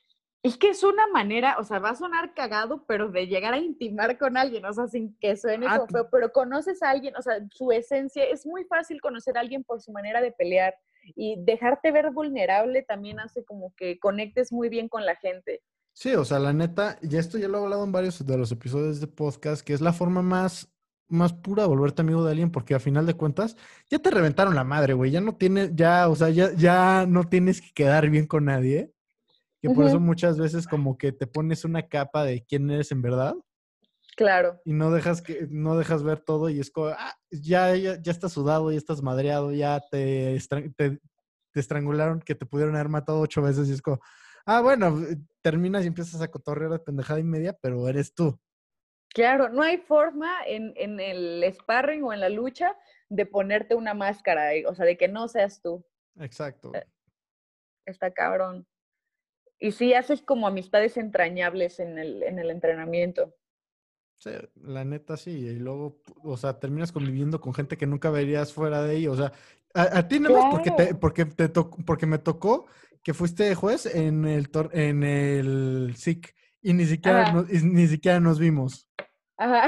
Es que es una manera, o sea, va a sonar cagado, pero de llegar a intimar con alguien, o sea, sin que suene como feo, pero conoces a alguien, o sea, su esencia, es muy fácil conocer a alguien por su manera de pelear y dejarte ver vulnerable también hace como que conectes muy bien con la gente. Sí, o sea, la neta, ya esto ya lo he hablado en varios de los episodios de podcast, que es la forma más pura de volverte amigo de alguien, porque a final de cuentas, ya te reventaron la madre, güey, ya no tienes, ya, o sea, ya no tienes que quedar bien con nadie, que por eso Ujú, muchas veces como que te pones una capa de quién eres en verdad claro. y no dejas ver todo y es como, ya estás sudado, ya estás madreado, ya te estrangularon, que te pudieron haber matado 8 veces y es como, bueno, terminas y empiezas a cotorrear de pendejada y media, pero eres tú. Claro, no hay forma en el sparring o en la lucha de ponerte una máscara, o sea, de que no seas tú. Exacto. Está cabrón. Y sí, haces como amistades entrañables en el entrenamiento. Sí, la neta sí, y luego, o sea, terminas conviviendo con gente que nunca verías fuera de ahí, o sea, a ti nada más Claro. porque me tocó que fuiste juez en el SIC y Ajá, ni siquiera nos vimos. ajá.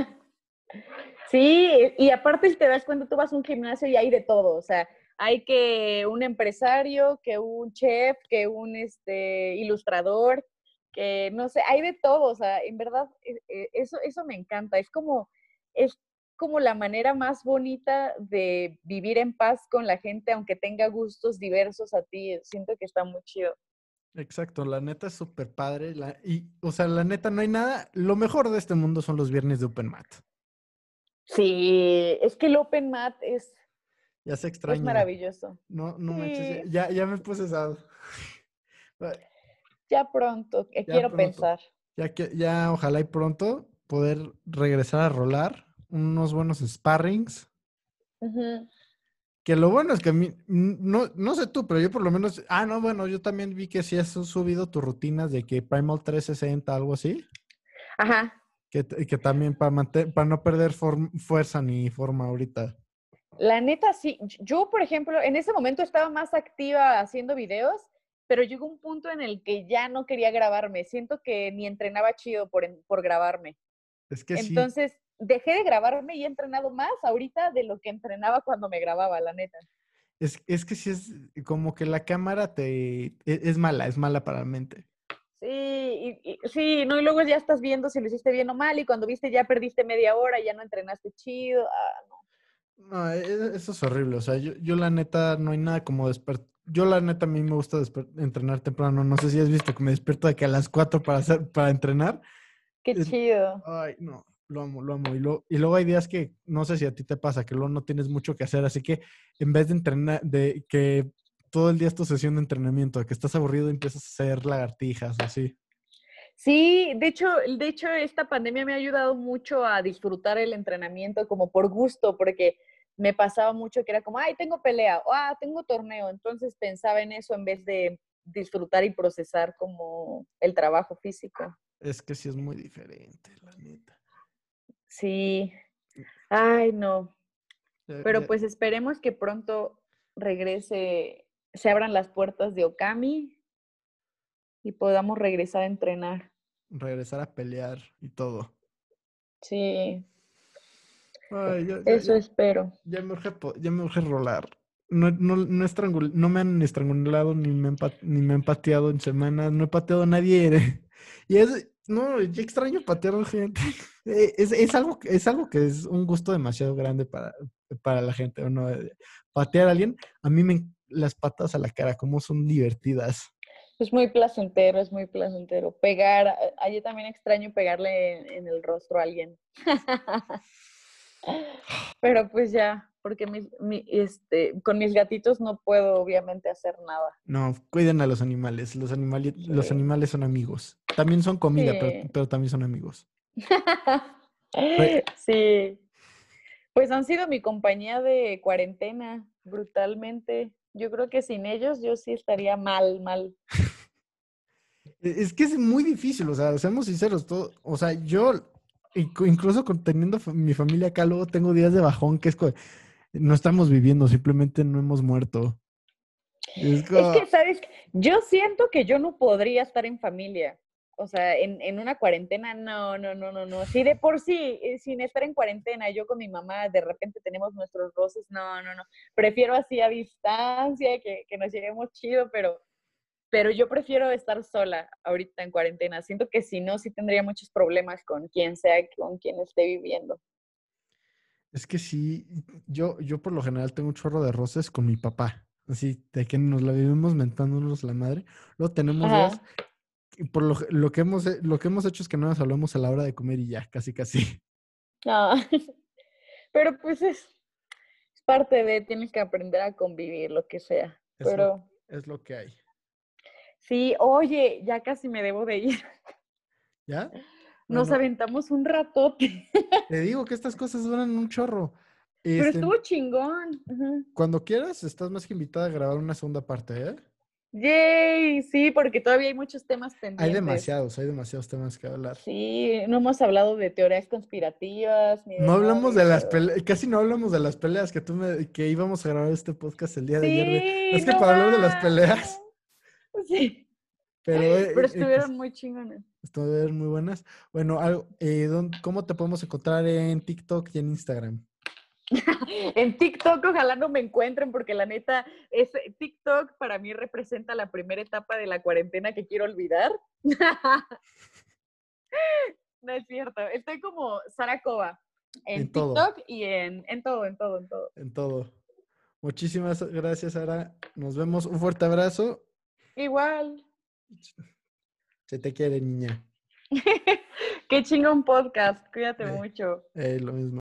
Sí, y aparte te das cuenta, tú vas a un gimnasio y hay de todo, o sea, hay que un empresario, que un chef, que un ilustrador, que no sé, hay de todo, o sea, en verdad eso me encanta, es como la manera más bonita de vivir en paz con la gente, aunque tenga gustos diversos a ti, siento que está muy chido. Exacto, la neta es súper padre, o sea, la neta no hay nada, lo mejor de este mundo son los viernes de Open Mat. Sí, es que el Open Mat Ya se es extraña, maravilloso. no manches, Sí, ya me puse esa. ya pronto, Ya quiero pronto. pensar. Ya ojalá y pronto poder regresar a rolar unos buenos sparrings. Ujú. Que lo bueno es que a mí, no sé tú, pero yo por lo menos, no, bueno, yo también vi que sí has subido tus rutinas de que Primal 360, algo así, Ajá. que también para no perder fuerza ni forma ahorita. La neta, sí. Yo, por ejemplo, en ese momento estaba más activa haciendo videos, pero llegó un punto en el que ya no quería grabarme. Siento que ni entrenaba chido por grabarme. Es que sí, Entonces, dejé de grabarme y he entrenado más ahorita de lo que entrenaba cuando me grababa, la neta. es que sí es como que la cámara es mala para la mente. Sí, sí, no, y luego ya estás viendo si lo hiciste bien o mal, y cuando viste ya perdiste media hora, ya no entrenaste chido. No. No, eso es horrible. O sea, yo la neta no hay nada como despertar. Yo la neta a mí me gusta entrenar temprano. No sé si has visto que me despierto de que a las 4 para entrenar. Qué Es- chido. Ay, no, lo amo, lo amo. Y luego hay días que no sé si a ti te pasa, que luego no tienes mucho que hacer. Así que en vez de entrenar, de que todo el día es tu sesión de entrenamiento, de que estás aburrido y empiezas a hacer lagartijas o así. Sí, de hecho, esta pandemia me ha ayudado mucho a disfrutar el entrenamiento como por gusto, porque me pasaba mucho que era como, ay, tengo pelea, o tengo torneo. Entonces pensaba en eso en vez de disfrutar y procesar como el trabajo físico. Es que sí es muy diferente, la neta. Sí, ay, no. Ya, Pero ya, pues esperemos que pronto regrese, se abran las puertas de Okami y podamos regresar a entrenar. regresar a pelear y todo. Sí, Ay, eso espero. ya me urge rolar. No me han estrangulado ni me han pateado en semanas, no he pateado a nadie. No, ya extraño patear a gente. Es algo que es un gusto demasiado grande para la gente, ¿o no? Patear a alguien, a mí las patas a la cara, como son divertidas. Es muy placentero, es muy placentero. Pegar, yo también extraño pegarle en el rostro a alguien. Pero pues ya, porque con mis gatitos no puedo obviamente hacer nada. No, cuiden a los animales. Los Sí, animales son amigos. También son comida, sí. pero también son amigos. Re- Sí, pues han sido mi compañía de cuarentena, brutalmente. Yo creo que sin ellos yo sí estaría mal, mal. Es que es muy difícil, o sea, seamos sinceros, o sea, yo, incluso teniendo mi familia acá, luego tengo días de bajón, que es no estamos viviendo, simplemente no hemos muerto. Es Es como, que, ¿sabes? Yo siento que yo no podría estar en familia. O sea, en una cuarentena, no. Sí, de por sí, sin estar en cuarentena, yo con mi mamá de repente tenemos nuestros roces, no. Prefiero así a distancia, que nos lleguemos chido, pero yo prefiero estar sola ahorita en cuarentena. Siento que si no, sí tendría muchos problemas con quien sea, con quien esté viviendo. Es que sí, yo por lo general tengo un chorro de roces con mi papá. Así, de que nos la vivimos mentándonos la madre. Luego tenemos días, Ajá. y por lo que hemos hecho es que no nos hablamos a la hora de comer y ya, casi, casi. No. Pero pues es parte de, tienes que aprender a convivir, lo que sea. Es lo, Pero es lo que hay. sí, oye, ya casi me debo de ir. ¿Ya? Nos Bueno, aventamos un ratote, te digo que estas cosas duran un chorro. pero Este, estuvo chingón. Ujú. cuando quieras, estás más que invitada a grabar una segunda parte, ¿eh? Yay, sí, porque todavía hay muchos temas pendientes. Hay demasiados temas que hablar. Sí, no hemos hablado de teorías conspirativas ni No de nada hablamos de de las eso. peleas, casi no hablamos de las peleas que íbamos a grabar este podcast el día de ayer. Sí, Es que no para hablar de las más. peleas, Sí, pero pero X, estuvieron muy chingones. están muy buenas. Bueno, ¿cómo te podemos encontrar en TikTok y en Instagram? En TikTok ojalá no me encuentren porque la neta, TikTok para mí representa la primera etapa de la cuarentena que quiero olvidar. No es cierto. Estoy como Sara Cova En en todo, TikTok y en todo. en todo. Muchísimas gracias, Sara. Nos vemos. Un fuerte abrazo. Igual. Se te quiere, niña. Qué chingón podcast. Cuídate mucho. Lo mismo.